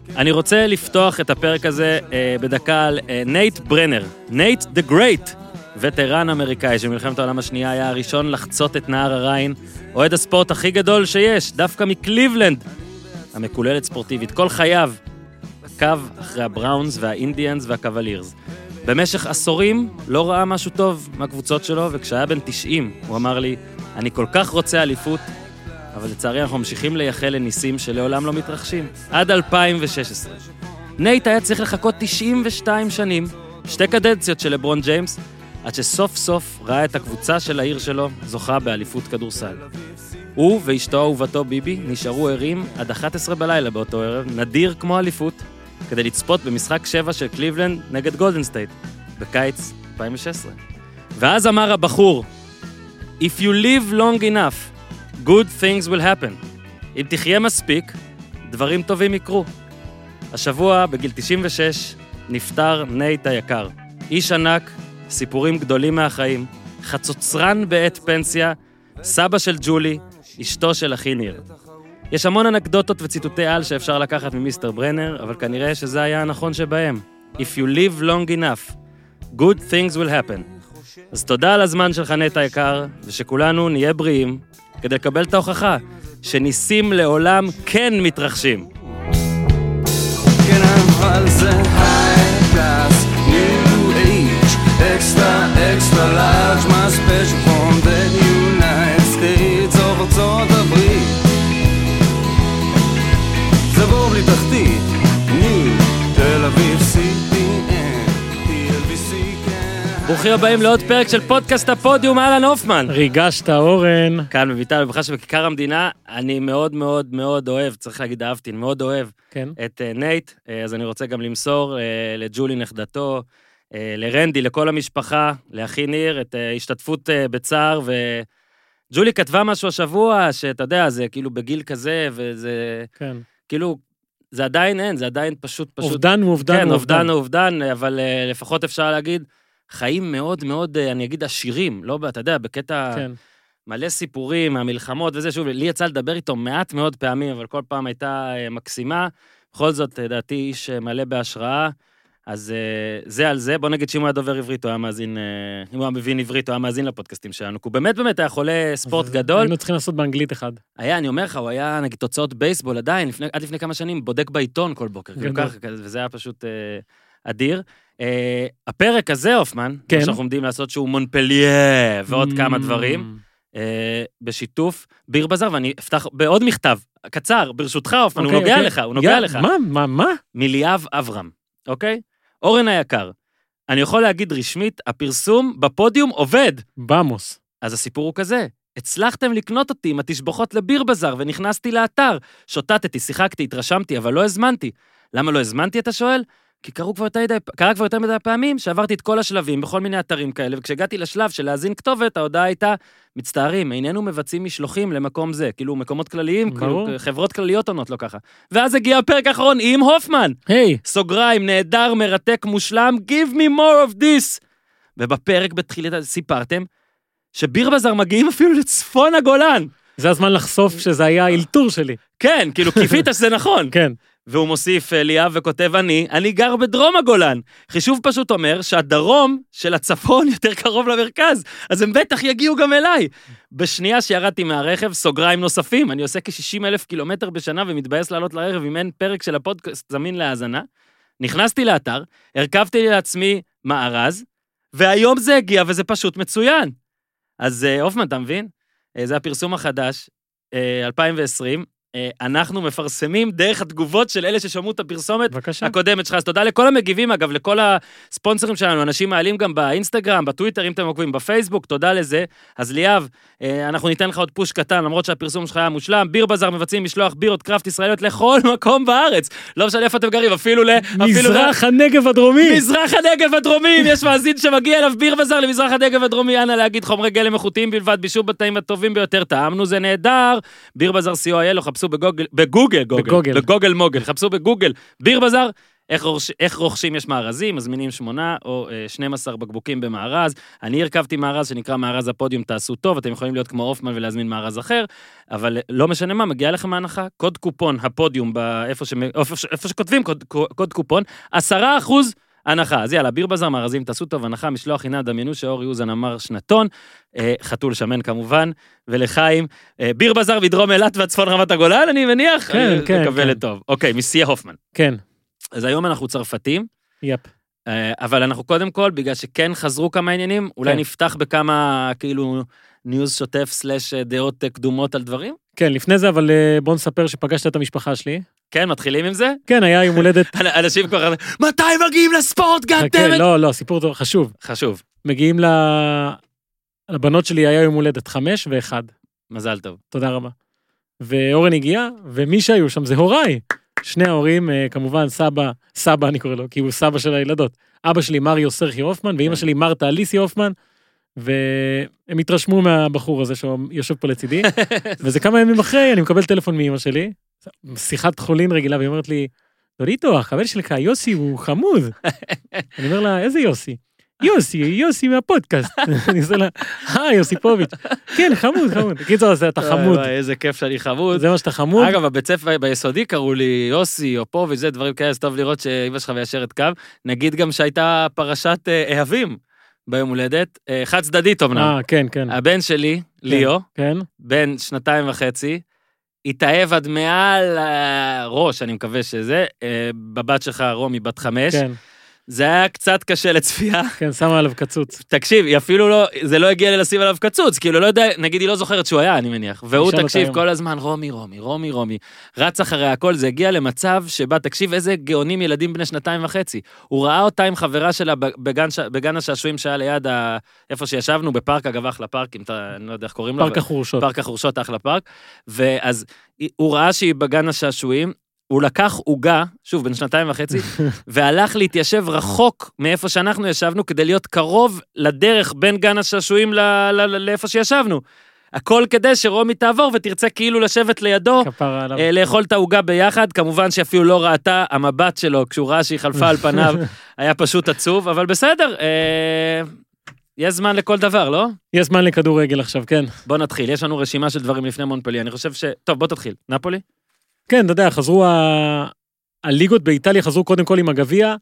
אני רוצה לפתוח את הפרק הזה בדקה על נייט ברנר. נייט דה גרייט, וטרן אמריקאי שמלחמת העולם השנייה היה הראשון לחצות את נהר הריין, אוהד הספורט הכי גדול שיש, דווקא מקליבלנד, המקוללת ספורטיבית. כל חייו עקב אחרי הבראונס והאינדיאנס והקבלירס. במשך עשורים לא ראה משהו טוב מהקבוצות שלו, וכשהיה בן 90 הוא אמר לי, אני כל כך רוצה אליפות, אבל לצערי אנחנו ממשיכים לייחל לניסים שלעולם לא מתרחשים. עד 2016. נייט היה צריך לחכות 92 שנים, 2 קדנציות של לברון ג'יימס, עד שסוף סוף ראה את הקבוצה של העיר שלו זוכה באליפות כדורסל. הוא ואשתו אהובתו ביבי נשארו ערים עד 11 בלילה באותו ערב, נדיר כמו אליפות, כדי לצפות במשחק 7 של קליבלנד נגד גולדן סטייט, בקיץ 2016. ואז אמר הבחור, If you live long enough, good things will happen. אם תחיה מספיק, דברים טובים יקרו. השבוע, בגיל 96, נפטר נייט היקר. איש ענק, סיפורים גדולים מהחיים, חצוצרן בעת פנסיה, סבא של ג'ולי, אשתו של אחי ניר. יש המון אנקדוטות וציטוטי על שאפשר לקחת ממיסטר ברנר, אבל כנראה שזה היה הנכון שבהם. If you live long enough, good things will happen. אז תודה על הזמן שלך נייט היקר, ושכולנו נהיה בריאים, כדי לקבל את ההוכחה שניסים לעולם כן מתרחשים. כן, אבל זה high class, new age, extra, extra large, my special from the United States of ארצות הברית. זה בור בלי תחתית, new, תל אביב, CPN, TLBC, כן. ברוכים הבאים לעוד פרק של פודקאסט הפודיום, אהלן הופמן. ריגשת אורן. כאן בביטל, בבחש שבכיכר המדינה, אני מאוד מאוד מאוד אוהב, צריך להגיד אהבתי, אני מאוד אוהב כן. את נייט, אז אני רוצה גם למסור לג'ולי נכדתו, לרנדי, לכל המשפחה, לאחי ניר, את השתתפות בצער, וג'ולי כתבה משהו השבוע, שאתה יודע, זה כאילו בגיל כזה, וזה כן. כאילו, זה עדיין אין, זה עדיין פשוט. אובדן הוא אובדן. כן, אובדן הוא אובדן, אבל לפחות אפשר להגיד, חיים מאוד מאוד, אני אגיד, עשירים, לא, אתה יודע, בקטע כן. מלא סיפורים, מהמלחמות וזה, שוב, לי יצא לדבר איתו מעט מאוד פעמים, אבל כל פעם הייתה מקסימה, בכל זאת, דעתי איש מלא בהשראה, אז זה על זה, בוא נגיד שאם הוא היה דובר עברית, הוא היה מאזין, אם הוא היה מבין עברית, הוא היה מאזין לפודקאסטים שלנו, כי הוא באמת היה חולה ספורט גדול. היינו צריכים לעשות באנגלית אחד. היה, אני אומר לך, הוא היה, נגיד, תוצאות בייסבול עדיין, עד לפני כמה שנים, בודק בעיתון כל בוקר, וזה היה פשוט אדיר. הפרק הזה, הופמן, כן. שאנחנו עומדים לעשות שהוא מונפליה, ועוד כמה דברים, בשיתוף ביר בזאר, ואני אפתח בעוד מכתב, קצר, ברשותך, הופמן, הוא נוגע לך, הוא נוגע לך. מה? מיליאב אברהם, אוקיי? אורן היקר, אני יכול להגיד רשמית, הפרסום בפודיום עובד. במוס. אז הסיפור הוא כזה, הצלחתם לקנות אותי עם התשבחות לביר בזאר, ונכנסתי לאתר, שוטטתי, שיחקתי, התרשמתי, אבל לא הזמנתי. למה לא הזמנתי, אתה שואל? כי קרה כבר יותר מדי פעמים שעברתי את כל השלבים בכל מיני אתרים כאלה, וכשהגעתי לשלב של להזין כתובת, ההודעה הייתה, מצטערים, איננו מבצעים משלוחים למקום זה, כאילו מקומות כלליים, כאילו, חברות כלליות עונות לא ככה. ואז הגיע הפרק האחרון עם הופמן. היי. סוגריים, נהדר, מרתק, מושלם, give me more of this. ובפרק בתחילת סיפרתם, שביר בזאר מגיעים אפילו לצפון הגולן. זה הזמן לחשוף שזה היה האלתור שלי. כן, כאילו קיפית שזה נכון. כן. והוא מוסיף ליאב וכותב אני גר בדרום הגולן. חישוב פשוט אומר שהדרום של הצפון יותר קרוב למרכז, אז הם בטח יגיעו גם אליי. בשנייה שירדתי מהרכב, סוגריים נוספים, אני עושה כ-60,000 קילומטר בשנה ומתבאס לעלות לרכב אם אין פרק של הפודקאסט זמין להאזנה. נכנסתי לאתר, הרכבתי לעצמי מארז, והיום זה הגיע וזה פשוט מצוין. אז הופמן, אתה מבין? זה הפרסום החדש, 2020, אנחנו מפרסמים דרך התגובות של אלה ששמעו את הפרסומת הקודמת שלך. אז תודה לכל המגיבים, אגב, לכל הספונסרים שלנו, אנשים מעלים גם באינסטגרם, בטוויטר, אם אתם עוקבים בפייסבוק, תודה לזה. אז ליאב, אנחנו ניתן לך עוד פוש קטן, למרות שהפרסום שלך היה מושלם, ביר בזאר מבצעים משלוח בירות קראפט ישראליות לכל מקום בארץ. לא משנה איפה אתם גרים, אפילו מזרח הנגב הדרומי. מזרח הנגב הדרומי, יש מאזין שמגיע אליו ביר בזאר למזרח הנגב הדרומי, אנא להגיד חומרי גלם איכותיים בלבד, בישול בתנאים הטובים ביותר, טעמנו זה נהדר. ביר בזאר co.il, חפשו בגוגל מוגל, חפשו בגוגל ביר בזאר, איך רוכשים יש מארזים, מזמינים 8 או 12 בקבוקים במארז. אני הרכבתי מארז שנקרא מארז הפודיום, תעשו טוב, אתם יכולים להיות כמו אופמן ולהזמין מארז אחר, אבל לא משנה מה, מגיע לכם ההנחה, קוד קופון הפודיום, איפה שכותבים קוד קופון, 10% הנחה. אז יאללה, ביר בזאר, מארזים, תעשו טוב, הנחה, משלוח הנה, דמיינו שאורי אוזן אמר שנתון, חתול שמן כמובן, ולחיים, ביר בזאר מדרום אילת והצפון רמת הגולן, אני מניח, מקווה לטוב. אוקיי, מסיע הופמן. כן. אז היום אנחנו צרפתים. יפ. אבל אנחנו קודם כל, בגלל שכן חזרו כמה עניינים, אולי נפתח בכמה, כאילו, ניוז שוטף סלש דעות קדומות על דברים? כן, לפני זה, אבל בוא נספר שפגשת את המשפחה שלי. כן, מתחילים עם זה? כן, היה יום הולדת. אנשים כבר, מתי מגיעים לספורט, גאטרת? לא, סיפור טוב, חשוב. חשוב. מגיעים לבנות שלי, היה יום הולדת 5 ו1. מזל טוב. תודה רבה. ואורן הגיע, ומי שהיו שם זה הוריי. שני ההורים, כמובן, סבא אני קורא לו, כי הוא סבא של הילדות. אבא שלי מריו סרחי הופמן, ואמא שלי מרתה אליסי הופמן, והם התרשמו מהבחור הזה שיושב פה לצידי, וזה כמה ימים אחרי, אני מקבל טלפון מאמא שלי, שיחת חולין רגילה, והיא אומרת לי, דוריטו, החבר שלך, יוסי, הוא חמוד. אני אומר לה, איזה יוסי? יוסי מהפודקאסט. אני עושה לה, יוסיפוביץ'. כן, חמוד. קיצור, אתה חמוד. איזה כיף שאני חמוד. זה מה שאתה חמוד. אגב, בבית ספר ביסודי קראו לי יוסי או פוביץ', זה דברים כאלה, זה טוב לראות שאמא שלך מיישרת קו. נגיד גם שהייתה פרשת אהבים ביום הולדת, חד צדדית אמנם. כן. הבן שלי, ליאו, בן 2.5, התאהב עד מעל ראש, אני מקווה שזה, בבת שלך רומי בת 5, זה היה קצת קשה לצפייה. כן, שמה עליו קצוץ. תקשיב, אפילו לא, זה לא הגיע לשים עליו קצוץ, כאילו לא יודע, נגיד היא לא זוכרת שהוא היה, אני מניח. והוא תקשיב כל הזמן, רומי. רץ אחרי הכל, זה הגיע למצב שבה, תקשיב איזה גאונים ילדים בני 2.5. הוא ראה אותה עם חברה שלה בגן השעשועים שהיה ליד איפה שישבנו, בפארק הגבח לפארק, אם אתה, אני לא יודע איך קוראים לו. פארק החורשות, אחלה פארק. ואז הוא ראה שהיא בגן השעשועים, הוא לקח עוגה, שוב, בן 2.5, והלך להתיישב רחוק מאיפה שאנחנו ישבנו, כדי להיות קרוב לדרך בין גן השעשועים לאיפה שישבנו. הכל כדי שרומי תעבור ותרצה כאילו לשבת לידו, לאכול את העוגה ביחד, כמובן שאפילו לא ראתה, המבט שלו, כשהוא ראה שהיא חלפה על פניו, היה פשוט עצוב, אבל בסדר, יש זמן לכל דבר, לא? יש זמן לכדורגל עכשיו, כן. בוא נתחיל, יש לנו רשימה של דברים לפני מונפליה, אני חושב טוב, בוא תתחיל. נפולי? כן, אתה יודע, חזרו הליגות באיטליה, חזרו קודם כל עם הגביע,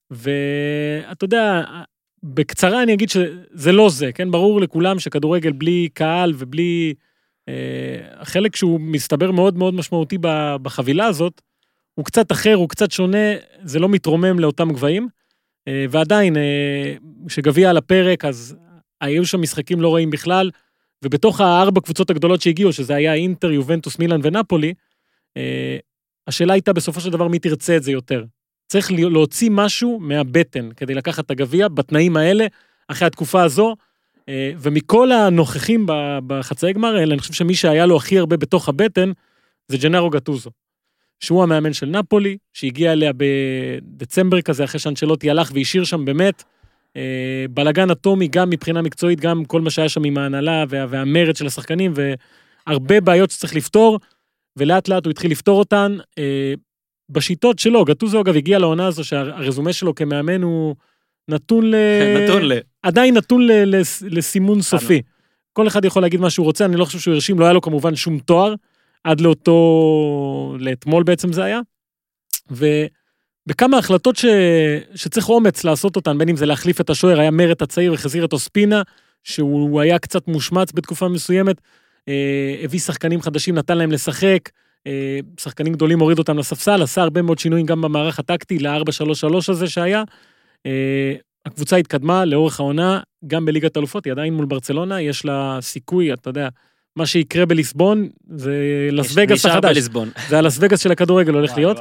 ואתה יודע, בקצרה אני אגיד שזה לא זה, כן? ברור לכולם שכדורגל בלי קהל ובלי החלק שהוא מסתבר מאוד מאוד משמעותי בחבילה הזאת, הוא קצת אחר, הוא קצת שונה, זה לא מתרומם לאותם גבהים, ועדיין, כשגביע על הפרק, אז היו שם משחקים לא רעים בכלל, ובתוך 4 קבוצות הגדולות שהגיעו, שזה היה אינטר, יובנטוס, מילאן ונפולי, השאלה הייתה בסופו של דבר מי תרצה את זה יותר. צריך להוציא משהו מהבטן, כדי לקחת את הגביע בתנאים האלה, אחרי התקופה הזו, ומכל הנוכחים בחצאי גמר האלה, אני חושב שמי שהיה לו הכי הרבה בתוך הבטן, זה ג'נארו גטוזו, שהוא המאמן של נפולי, שהגיע אליה בדצמבר כזה, אחרי שאנצ'לוטי הלך והשאיר שם באמת, בלגן אטומי, גם מבחינה מקצועית, גם כל מה שהיה שם עם ההנהלה והמרד של השחקנים, והרבה בעיות שצריך לפתור, ולאט לאט הוא התחיל לפתור אותן, בשיטות שלו. גטוזו אגב הגיע לעונה הזו, שהרזומה שלו כמאמן הוא עדיין נתון לסימון סופי. כל אחד יכול להגיד מה שהוא רוצה, אני לא חושב שהוא הרשים, לא היה לו כמובן שום תואר, עד לאתמול בעצם זה היה, ובכמה החלטות שצריך אומץ לעשות אותן, בין אם זה להחליף את השוער, היה מרת הצעיר וחזיר את אוספינה, שהוא היה קצת מושמץ בתקופה מסוימת, הביא שחקנים חדשים, נתן להם לשחק, שחקנים גדולים הוריד אותם לספסל, עשה הרבה מאוד שינויים גם במערך הטקטי, ל-4-3-3 הזה שהיה, הקבוצה התקדמה לאורך העונה, גם בליגת אלופות, היא עדיין מול ברצלונה, יש לה סיכוי, אתה יודע, מה שיקרה בליסבון, זה לס וגאס החדש, זה הלס וגאס של הכדורגל הולך להיות,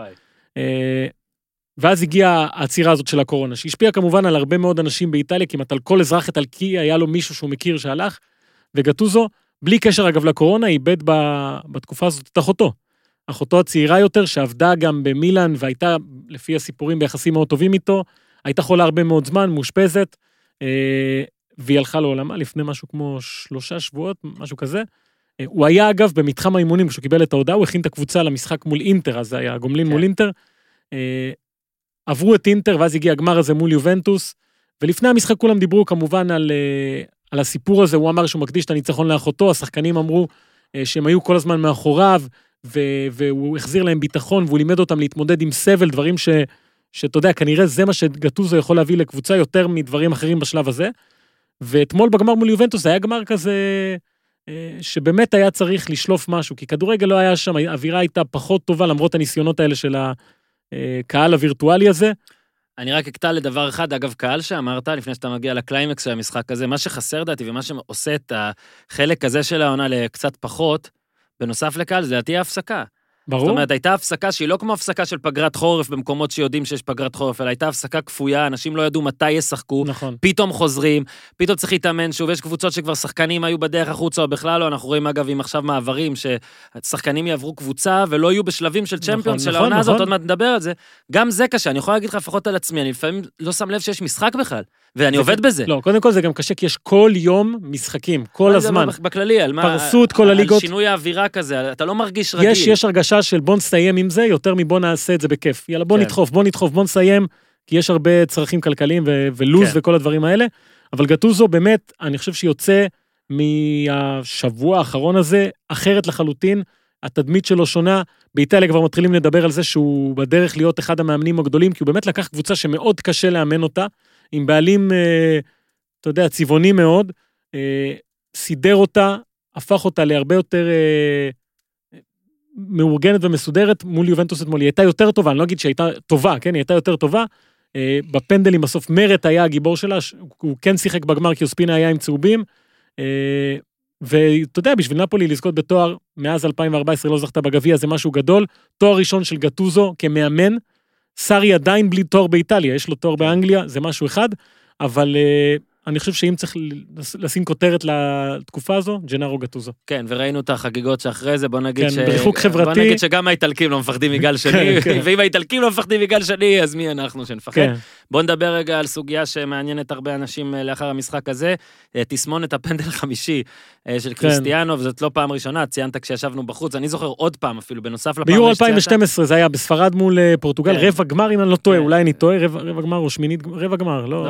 ואז הגיעה העצירה הזאת של הקורונה, שהשפיעה כמובן על הרבה מאוד אנשים באיטליה, כמעט על כל אזרח איטלקי, היה לו מישהו שהוא מכיר שהלך, וגטוזו, בלי קשר אגב לקורונה, איבד בתקופה הזאת את אחותו הצעירה יותר, שעבדה גם במילאן, והייתה לפי הסיפורים ביחסים מאוד טובים איתו, הייתה חולה הרבה מאוד זמן, מאושפזת, והיא הלכה לעולמה לפני משהו כמו 3 שבועות, משהו כזה. הוא היה אגב במתחם האימונים, כשהוא קיבל את ההודעה, הוא הכין את הקבוצה למשחק מול אינטר, אז זה היה גומלין מול אינטר. עברו את אינטר, ואז הגיע הגמר הזה מול יובנטוס, ולפני המשחק כולם דיברו כמובן על הסיפור הזה, הוא אמר שהוא מקדיש את הניצחון לאחותו, השחקנים אמרו שהם היו כל הזמן מאחוריו, והוא החזיר להם ביטחון, והוא לימד אותם להתמודד עם סבל, דברים שאתה יודע, כנראה זה מה שגטוזו יכול להביא לקבוצה יותר מדברים אחרים בשלב הזה, ואתמול בגמר מול יובנטוס, היה גמר כזה, שבאמת היה צריך לשלוף משהו, כי כדורגל לא היה שם, האווירה הייתה פחות טובה, למרות הניסיונות האלה של הקהל הווירטואלי הזה. אני רק אקטע לדבר אחד, אגב, קהל שאמרת, לפני שאתה מגיע לקליימקס של המשחק הזה, מה שחסר דעתי, ומה שעושה את החלק הזה של העונה לקצת פחות, בנוסף לקהל, זה תהיה הפסקה. ברור. זאת אומרת, הייתה הפסקה שהיא לא כמו הפסקה של פגרת חורף, במקומות שיודעים שיש פגרת חורף, אלא הייתה הפסקה כפויה, אנשים לא ידעו מתי ישחקו, נכון. פתאום חוזרים, פתאום צריך להתאמן שוב, יש קבוצות שכבר שחקנים היו בדרך החוצה, או בכלל לא, אנחנו רואים אגב עם עכשיו מעברים, ששחקנים יעברו קבוצה, ולא יהיו בשלבים של צ'מפיונס של העונה הזאת, עוד מעט נדבר על זה, גם זה קשה, אני יכול להגיד לך לפחות על עצמי, אני לפעמים לא שם לב שיש משחק בכלל, ואני עובד בזה. לא, קודם כל זה גם קשה, כי יש כל יום משחקים, כל הזמן. בכללי, פרסו את כל הליגות. על שינוי האווירה כזה, אתה לא מרגיש רגיל. יש הרגשה של בוא נסיים עם זה, יותר מבוא נעשה את זה בכיף. יאללה, בוא נדחוף, בוא נסיים, כי יש הרבה צרכים כלכליים ולוז וכל הדברים האלה, אבל גטוזו באמת, אני חושב שיוצא מהשבוע האחרון הזה, אחרת לחלוטין, התדמית שלו שונה, באיטליה כבר מתחילים לדבר על זה שהוא בדרך להיות אחד המאמנים הגדולים, כי הוא באמת לקח קבוצה שמאוד קשה לאמן אותה, עם בעלים, אתה יודע, צבעוני מאוד, סידר אותה, הפך אותה להרבה יותר מאורגנת ומסודרת מול יובנטוס אתמול. היא הייתה יותר טובה, אני לא אגיד שהייתה טובה, כן? היא הייתה יותר טובה. בפנדלים בסוף מרת היה הגיבור שלה, הוא כן שיחק בגמר כי אוספינה היה עם צהובים, ואתה יודע, בשביל נפולי לזכות בתואר, מאז 2014 לא זכתה בגביע, זה משהו גדול, תואר ראשון של גטוזו כמאמן, סארי עדיין בלי תואר באיטליה, יש לו תואר באנגליה, זה משהו אחד, אבל אני חושב שאם צריך לשים כותרת לתקופה הזו, ג'נארו גטוזו. כן, וראינו את החגיגות שאחרי זה, בוא נגיד בוא נגיד שגם האיטלקים לא מפחדים מגל שני, ואם האיטלקים לא מפחדים מגל שני, אז מי אנחנו שנפחד? בוא נדבר רגע על סוגיה שמעניינת הרבה אנשים לאחר המשחק הזה, תסמונת הפנדל חמישי של קריסטיאנו, וזאת לא פעם ראשונה, ציינת כשישבנו בחוץ, אני זוכר עוד פעם אפילו, בנוסף לפעם ביורו 2012 זה היה בספרד מול פורטוגל, רבע גמר אם אני לא טועה, אולי אני טועה, רבע גמר או שמינית, רבע גמר, לא,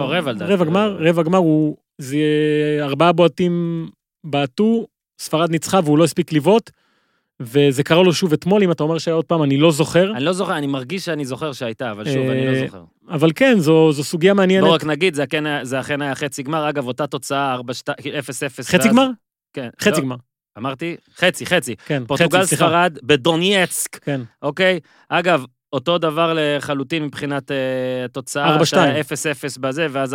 רבע גמר הוא, זה 4 בועטים בעטו, ספרד ניצחה והוא לא הספיק לבעוט, וזה קרה לו שוב אתמול, אם אתה אומר שהיה עוד פעם, אני לא זוכר. אני לא זוכר, אני מרגיש שאני זוכר שהייתה, אבל שוב, אני לא זוכר. אבל כן, זו סוגיה מעניינת. לא רק נגיד, זה אכן היה חצי גמר, אגב, אותה תוצאה 4-0-0. חצי גמר? כן. חצי גמר. אמרתי, חצי. כן, פורטוגל ספרד בדונייצק. כן. אוקיי? אגב, אותו דבר לחלוטין מבחינת תוצאה. 4-2. 0-0 בזה, ואז 4-2,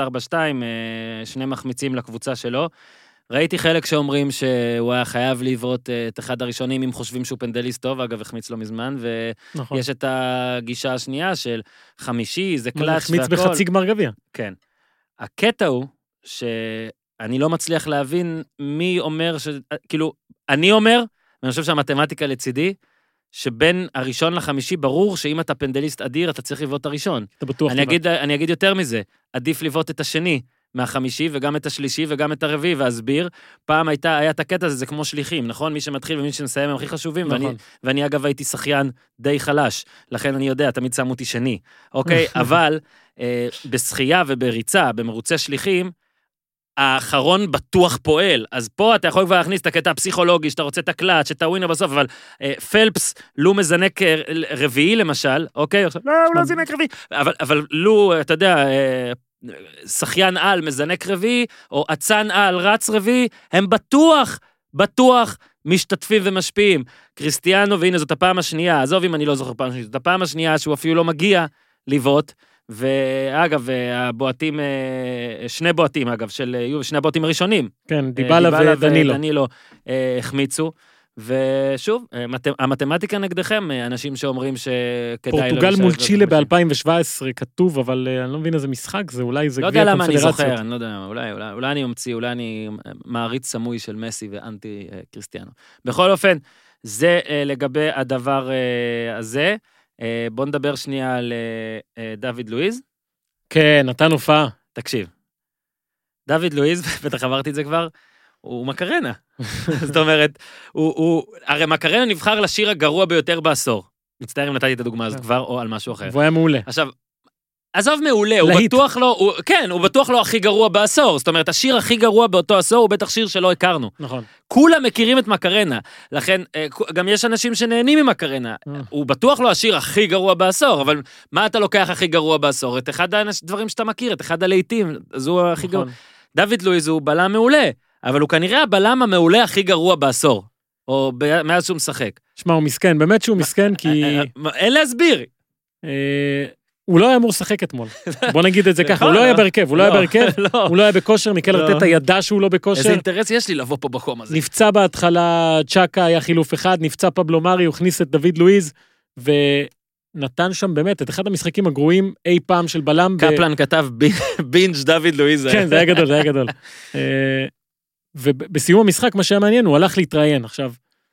שני מחמיצים לקבוצה שלו. ראיתי חלק שאומרים שהוא היה חייב לבעוט את אחד הראשונים, אם חושבים שהוא פנדליסט טוב, אגב, החמיץ לו מזמן, ויש את הגישה השנייה של חמישי, זה קלאץ' והכל. החמיץ בחצי גמר גביע. כן. הקטע הוא שאני לא מצליח להבין מי אומר, כאילו, אני אומר, ואני חושב שהמתמטיקה לצידי, שבין הראשון לחמישי ברור שאם אתה פנדליסט אדיר, אתה צריך לבעוט את הראשון. אתה בטוח. אני אגיד יותר מזה, עדיף לבעוט את השני, מהחמישי, וגם את השלישי, וגם את הרביעי, והסביר, פעם היה את הקטע הזה, זה כמו שליחים, נכון? מי שמתחיל ומי שמסיים הם הכי חשובים, נכון. ואני אגב הייתי שחיין די חלש, לכן אני יודע, תמיד שמו אותי שני, אוקיי? אבל בשחייה ובריצה, במרוצי שליחים, האחרון בטוח פועל, אז פה אתה יכול כבר להכניס את הקטע הפסיכולוגי, שאתה רוצה את הקלאץ', את הווינר בסוף, אבל פלפס, לו מזנק רביעי למשל, אוקיי? עכשיו, לא, הוא לא זנק רביעי, אבל לו, אתה יודע, שחיין על מזנק רביעי, או עצן על רץ רביעי, הם בטוח משתתפים ומשפיעים. קריסטיאנו, והנה זאת הפעם השנייה, עזוב אם אני לא זוכר פעם שנייה, זאת הפעם השנייה שהוא אפילו לא מגיע לבעוט, ואגב, הבועטים, שני בועטים אגב, שני הבועטים הראשונים. כן, דיבאלה ודנילו החמיצו, ושוב, המתמטיקה נגדכם, אנשים שאומרים שכדאי... פורטוגל מול צ'ילה ב-2017 כתוב, אבל אני לא מבין איזה משחק זה, אולי זה גביע קונפדרציות. לא יודע למה אני זוכר, אני לא יודע, אולי אני אמציא, אולי אני מעריץ סמוי של מסי ואנטי קריסטיאנו. בכל אופן, זה לגבי הדבר הזה. בוא נדבר שנייה על דוד לואיז. כן, נתן הופעה. תקשיב. דוד לואיז, בטח עברתי את זה כבר, הוא מקרנה. זאת אומרת, הרי מקרנה נבחר לשיר הגרוע ביותר בעשור. מצטער אם נתתי את הדוגמה הזאת כבר, או על משהו אחר. והוא היה מעולה. עכשיו, עזוב מעולה, הוא להיט. בטוח לא, כן, הוא בטוח לא הכי גרוע בעשור, זאת אומרת, השיר הכי גרוע באותו עשור הוא בטח שיר שלא הכרנו. נכון. כולם מכירים את מקרנה, לכן גם יש אנשים שנהנים ממקרנה, הוא בטוח לא השיר הכי גרוע בעשור, אבל מה אתה לוקח הכי גרוע בעשור? את אחד הדברים שאתה מכיר, את אחד הלהיטים, אז הוא הכי גרוע. דוד לואיז הוא בלם מעולה, אבל הוא כנראה הבלם המעולה הכי גרוע בעשור, או מאז שהוא משחק. שמע, הוא מסכן, באמת שהוא מסכן, כי... אין להסביר. הוא לא היה אמור לשחק אתמול. בוא נגיד את זה ככה, הוא לא היה בהרכב, הוא לא היה בכושר, מיקל ארטטה ידע שהוא לא בכושר. איזה אינטרס יש לי לבוא פה בחום הזה. נפצע בהתחלה, צ'קה היה חילוף אחד, נפצע פבלו מארי, הוא הכניס את דוד לואיז, ונתן שם באמת את אחד המשחקים הגרועים אי פעם של בלם. קפלן כתב בינג' דוד לואיז. כן, זה היה גדול, זה היה גדול. ובסיום המשחק, מה שהיה מעניין, הוא הלך להתראיין. עכשיו,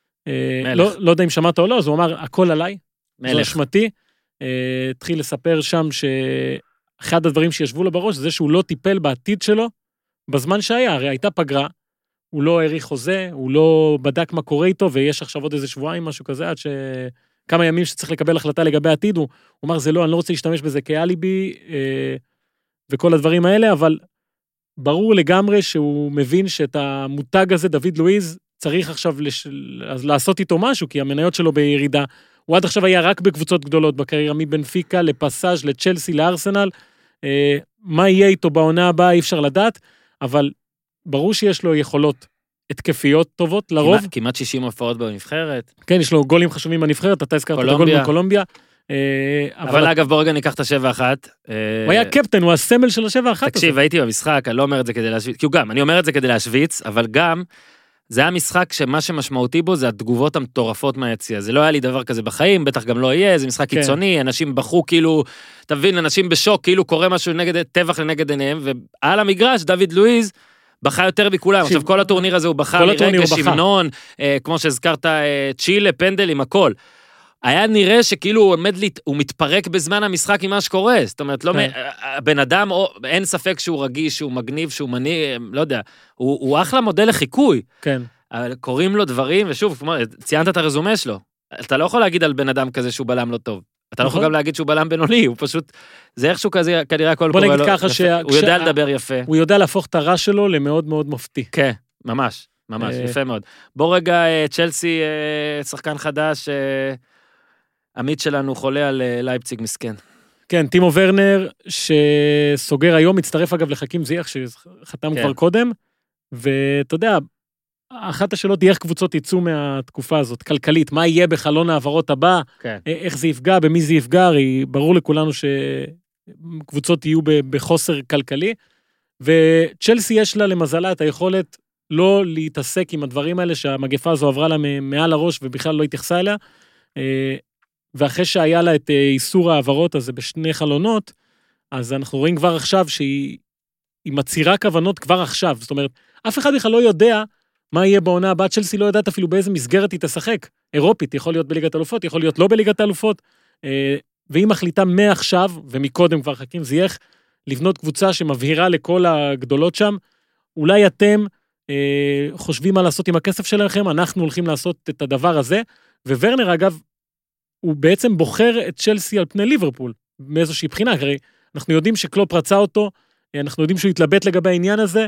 לא יודע אם שמעת או לא, אז הוא אמר, הכל עליי, זו אשמתי. התחיל לספר שם שאחד הדברים שישבו לו בראש, זה שהוא לא טיפל בעתיד שלו, בזמן שהיה, הרי הייתה פגרה, הוא לא העריך חוזה, הוא לא בדק מה קורה איתו, ויש עכשיו עוד איזה שבועיים, משהו כזה, עד שכמה ימים שצריך לקבל החלטה לגבי העתיד, הוא אמר, זה לא, אני לא רוצה להשתמש בזה כאליבי, וכל הדברים האלה, אבל ברור לגמרי שהוא מבין שאת המותג הזה, דוד לואיז, צריך עכשיו לעשות איתו משהו, כי המניות שלו בירידה, הוא עד עכשיו היה רק בקבוצות גדולות בקריירה, מבנפיקה לפסאז' לצ'לסי, לארסנל, מה יהיה איתו בעונה הבאה אי אפשר לדעת, אבל ברור שיש לו יכולות התקפיות טובות, לרוב. כמעט 60 הופעות בנבחרת. כן, יש לו גולים חשובים בנבחרת, אתה הזכרת את הגול בקולומביה. אבל אגב, בוא רגע ניקח את ה7-1. הוא היה קפטן, הוא הסמל של ה7-1. תקשיב, הייתי במשחק, אני לא אומר את זה כדי להשוויץ, כי גם, אני אומר את זה כדי להשוויץ, אבל גם, זה היה משחק שמה שמשמעותי בו זה התגובות המטורפות מהיציאה. זה לא היה לי דבר כזה בחיים, בטח גם לא יהיה, זה משחק קיצוני, אנשים בחרו כאילו, תבין, אנשים בשוק, כאילו קורה משהו נגד טבח לנגד עיניהם, ועל המגרש, דוד לואיז בכה יותר מכולם. עכשיו, כל הטורניר הזה הוא בכה מרגש, המנון, כמו שהזכרת, צ'ילה, פנדל עם הכל. היה נראה שכאילו הוא מתפרק בזמן המשחק עם מה שקורה, זאת אומרת, הבן אדם, אין ספק שהוא רגיש, שהוא מגניב, שהוא מניע, לא יודע, הוא אחלה מודל לחיקוי. כן. אבל קוראים לו דברים, ושוב, ציינת את הרזומה שלו, אתה לא יכול להגיד על בן אדם כזה שהוא בלם לא טוב, אתה לא יכול גם להגיד שהוא בלם בינוני, הוא פשוט, זה איכשהו כזה, כנראה הכל קורה לו, הוא יודע לדבר יפה. הוא יודע להפוך את הרע שלו למאוד מאוד מפתיע. כן, ממש, ממש, יפה מאוד. בוא רגע, צ'לסי, שחקן חדש, עמית שלנו חולה על לייפציג מסכן. כן, טימו ורנר, שסוגר היום, מצטרף אגב לחכים זיח, שחתם כבר קודם, ואתה יודע, אחת השאלות היא איך קבוצות יצאו מהתקופה הזאת, כלכלית, מה יהיה בחלון העברות הבא, איך זה יפגע, במי זה יפגע, הרי ברור לכולנו שקבוצות יהיו בחוסר כלכלי, וצ'לסי יש לה למזלה את היכולת לא להתעסק עם הדברים האלה, שהמגפה הזו עברה לה מעל הראש ובכלל לא התייחסה אליה, ואחרי שהיה לה את איסור העברות הזה בשני חלונות, אז אנחנו רואים כבר עכשיו שהיא מצהירה כוונות כבר עכשיו, זאת אומרת, אף אחד בכלל לא יודע מה יהיה בעונה הבאה, צ'לסי לא יודעת אפילו באיזה מסגרת היא תשחק, אירופית, יכול להיות בליגת אלופות, יכול להיות לא בליגת אלופות, והיא מחליטה מעכשיו, ומקודם כבר חכים זייך, לבנות קבוצה שמבהירה לכל הגדולות שם, אולי אתם חושבים מה לעשות עם הכסף שלכם, אנחנו הולכים לעשות את הדבר הזה, וורנר אגב, הוא בעצם בוחר את צ'לסי על פני ליברפול, מאיזושהי בחינה, הרי אנחנו יודעים שקלופ רצה אותו, אנחנו יודעים שהוא התלבט לגבי העניין הזה,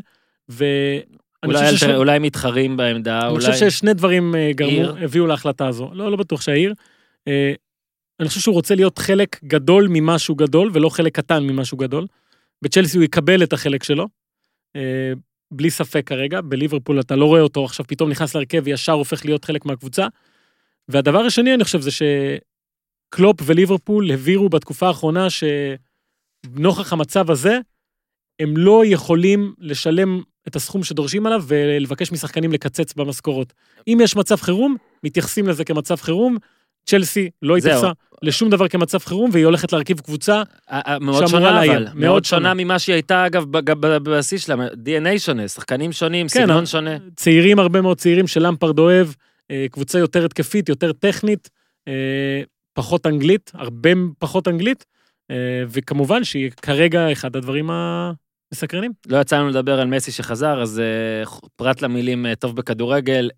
אולי מתחרים בעמדה, אני חושב ששני דברים הביאו להחלטה הזו, לא בטוח שהעיר, אני חושב שהוא רוצה להיות חלק גדול ממשהו גדול, ולא חלק קטן ממשהו גדול, בצ'לסי הוא יקבל את החלק שלו, בלי ספק כרגע, בליברפול אתה לא רואה אותו, עכשיו פתאום נכנס להרכב וישר הופך להיות חלק מהקבוצה, והדבר השני אני חושב זה שקלופ וליברפול הבירו בתקופה האחרונה שנוכח המצב הזה, הם לא יכולים לשלם את הסכום שדורשים עליו ולבקש משחקנים לקצץ במשכורות. אם יש מצב חירום, מתייחסים לזה כמצב חירום, צ'לסי לא התייחסה לשום דבר כמצב חירום, והיא הולכת להרכיב קבוצה מאוד שונה אבל, מאוד שונה ממה שהיא הייתה אגב בבסיס שלה, DNA שונה, שחקנים שונים, סגנון שונה. צעירים, הרבה מאוד צעירים של למפרד אוהב, קבוצה יותר התקפית, יותר טכנית, פחות אנגלית, הרבה פחות אנגלית, וכמובן שהיא כרגע אחד הדברים מסקרנים? לא יצאנו לדבר על מסי שחזר, אז פרט למילים טוב בכדורגל.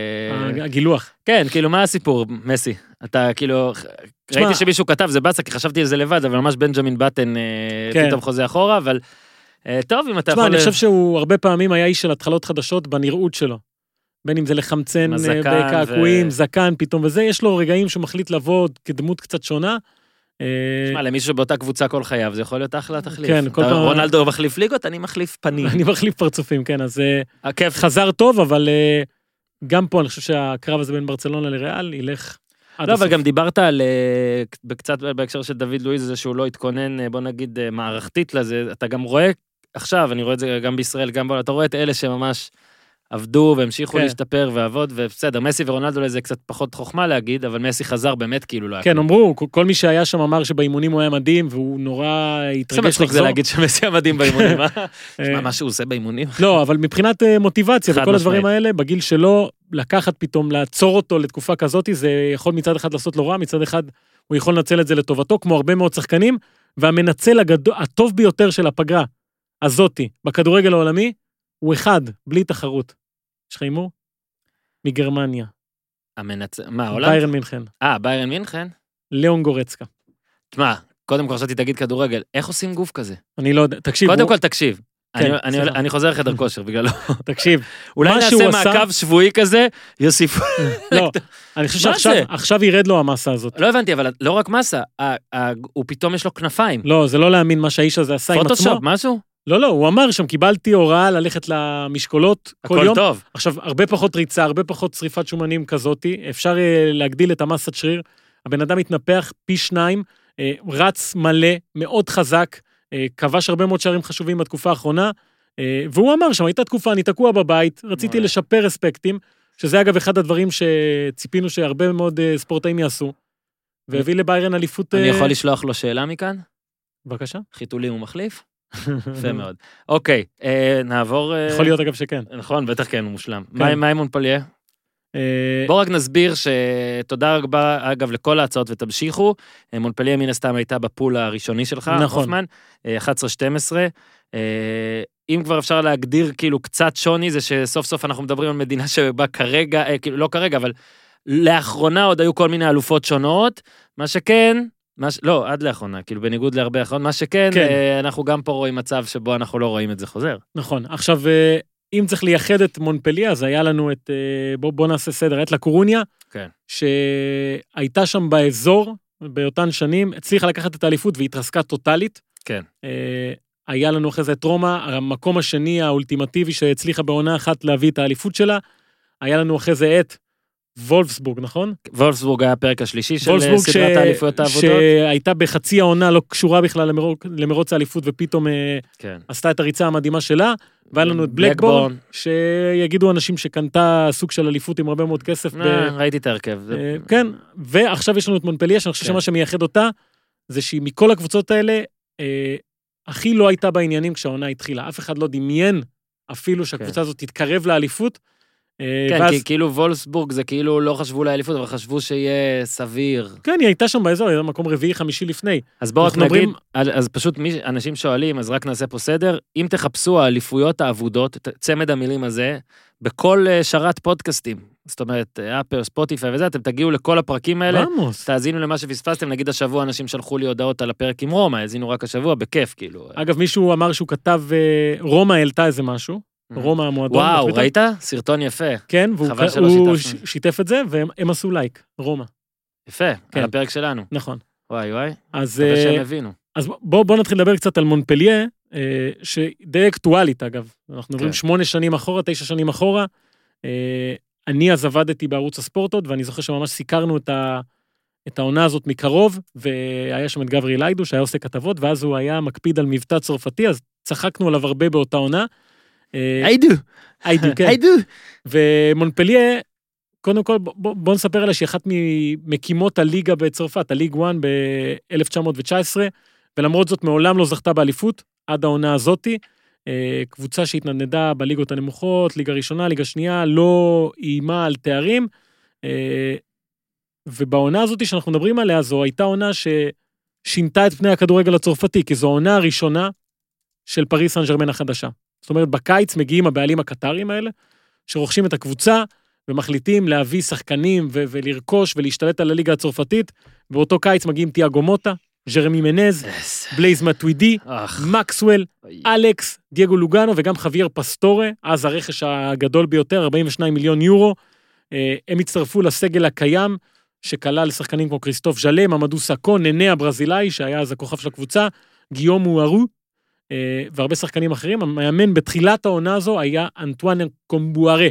הגילוח. כן, כאילו, מה הסיפור, מסי? אתה כאילו, ראיתי שמישהו כתב, זה בסה, כי חשבתי על זה לבד, אבל ממש בנג'מין בטן פתאום חוזה אחורה, אבל טוב, אם אתה יכול... אני חושב שהוא הרבה פעמים היה איש של התחלות חדשות בנראות שלו. בין אם זה לחמצן בקעקועים, זקן פתאום וזה, יש לו רגעים שהוא מחליט לבוא כדמות קצת שונה. תשמע, למישהו שבאותה קבוצה כל חייו, זה יכול להיות אחלה תחליף. כן, כל פעם... רונלדו מחליף ליגות, אני מחליף פנים. אני מחליף פרצופים, כן, אז חזר טוב, אבל גם פה אני חושב שהקרב הזה בין ברצלונה לריאל ילך עד לא, הסוף. אבל גם דיברת על, קצת בהקשר של דוד לואיז, זה שהוא לא התכונן, בוא נגיד, מערכתית לזה, אתה גם רואה, עכשיו, אני רואה את זה גם בישראל, גם בו, אתה רואה את אלה שממש עבדו והמשיכו להשתפר ועבוד, ובסדר, מסי ורונלדו זה קצת פחות חוכמה להגיד, אבל מסי חזר באמת כאילו לא היה. כן, אמרו, כל מי שהיה שם אמר שבאימונים הוא היה מדהים, והוא נורא התרגש לחזור. זה להגיד שמסי היה מדהים באימונים, מה שהוא עושה באימונים? לא, אבל מבחינת מוטיבציה וכל הדברים האלה, בגיל שלו, לקחת פתאום, לעצור אותו לתקופה כזאת, זה יכול מצד אחד לעשות לו רע, מצד אחד הוא יכול לנצל את זה לטובתו, כמו הרבה מאוד שחקנים, והמנצל הטוב ביותר של הפגרה הזאתי, בכדורגל העולמי, הוא אחד, בלי תחרות. יש לך הימור? מגרמניה. מה, הולנד? ביירן מינכן. ביירן מינכן? ליאון גורצקה. תשמע, קודם כל חשבתי תגיד כדורגל, איך עושים גוף כזה? אני לא יודע, תקשיב. קודם כל תקשיב. אני חוזר לחדר כושר בגללו. תקשיב. אולי נעשה מעקב שבועי כזה, יוסיף. לא, אני חושב שעכשיו ירד לו המסה הזאת. לא הבנתי, אבל לא רק מסה, הוא פתאום יש לו כנפיים. לא, זה לא להאמין מה שהאיש הזה עשה עם עצמו. פוטושופ, משהו? לא, הוא אמר שם, קיבלתי הוראה ללכת למשקולות כל יום. הכל טוב. עכשיו, הרבה פחות ריצה, הרבה פחות שריפת שומנים כזאתי, אפשר להגדיל את המסת שריר, הבן אדם מתנפח פי 2, רץ מלא, מאוד חזק, כבש הרבה מאוד שערים חשובים בתקופה האחרונה, והוא אמר שם, הייתה תקופה, אני תקוע בבית, רציתי לשפר אספקטים, שזה אגב אחד הדברים שציפינו שהרבה מאוד ספורטאים יעשו, והביא לביירן אליפות... אני יכול לשלוח לו שאלה מכאן? בבקשה. חיתולים הוא מחליף? יפה מאוד. אוקיי, נעבור... יכול להיות אגב שכן. נכון, בטח כן, הוא מושלם. מה עם מונפליה? בואו רק נסביר שתודה רבה, אגב, לכל ההצעות ותמשיכו. מונפליה מן הסתם הייתה בפול הראשוני שלך, הופמן, 11-12. אם כבר אפשר להגדיר כאילו קצת שוני, זה שסוף סוף אנחנו מדברים על מדינה שבה כרגע, כאילו לא כרגע, אבל לאחרונה עוד היו כל מיני אלופות שונות, מה שכן... לא, עד לאחרונה, כאילו בניגוד להרבה אחרון, מה שכן, אנחנו גם פה רואים מצב שבו אנחנו לא רואים את זה חוזר. נכון, עכשיו, אם צריך לייחד את מונפליה, אז היה לנו את, בוא נעשה סדר, את לקורוניה, שהייתה שם באזור, באותן שנים, הצליחה לקחת את האליפות והתרסקה טוטלית. כן. היה לנו אחרי זה את רומא, המקום השני האולטימטיבי שהצליחה בעונה אחת להביא את האליפות שלה, היה לנו אחרי זה את וולפסבורג, נכון? וולפסבורג היה הפרק השלישי של סדרת האליפויות העבודות. שהייתה בחצי העונה, לא קשורה בכלל למרוץ האליפות, ופתאום עשתה את הריצה המדהימה שלה, והיה לנו את בלקבורן, שיגידו אנשים שקנתה סוג של אליפות עם הרבה מאוד כסף. ראיתי את ההרכב. כן, ועכשיו יש לנו את מונפליה, שאני חושב שמה שמייחד אותה, זה שהיא מכל הקבוצות האלה, הכי לא הייתה בעניינים כשהעונה התחילה. אף אחד לא דמיין אפילו שהקבוצה הזאת תתקרב לאליפות, כן, כי כאילו וולפסבורג זה כאילו לא חשבו לאליפות, אבל חשבו שיהיה סביר. כן, היא הייתה שם באזור, היא מקום רביעי, חמישי לפני. אז בואו רק נגיד, אז פשוט אנשים שואלים, אז רק נעשה פה סדר, אם תחפשו האליפויות העבודות, צמד המילים הזה, בכל שרת פודקאסטים, זאת אומרת, אפל, ספוטיפיי וזה, אתם תגיעו לכל הפרקים האלה, תאזינו למה שפספסתם, נגיד השבוע אנשים שלחו לי הודעות על הפרק עם רומא, האזינו רק השבוע, בכיף כאילו. אגב, מישהו אמר שהוא כתב, רומא העלתה איזה משהו, רומא המועדון. וואו, ראית? סרטון יפה. כן, והוא שיתף את זה, והם עשו לייק, רומא. יפה, על הפרק שלנו. נכון. וואי, וואי. אז שהם הבינו. אז בואו נתחיל לדבר קצת על מונפליה, שדי אקטואלית אגב. אנחנו מדברים 8 שנים אחורה, 9 שנים אחורה. אני אז עבדתי בערוץ הספורטות, ואני זוכר שממש סיקרנו את העונה הזאת מקרוב, והיה שם את גבריאל איידו, שהיה עושה כתבות, ואז הוא היה מקפיד על מבטא צרפתי, אז צחקנו עליו הרבה באותה עונה. איידו, כן. ומונפליה, קודם כל, בוא נספר עליה שהיא אחת ממקימות הליגה בצרפת, הליג 1 ב-1919, ולמרות זאת מעולם לא זכתה באליפות, עד העונה הזאתי, קבוצה שהתנדנדה בליגות הנמוכות, ליגה ראשונה, ליגה שנייה, לא איימה על תארים, ובעונה הזאתי שאנחנו מדברים עליה, זו הייתה עונה ששינתה את פני הכדורגל הצרפתי, כי זו העונה הראשונה של פריס סן ז'רמן החדשה. זאת אומרת, בקיץ מגיעים הבעלים הקטרים האלה, שרוכשים את הקבוצה, ומחליטים להביא שחקנים ולרכוש ולהשתלט על הליגה הצרפתית, באותו קיץ מגיעים תיאגו מוטה, ז'רמי מנז, בלייז מטווידי, מקסוול, אלכס, דייגו לוגאנו, וגם חוויאר פסטורה, אז הרכש הגדול ביותר, 42 מיליון יורו, הם הצטרפו לסגל הקיים, שכלל שחקנים כמו כריסטוף ז'לה, ממדו סאקו, ננה הברזילאי, שהיה אז הכוכב של הקבוצה, גיום מוארו, והרבה שחקנים אחרים. המאמן בתחילת העונה הזו היה אנטואן קומבוארה,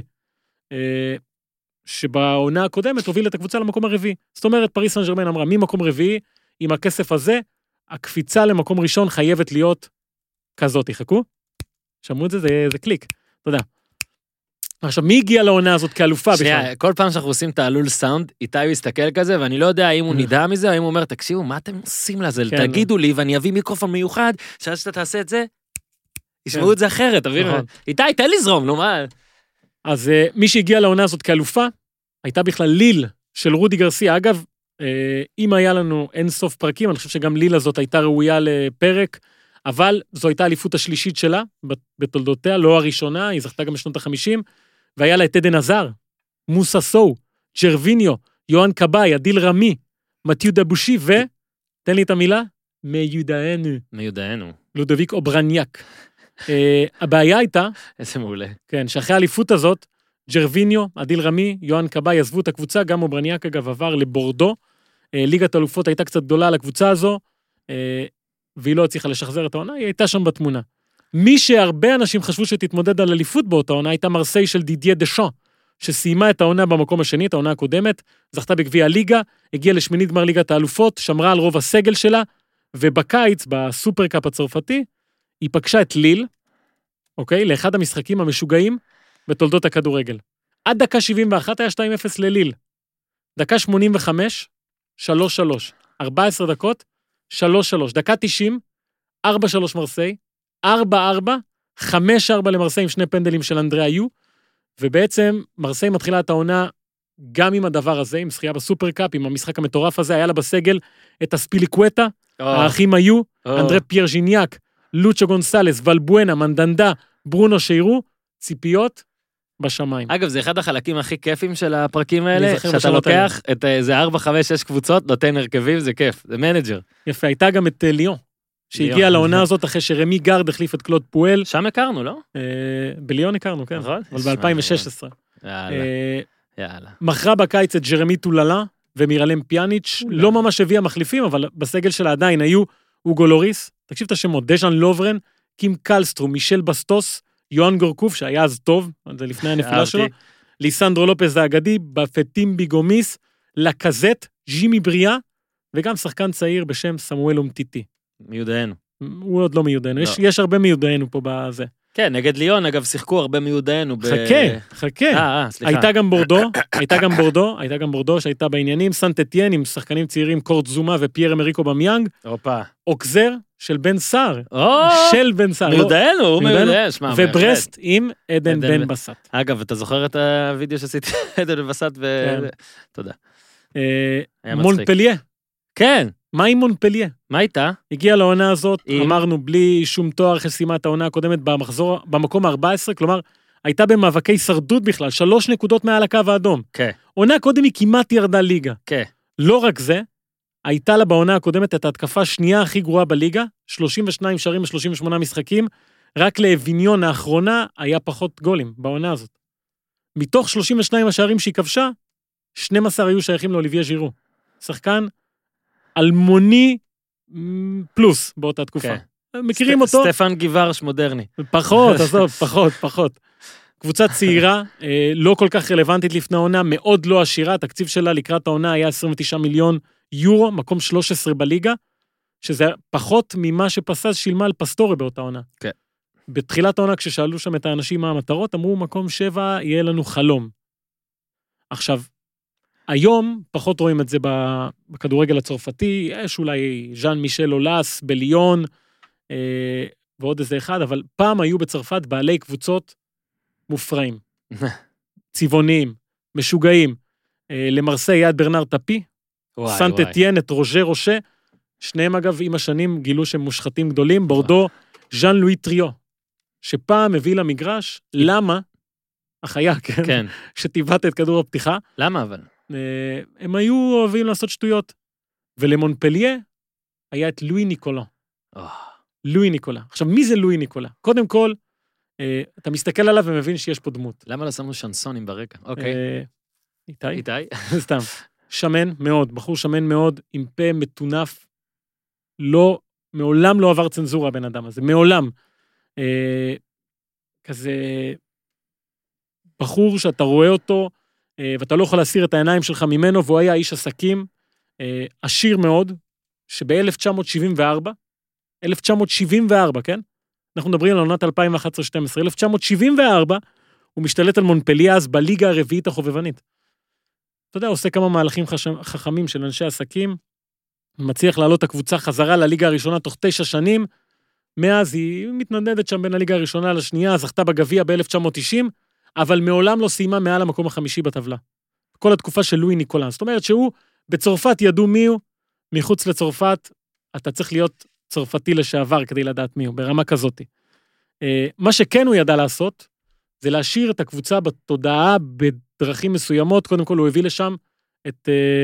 שבעונה הקודמת הוביל את הקבוצה למקום הרביעי. זאת אומרת, פריס סן ז'רמן אמרה, ממקום רביעי, עם הכסף הזה, הקפיצה למקום ראשון חייבת להיות כזאת. יחכו? שמעו את זה? זה קליק. תודה. עכשיו, מי הגיע לעונה הזאת כאלופה בכלל? שנייה, כל פעם שאנחנו עושים את העלול סאונד, איתי הוא יסתכל כזה, ואני לא יודע האם הוא נדע מזה, או האם הוא אומר, תקשיבו, מה אתם עושים לזה? תגידו לי, ואני אביא מיקרופון מיוחד, שעד שאתה תעשה את זה, ישמעו את זה אחרת, תבין? איתי, תן לזרום, נו מה? אז מי שהגיע לעונה הזאת כאלופה, הייתה בכלל ליל של רודי גרסיה. אגב, אם היה לנו אין סוף פרקים, אני חושב שגם ליל הזאת הייתה ראויה לפרק, אבל זו הייתה האליפות השלישית שלה, בתולדותיה, לא הראשונה, היא זכתה גם בשנות ה-50, והיה לה את עדן עזר, מוסה סו, ג'רוויניו, יוהאן קבאי, עדיל רמי, מתיו דבושי, תן לי את המילה, מיודענו. לודוביק אוברניאק. הבעיה הייתה, איזה מעולה. כן, שאחרי האליפות הזאת, ג'רוויניו, עדיל רמי, יוהאן קבאי עזבו את הקבוצה, גם אוברניאק אגב עבר לבורדו, ליגת האלופות הייתה קצת גדולה לקבוצה הזו, והיא לא הצליחה לשחזר את העונה, היא הייתה שם בתמונה. מי שהרבה אנשים חשבו שתתמודד על אליפות באותה עונה, הייתה מרסיי של דידיה דשאן, שסיימה את העונה במקום השני, את העונה הקודמת, זכתה בגביע הליגה, הגיעה לשמינית גמר ליגת האלופות, שמרה על רוב הסגל שלה, ובקיץ, בסופרקאפ הצרפתי, היא פגשה את ליל, אוקיי, לאחד המשחקים המשוגעים בתולדות הכדורגל. עד דקה 71 היה 2-0 לליל. דקה 85, 3-3. 14 דקות, 3-3. דקה 90, 4-3 מרסיי, 4-4, 5-4 למרסיי עם שני פנדלים של אנדריה יו, ובעצם מרסיי מתחילה את העונה גם עם הדבר הזה, עם זכייה בסופרקאפ, עם המשחק המטורף הזה, היה לה בסגל את הספיליקווטה, האחים היו, אנדרה פייר ז'יניאק, לוצ'ו גונסלס, ולבואנה, מנדנדה, ברונו שיירו, ציפיות בשמיים. אגב, זה אחד החלקים הכי כיפים של הפרקים האלה, שאתה לוקח את איזה 4, 5, 6 קבוצות, נותן הרכבים, זה כיף, זה מנג'ר. יפה, הייתה גם את ליון, שהגיעה לעונה הזאת אחרי שרמי גארד החליף את קלוד פואל. שם הכרנו, לא? בליון הכרנו, כן. אבל ב-2016. יאללה. מכרה בקיץ את ג'רמי טוללה ומירלם פיאניץ', לא ממש הביאה מחליפים, אבל בסגל שלה עדיין היו אוגו לוריס, תקשיב את השמות, דז'אן לוברן, קים קלסטרום, מישל בסטוס, יוהאן גורקוף, שהיה אז טוב, זה לפני הנפילה שלו, ליסנדרו לופס האגדי, בפטים ביגומיס, לקזט, ג'ימי בריה, וגם שחקן צעיר בשם סמואל אומטיטי. מיודענו. הוא עוד לא מיודענו, יש הרבה מיודענו פה בזה. כן, נגד ליון, אגב, שיחקו הרבה מיודענו. חכה. סליחה. הייתה גם בורדו, שהייתה בעניינים, סנט אתיין עם שחקנים צעירים, קורט זומה ופייר אמריקו במיאנג. אוקזר של בן סער. מיודענו, הוא מיודענו. וברסט עם עדן בן בסט. אגב, אתה זוכר את הוידאו שעשיתי עדן בן בסט? תודה. מונפליה. כן. מה עם מונפליה? מה הייתה? הגיעה לעונה הזאת, אמרנו, בלי שום תואר חסימת העונה הקודמת במקום ה-14, כלומר, הייתה במאבקי שרדות בכלל, 3 נקודות מעל הקו האדום. כן. עונה קודם היא כמעט ירדה ליגה. כן. לא רק זה, הייתה לה בעונה הקודמת את ההתקפה השנייה הכי גרועה בליגה, 32 שערים ו38 משחקים, רק לאביניון האחרונה היה פחות גולים בעונה הזאת. מתוך 32 השערים שהיא כבשה, 12 היו שייכים לאוליביה ז'ירו. שחקן אלמוני פלוס באותה תקופה. מכירים אותו? סטפן גיוורש מודרני. פחות, עזוב, פחות. קבוצה צעירה, לא כל כך רלוונטית לפני העונה, מאוד לא עשירה, התקציב שלה לקראת העונה היה 29 מיליון יורו, מקום 13 בליגה, שזה פחות ממה שפסס שילמה על פסטורי באותה עונה. כן. בתחילת העונה, כששאלו שם את האנשים מה המטרות, אמרו, מקום 7 יהיה לנו חלום. עכשיו, היום פחות רואים את זה בכדורגל הצרפתי, יש אולי ז'אן מישל אולס בליון, ועוד איזה אחד, אבל פעם היו בצרפת בעלי קבוצות מופרעים, צבעוניים, משוגעים, למרסיי יד ברנר טפי, סנט אתיין את רוז'ה רושה, שניהם אגב עם השנים גילו שהם מושחתים גדולים, בורדו ז'אן לואי טריו, שפעם הביא למגרש, למה, החיה, כן, כן. שטיבט את כדור הפתיחה, למה אבל? הם היו אוהבים לעשות שטויות. ולמונפליה היה את לואי ניקולה. לואי ניקולה. עכשיו, מי זה לואי ניקולה? קודם כל, אתה מסתכל עליו ומבין שיש פה דמות. למה לא שמנו שנסונים ברקע? אוקיי. איתי? איתי? סתם. שמן מאוד, בחור שמן מאוד, עם פה מטונף, לא, מעולם לא עבר צנזורה הבן אדם הזה, מעולם. כזה בחור שאתה רואה אותו, ואתה לא יכול להסיר את העיניים שלך ממנו, והוא היה איש עסקים, עשיר מאוד, שב-1974, 1974, כן? אנחנו מדברים על עונת 2011-2012, 1974, הוא משתלט על מונפליה אז בליגה הרביעית החובבנית. אתה יודע, עושה כמה מהלכים חכמים של אנשי עסקים, מצליח לעלות את הקבוצה חזרה לליגה הראשונה תוך 9 שנים, מאז היא מתנדדת שם בין הליגה הראשונה לשנייה, זכתה בגביע ב-1990, אבל מעולם לא סיימה מעל המקום החמישי בטבלה. כל התקופה של לואי ניקולן. זאת אומרת שהוא, בצרפת ידעו מי הוא, מחוץ לצרפת, אתה צריך להיות צרפתי לשעבר כדי לדעת מי הוא, ברמה כזאת. מה שכן הוא ידע לעשות, זה להשאיר את הקבוצה בתודעה בדרכים מסוימות, קודם כל הוא הביא לשם את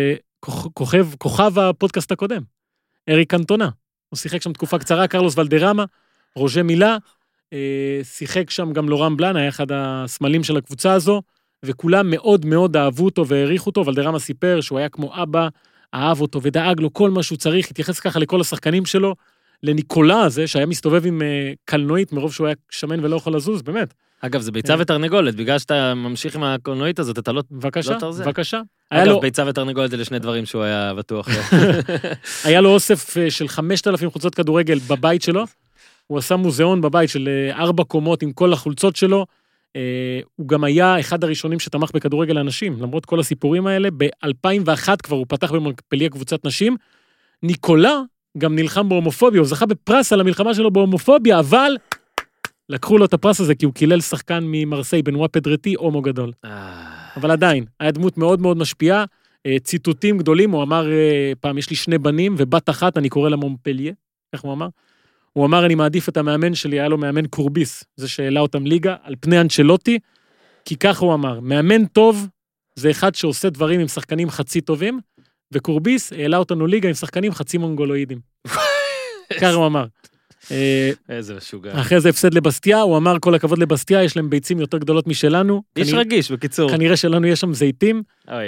כוכב הפודקאסט הקודם, אריק קנטונה. הוא שיחק שם תקופה קצרה, קרלוס ולדרמה, רוז'ה מילה, שיחק שם גם לורן בלן, היה אחד הסמלים של הקבוצה הזו, וכולם מאוד מאוד אהבו אותו והעריכו אותו, ולדרמה סיפר שהוא היה כמו אבא, אהב אותו ודאג לו כל מה שהוא צריך, התייחס ככה לכל השחקנים שלו, לניקולה הזה, שהיה מסתובב עם קלנועית, מרוב שהוא היה שמן ולא יכול לזוז, באמת. אגב, זה ביצה ותרנגולת, בגלל שאתה ממשיך עם הקלנועית הזאת, אתה לא תרזה. בבקשה. אגב, ביצה ותרנגולת זה לשני דברים שהוא היה בטוח. היה לו אוסף של 5,000 חולצות כדורגל בבית שלו, הוא עשה מוזיאון בבית של 4 קומות עם כל החולצות שלו, הוא גם היה אחד הראשונים שתמך בכדורגל לאנשים, למרות כל הסיפורים האלה, ב-2001 כבר הוא פתח במונפליה קבוצת נשים, ניקולה גם נלחם בהומופוביה, הוא זכה בפרס על המלחמה שלו בהומופוביה, אבל לקחו לו את הפרס הזה, כי הוא קילל שחקן ממרסיי, בנועה פדרטי, הומו גדול. אבל עדיין, היה דמות מאוד מאוד משפיעה, ציטוטים גדולים, הוא אמר, פעם יש לי 2 בנים, ובת אחת, אני קורא לה מונפליה, איך הוא אמר? הוא אמר, אני מעדיף את המאמן שלי, היה לו מאמן קורביס, זה שהעלה אותם ליגה, על פני אנצ'לוטי, כי ככה הוא אמר, מאמן טוב, זה אחד שעושה דברים עם שחקנים חצי טובים, וקורביס העלה אותנו ליגה עם שחקנים חצי מונגולואידים. ככה הוא אמר. איזה משוגע. אחרי זה הפסד לבסטיה, הוא אמר, כל הכבוד לבסטיה, יש להם ביצים יותר גדולות משלנו. איש רגיש, בקיצור. כנראה שלנו יש שם זיתים.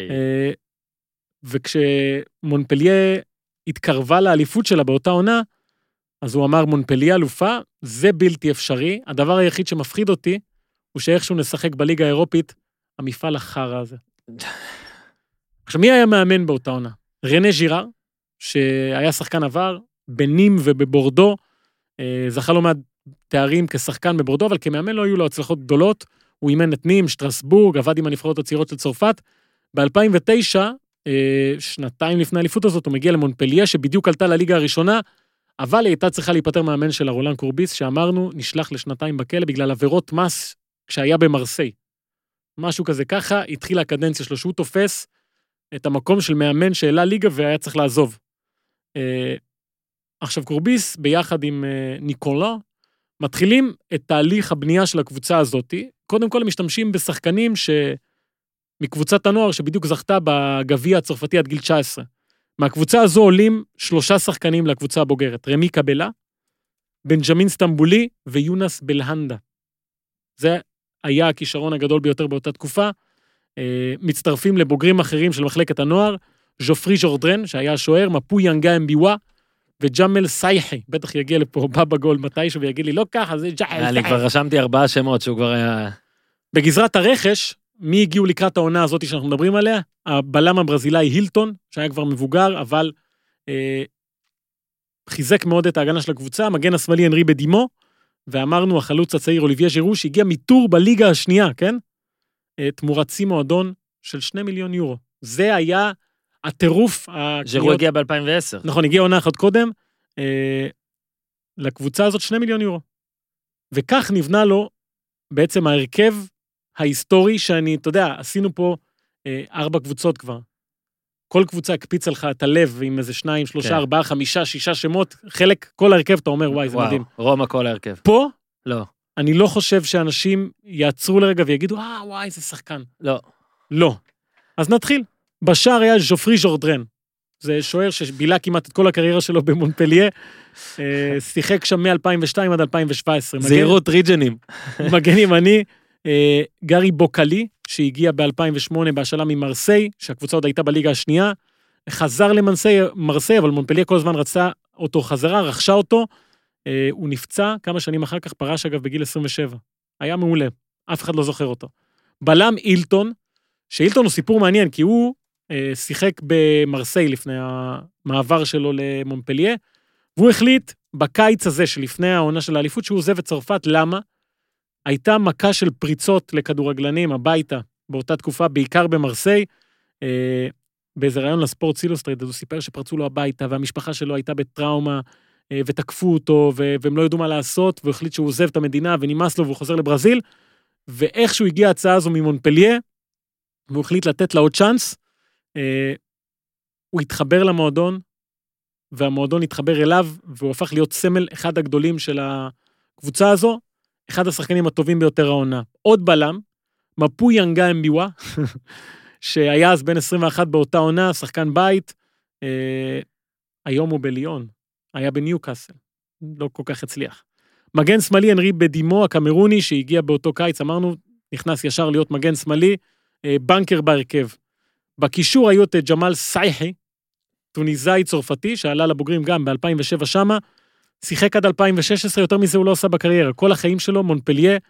וכשמונפליה התקרבה לאליפות שלה באותה עונה, אז הוא אמר, מונפליה אלופה, זה בלתי אפשרי. הדבר היחיד שמפחיד אותי, הוא שאיכשהו נשחק בליגה האירופית, המפעל החרא הזה. עכשיו, מי היה מאמן באותה עונה? רנה ז'ירר, שהיה שחקן עבר, בנים ובבורדו, זכה לו מהתארים כשחקן בבורדו, אבל כמאמן לא היו לו הצלחות גדולות, הוא אימן את נים, שטרסבורג, עבד עם הנבחרות הצעירות של צרפת. ב-2009, שנתיים לפני האליפות הזאת, הוא מגיע למונפליה, שבדיוק עלתה לליגה הראשונה, אבל היא הייתה צריכה להיפטר מהאמן שלה, רולן קורביס, שאמרנו, נשלח לשנתיים בכלא, בגלל עבירות מס כשהיה במרסיי. משהו כזה ככה, התחילה הקדנציה שלו, שהוא תופס את המקום של מאמן שהעלה ליגה והיה צריך לעזוב. עכשיו קורביס, ביחד עם ניקולה, מתחילים את תהליך הבנייה של הקבוצה הזאת. קודם כל הם משתמשים בשחקנים מקבוצת הנוער שבדיוק זכתה בגביע הצרפתי עד גיל 19. מהקבוצה הזו עולים 3 שחקנים לקבוצה הבוגרת, רמי קבלה, בנג'מין סטמבולי ויונס בלהנדה. זה היה הכישרון הגדול ביותר באותה תקופה. מצטרפים לבוגרים אחרים של מחלקת הנוער, ז'ופרי ז'ורדרן, שהיה השוער, מפו ינגה אמביווה, וג'מל סייחי, בטח יגיע לפה, בא בגול מתישהו ויגיד לי, לא ככה, זה ג'מל. אני כבר רשמתי 4 שמות שהוא כבר היה... בגזרת הרכש, מי הגיעו לקראת העונה הזאת שאנחנו מדברים עליה? הבלם הברזילאי הילטון, שהיה כבר מבוגר, אבל חיזק מאוד את ההגנה של הקבוצה, המגן השמאלי הנרי בדימו, ואמרנו, החלוץ הצעיר אוליביה ז'ירו, שהגיע מטור בליגה השנייה, כן? תמורת שיא מועדון של 2 מיליון יורו. זה היה הטירוף... ז'ירו הגיע ב-2010. נכון, הגיע עונה אחת קודם, לקבוצה הזאת 2 מיליון יורו. וכך נבנה לו בעצם ההרכב ההיסטורי שאני, אתה יודע, עשינו פה 4 קבוצות כבר. כל קבוצה הקפיצה לך את הלב עם איזה 2, 3, כן. 4, 5, 6 שמות, חלק, כל הרכב, אתה אומר, וואי, זה מדהים. רומא כל ההרכב. פה, לא. אני לא חושב שאנשים יעצרו לרגע ויגידו, וואי, איזה שחקן. לא. לא. אז נתחיל. בשער היה ז'ופרי ז'ורדרן. זה שוער שבילה כמעט את כל הקריירה שלו במונפליה, שיחק שם מ-2002 עד 2017. זהירות ריג'נים. מגן ימני, גרי בוקלי, שהגיע ב-2008 בהשאלה ממרסיי, שהקבוצה עוד הייתה בליגה השנייה, חזר למרסיי, אבל מונפליה כל הזמן רצה אותו חזרה, רכשה אותו, הוא נפצע, כמה שנים אחר כך פרש אגב בגיל 27. היה מעולה, אף אחד לא זוכר אותו. בלם אילטון, שאילטון הוא סיפור מעניין, כי הוא שיחק במרסיי לפני המעבר שלו למונפליה, והוא החליט בקיץ הזה שלפני העונה של האליפות שהוא עוזב את צרפת, למה? הייתה מכה של פריצות לכדורגלנים הביתה באותה תקופה, בעיקר במרסיי, באיזה רעיון לספורט סילוסטרייט, אז הוא סיפר שפרצו לו הביתה, והמשפחה שלו הייתה בטראומה, ותקפו אותו, והם לא ידעו מה לעשות, והוא החליט שהוא עוזב את המדינה, ונמאס לו, והוא חוזר לברזיל, ואיכשהו הגיעה ההצעה הזו ממונפליה, והוא החליט לתת לה עוד צ'אנס, הוא התחבר למועדון, והמועדון התחבר אליו, והוא הפך להיות סמל אחד הגדולים של הקבוצה הזו, אחד השחקנים הטובים ביותר העונה. עוד בלם, מפו ינגה אמביווה, שהיה אז בן 21 באותה עונה, שחקן בית, היום הוא בליון, היה בניוקאסל, לא כל כך הצליח. מגן שמאלי אנרי בדימו הקמרוני, שהגיע באותו קיץ, אמרנו, נכנס ישר להיות מגן שמאלי, בנקר בהרכב. בקישור היו את ג'מאל סייחי, טוניסאי צרפתי, שעלה לבוגרים גם ב-2007 שמה, שיחק עד 2016, יותר מזה הוא לא עושה בקריירה. כל החיים שלו, מונפליה,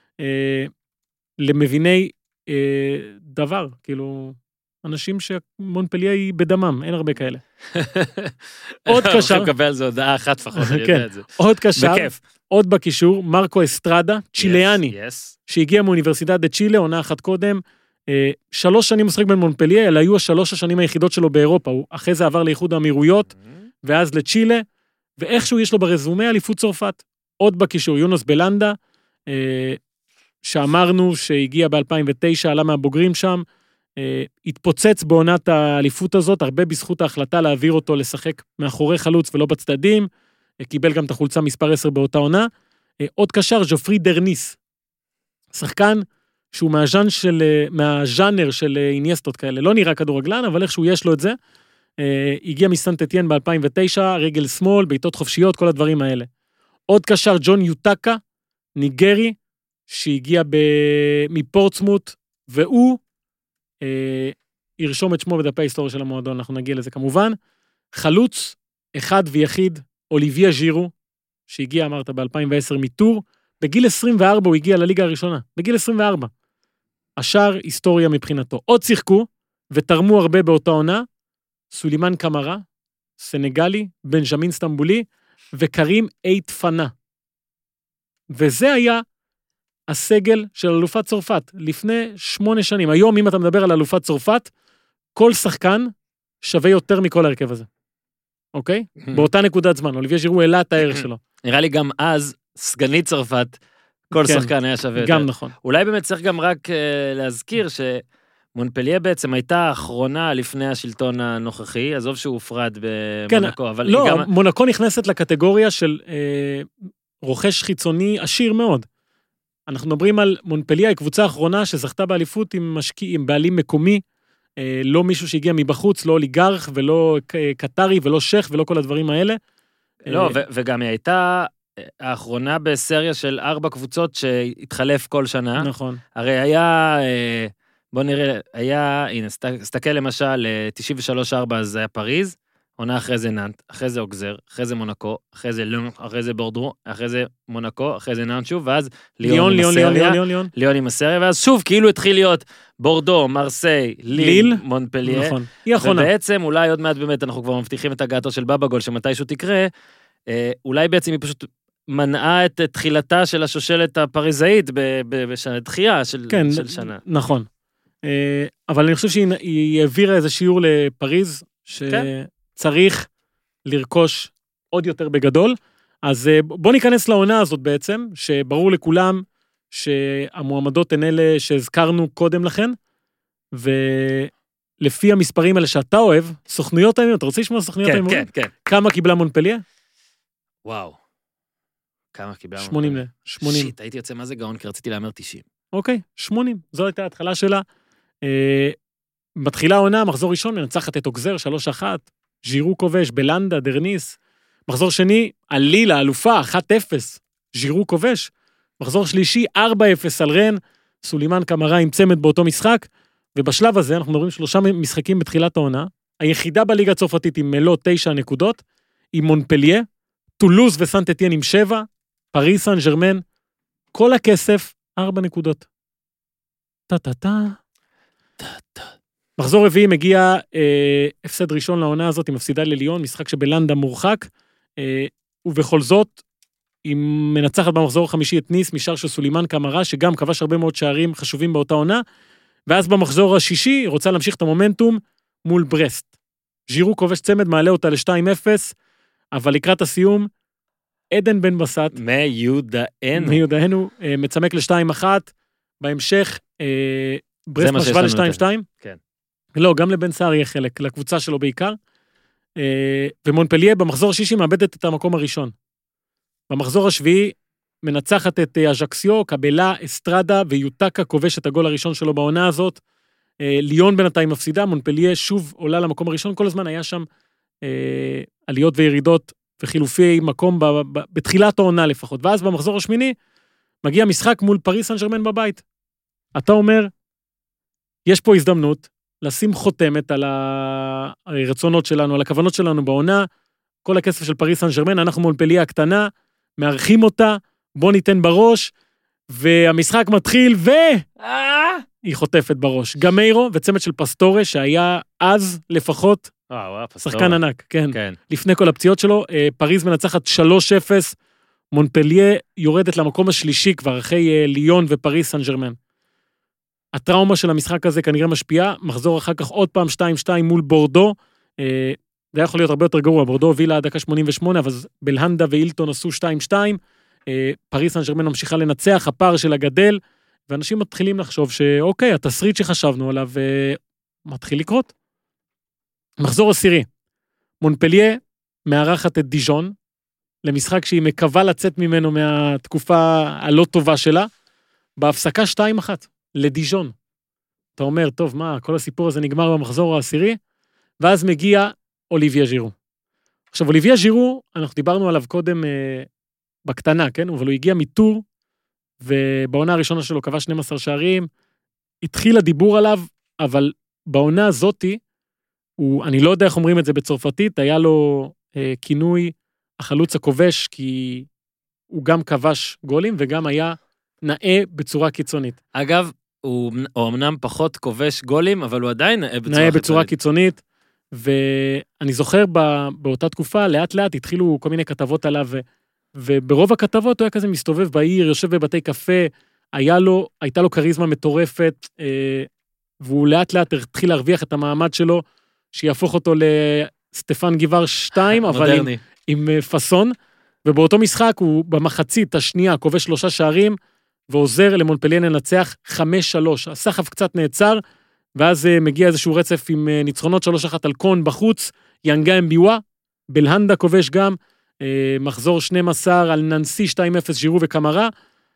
למביני דבר, כאילו, אנשים שמונפליה היא בדמם, אין הרבה כאלה. עוד קשר. אנחנו נקבל על זה הודעה אחת פחות, אני יודע את זה. עוד קשר, בכיף. עוד בקישור, מרקו אסטרדה, צ'יליאני, שהגיע מאוניברסיטת דה צ'ילה, עונה אחת קודם, 3 שנים משחק בין מונפליה, אלה היו 3 השנים היחידות שלו באירופה, הוא אחרי זה עבר לאיחוד האמירויות, ואז לצ'ילה, ואיכשהו יש לו ברזומה אליפות צרפת, עוד בקישור, יונוס בלנדה, שאמרנו שהגיע ב-2009, עלה מהבוגרים שם, התפוצץ בעונת האליפות הזאת, הרבה בזכות ההחלטה להעביר אותו לשחק מאחורי חלוץ ולא בצדדים, קיבל גם את החולצה מספר 10 באותה עונה, עוד קשר, ז'ופרי דרניס, שחקן שהוא מהז'אנר של אינייסטות כאלה, לא נראה כדורגלן, אבל איכשהו יש לו את זה, הגיע מסן טטיאן ב-2009, רגל שמאל, בעיטות חופשיות, כל הדברים האלה. עוד קשר, ג'ון יוטקה, ניגרי, שהגיע מפורטסמוט, והוא ירשום את שמו בדפי ההיסטוריה של המועדון, אנחנו נגיע לזה כמובן. חלוץ, אחד ויחיד, אוליביה ז'ירו, שהגיע, אמרת, ב-2010 מטור, בגיל 24 הוא הגיע לליגה הראשונה, בגיל 24. השאר היסטוריה מבחינתו. עוד שיחקו, ותרמו הרבה באותה עונה, סולימן קמרה, סנגלי, בנג'מין סטמבולי, וקרים אייט פנה. וזה היה הסגל של אלופת צרפת, לפני 8 שנים. היום, אם אתה מדבר על אלופת צרפת, כל שחקן שווה יותר מכל הרכב הזה. אוקיי? באותה נקודת זמן, אוליביה ז'ירו העלה את הערך שלו. נראה לי גם אז, סגנית צרפת, כל שחקן היה שווה יותר. גם נכון. אולי באמת צריך גם רק להזכיר מונפליה בעצם הייתה האחרונה לפני השלטון הנוכחי, עזוב שהוא הופרד במונקו, אבל לא, גם... מונקו נכנסת לקטגוריה של רוכש חיצוני עשיר מאוד. אנחנו מדברים על מונפליה, היא קבוצה האחרונה שזכתה באליפות עם בעלים מקומי, לא מישהו שהגיע מבחוץ, לא אוליגרך ולא קטרי ולא שייך ולא כל הדברים האלה. לא, וגם היא הייתה האחרונה בסריה של 4 קבוצות שהתחלף כל שנה. נכון. הרי היה... בוא נראה, הנה, סתכל למשל, 93-4 אז היה פריז, עונה אחרי זה ננט, אחרי זה אוגזר, אחרי זה מונקו, אחרי זה לון, אחרי זה בורדרו, אחרי זה מונקו, אחרי זה ננט שוב, ואז ליון עם הסריה, ליון עם הסריה, ואז שוב כאילו התחיל להיות בורדו, מרסיי, ליל, מונפליה, נכון, היא אחרונה. ובעצם אולי עוד מעט באמת אנחנו כבר מבטיחים את הגעתו של בבגול, שמתישהו תקרה, אולי בעצם היא פשוט מנעה את תחילתה של השושלת הפריזאית בדחייה של שנה. נכון. אבל אני חושב שהיא העבירה איזה שיעור לפריז, שצריך לרכוש עוד יותר בגדול. אז בוא ניכנס לעונה הזאת בעצם, שברור לכולם שהמועמדות הן אלה שהזכרנו קודם לכן, לפי המספרים האלה שאתה אוהב, סוכנויות האימון, אתה רוצה לשמוע סוכנויות האימון? כן, כן. כמה קיבלה מונפליה? וואו. כמה קיבלה? 80. שיט, הייתי יוצא מה זה גאון, כי רציתי לאמר 90. אוקיי, 80. זו הייתה ההתחלה שלה. מתחילה העונה, מחזור ראשון, מנצחת את אוגזר, 3-1, ז'ירו כובש, בלנדה, דרניס. מחזור שני, עלילה, אלופה, 1-0, ז'ירו כובש. מחזור שלישי, 4-0 על רן, סולימן קמרה עם צמד באותו משחק, ובשלב הזה אנחנו מדברים 3 משחקים בתחילת העונה, היחידה בליגה הצרפתית עם מלוא 9 נקודות, עם מונפליה, טולוז וסנט אתיין עם 7, פריס סן ז'רמן, כל הכסף, 4 נקודות. טה-טה-טה. מחזור רביעי מגיע הפסד ראשון לעונה הזאת, היא מפסידה לליון, משחק שבלנדה מורחק, ובכל זאת, היא מנצחת במחזור החמישי את ניס, משאר של סולימן קמרה, שגם כבש הרבה מאוד שערים חשובים באותה עונה, ואז במחזור השישי, היא רוצה להמשיך את המומנטום מול ברסט. ז'ירו כובש צמד, מעלה אותה ל-2-0, אבל לקראת הסיום, עדן בן בסט, מיודענו, מצמק ל-2-1, בהמשך, ברסט משווה ל-2-2. כן. לא, גם לבן סער יהיה חלק, לקבוצה שלו בעיקר. ומונפליה במחזור השישי מאבדת את המקום הראשון. במחזור השביעי מנצחת את אז'קסיו, קבלה, אסטרדה ויוטקה כובש את הגול הראשון שלו בעונה הזאת. ליון בינתיים מפסידה, מונפליה שוב עולה למקום הראשון, כל הזמן היה שם עליות וירידות וחילופי מקום בתחילת העונה לפחות. ואז במחזור השמיני מגיע משחק מול פריס סן ז'רמן בבית. אתה אומר, יש פה הזדמנות לשים חותמת על הרצונות שלנו, על הכוונות שלנו בעונה, כל הכסף של פריס סן ז'רמן, אנחנו מונפליה הקטנה, מארחים אותה, בוא ניתן בראש, והמשחק מתחיל, היא חוטפת בראש. גמיירו וצמד של פסטורה, שהיה אז לפחות שחקן ענק, כן. לפני כל הפציעות שלו, פריז מנצחת 3-0, מונפליה יורדת למקום השלישי כבר, אחרי ליון ופריס סן ז'רמן. הטראומה של המשחק הזה כנראה משפיעה, מחזור אחר כך עוד פעם 2-2 מול בורדו, זה יכול להיות הרבה יותר גרוע, בורדו הובילה עד דקה 88, אבל בלהנדה ואילטון עשו 2-2, פריס סן ז'רמן ממשיכה לנצח, הפער שלה גדל, ואנשים מתחילים לחשוב שאוקיי, התסריט שחשבנו עליו מתחיל לקרות. מחזור עשירי, מונפליה מארחת את דיז'ון, למשחק שהיא מקווה לצאת ממנו מהתקופה הלא טובה שלה, בהפסקה 2-1, לדיז'ון. אתה אומר, טוב, מה, כל הסיפור הזה נגמר במחזור העשירי, ואז מגיע אוליביה ז'ירו. עכשיו, אוליביה ז'ירו, אנחנו דיברנו עליו קודם בקטנה, כן? אבל הוא הגיע מטור, ובעונה הראשונה שלו כבש 12 שערים, התחיל הדיבור עליו, אבל בעונה הזאתי, אני לא יודע איך אומרים את זה בצרפתית, היה לו כינוי החלוץ הכובש, כי הוא גם כבש גולים, וגם היה נאה בצורה קיצונית. אגב, הוא אמנם פחות כובש גולים, אבל הוא עדיין נאה בצורה קיצונית, ואני זוכר באותה תקופה, לאט לאט התחילו כל מיני כתבות עליו, וברוב הכתבות הוא היה כזה מסתובב בעיר, יושב בבתי קפה, הייתה לו קריזמה מטורפת, והוא לאט לאט התחיל להרוויח את המעמד שלו, שיהפוך אותו לסטפן גיבר 2, אבל עם פסון, ובאותו משחק הוא במחצית השנייה כובש 3 שערים, ועוזר למונפליה לנצח 5-3. הסחף קצת נעצר, ואז מגיע איזשהו רצף עם ניצחונות 3-1 על קון בחוץ, ינגה אמביווה, בלהנדה כובש גם, מחזור 12 על ננסי 2-0 ז'ירו וקמרה,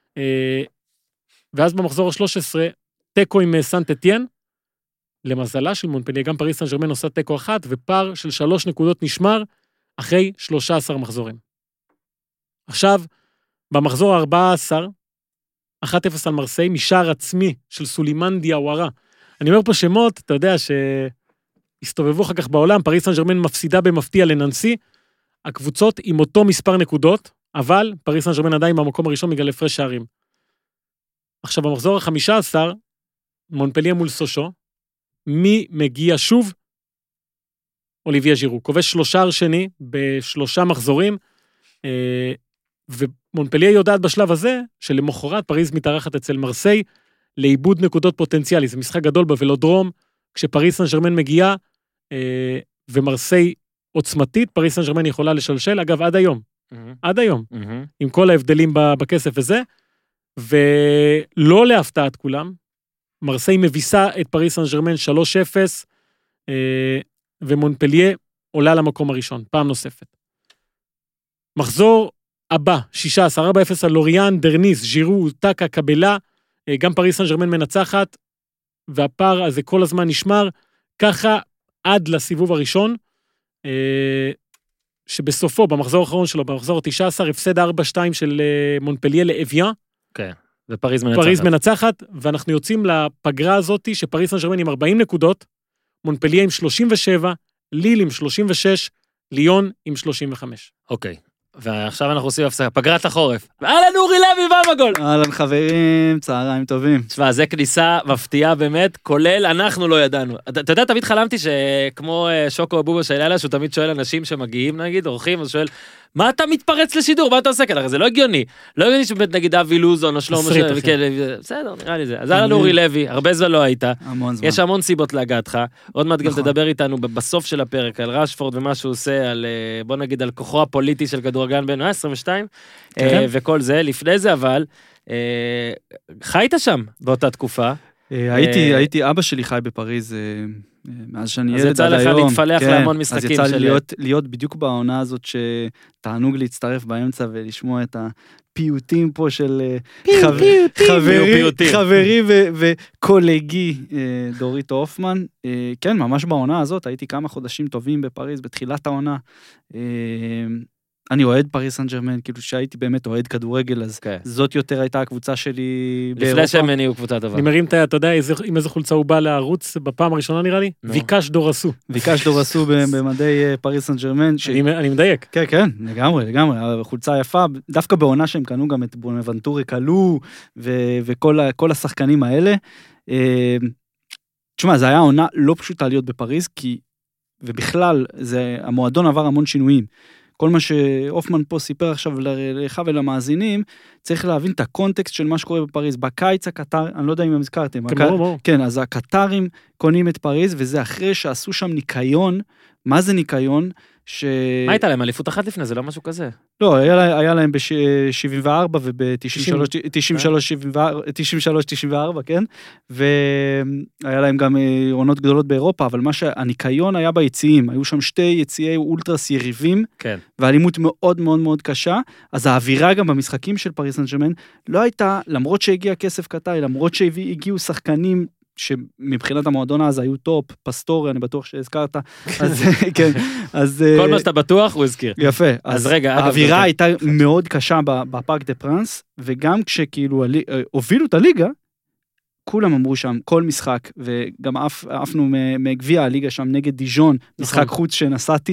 ואז במחזור ה-13, טקו עם סנט אתיין, למזלה של מונפליה, גם פריס סן ז'רמן עושה טקו 1, ופער של 3 נקודות נשמר, אחרי 13 מחזורים. עכשיו, במחזור ה-14, 1-0 על מרסיי, משער עצמי של סולימן דיאווארה. אני אומר פה שמות, אתה יודע שהסתובבו אחר כך בעולם, פריס סן ז'רמן מפסידה במפתיע לננסי, הקבוצות עם אותו מספר נקודות, אבל פריס סן ז'רמן עדיין במקום הראשון בגלל הפרש שערים. עכשיו, במחזור ה-15, מונפליה מול סושו, מי מגיע שוב? אוליביה ז'ירו. כובש 3 שער שני ב3 מחזורים, ומונפליה יודעת בשלב הזה, שלמחרת פריז מתארחת אצל מרסיי, לאיבוד נקודות פוטנציאלי. זה משחק גדול בוולודרום, כשפריס סן ז'רמן מגיעה, ומרסיי עוצמתית, פריס סן ז'רמן יכולה לשלשל, אגב, עד היום. עד היום. עם כל ההבדלים בכסף הזה, ולא להפתעת כולם, מרסיי מביסה את פריס סן ז'רמן 3-0, ומונפליה עולה למקום הראשון, פעם נוספת. מחזור הבא, 16, 4-0 על לוריאן, דרניס, ז'ירו, טקה, קבלה, גם פריס סן ז'רמן מנצחת, והפער הזה כל הזמן נשמר, ככה עד לסיבוב הראשון, שבסופו, במחזור האחרון שלו, במחזור ה-19, הפסד 4-2 של מונפליה לאביאן. כן, ופריז מנצחת. פריז מנצחת, ואנחנו יוצאים לפגרה הזאת, שפריס סן ז'רמן עם 40 נקודות, מונפליה עם 37, ליל עם 36, ליון עם 35. אוקיי. ועכשיו אנחנו עושים הפסקה, פגרת החורף. אהלן אורי לוי במגול. אהלן חברים, צהריים טובים. תשמע, זה כניסה מפתיעה באמת, כולל אנחנו לא ידענו. אתה יודע, תמיד חלמתי שכמו שוקו אבובה של לילה, שהוא תמיד שואל אנשים שמגיעים, נגיד, אורחים, אז שואל, מה אתה מתפרץ לשידור? מה אתה עושה כאלה? זה לא הגיוני. לא הגיוני שבאמת נגיד אבי לוזון או שלמה, בסדר, נראה לי זה. אז אהלן אורי לוי, הרבה זמן לא היית. יש המון סיבות להגעתך. עוד מעט גם תדבר איתנו בסוף של הפרק על רשפורד ומה שהוא עושה, על, בוא נגיד, על כוחו הפוליטי של כדורגלן בין 22, וכל זה. לפני זה אבל, חיית שם באותה תקופה. הייתי, אבא שלי חי בפריז מאז שאני ילד עד היום. אז יצא לך להתפלח להמון משחקים של... אז יצא להיות בדיוק בעונה הזאת שתענוג להצטרף באמצע ולשמוע את הפיוטים פה של חברי וקולגי דורית הופמן. כן, ממש בעונה הזאת, הייתי כמה חודשים טובים בפריז, בתחילת העונה. אני אוהד פריס סן ז'רמן, כאילו שהייתי באמת אוהד כדורגל, אז זאת יותר הייתה הקבוצה שלי באירופה. לפני שהם הניעו קבוצה טובה. אני מרים את ה... אתה יודע, עם איזה חולצה הוא בא לערוץ בפעם הראשונה נראה לי? ויקש דורסו. ויקש דורסו במדי פריס סן ז'רמן. אני מדייק. כן, כן, לגמרי. חולצה יפה, דווקא בעונה שהם קנו גם את בונבנטורי קלו, וכל השחקנים האלה. תשמע, זה היה עונה לא פשוטה להיות בפריז, ובכלל, המועדון עבר המון שינויים. כל מה שאופמן פה סיפר עכשיו לך ולמאזינים, צריך להבין את הקונטקסט של מה שקורה בפריז. בקיץ הקטר, אני לא יודע אם הם הזכרתם. כן, אז הקטרים קונים את פריז, וזה אחרי שעשו שם ניקיון. מה זה ניקיון? מה הייתה להם? אליפות אחת לפני, זה לא משהו כזה. לא, היה להם ב-74 וב-93-94, כן? והיה להם גם עונות גדולות באירופה, אבל מה שהניקיון היה ביציאים, היו שם שתי יציאי אולטרס יריבים, ואלימות מאוד מאוד מאוד קשה, אז האווירה גם במשחקים של פריס סן ז'רמן לא הייתה, למרות שהגיע כסף קטאי, למרות שהגיעו שחקנים שמבחינת המועדון אז היו טופ, פסטורי, אני בטוח שהזכרת, אז כן, אז... כל מה שאתה בטוח הוא הזכיר. יפה, אז רגע, האווירה הייתה מאוד קשה בפארק דה פרנס, וגם כשכאילו הובילו את הליגה, כולם אמרו שם, כל משחק, וגם עפנו מגביע הליגה שם נגד דיז'ון, משחק חוץ שנסעתי,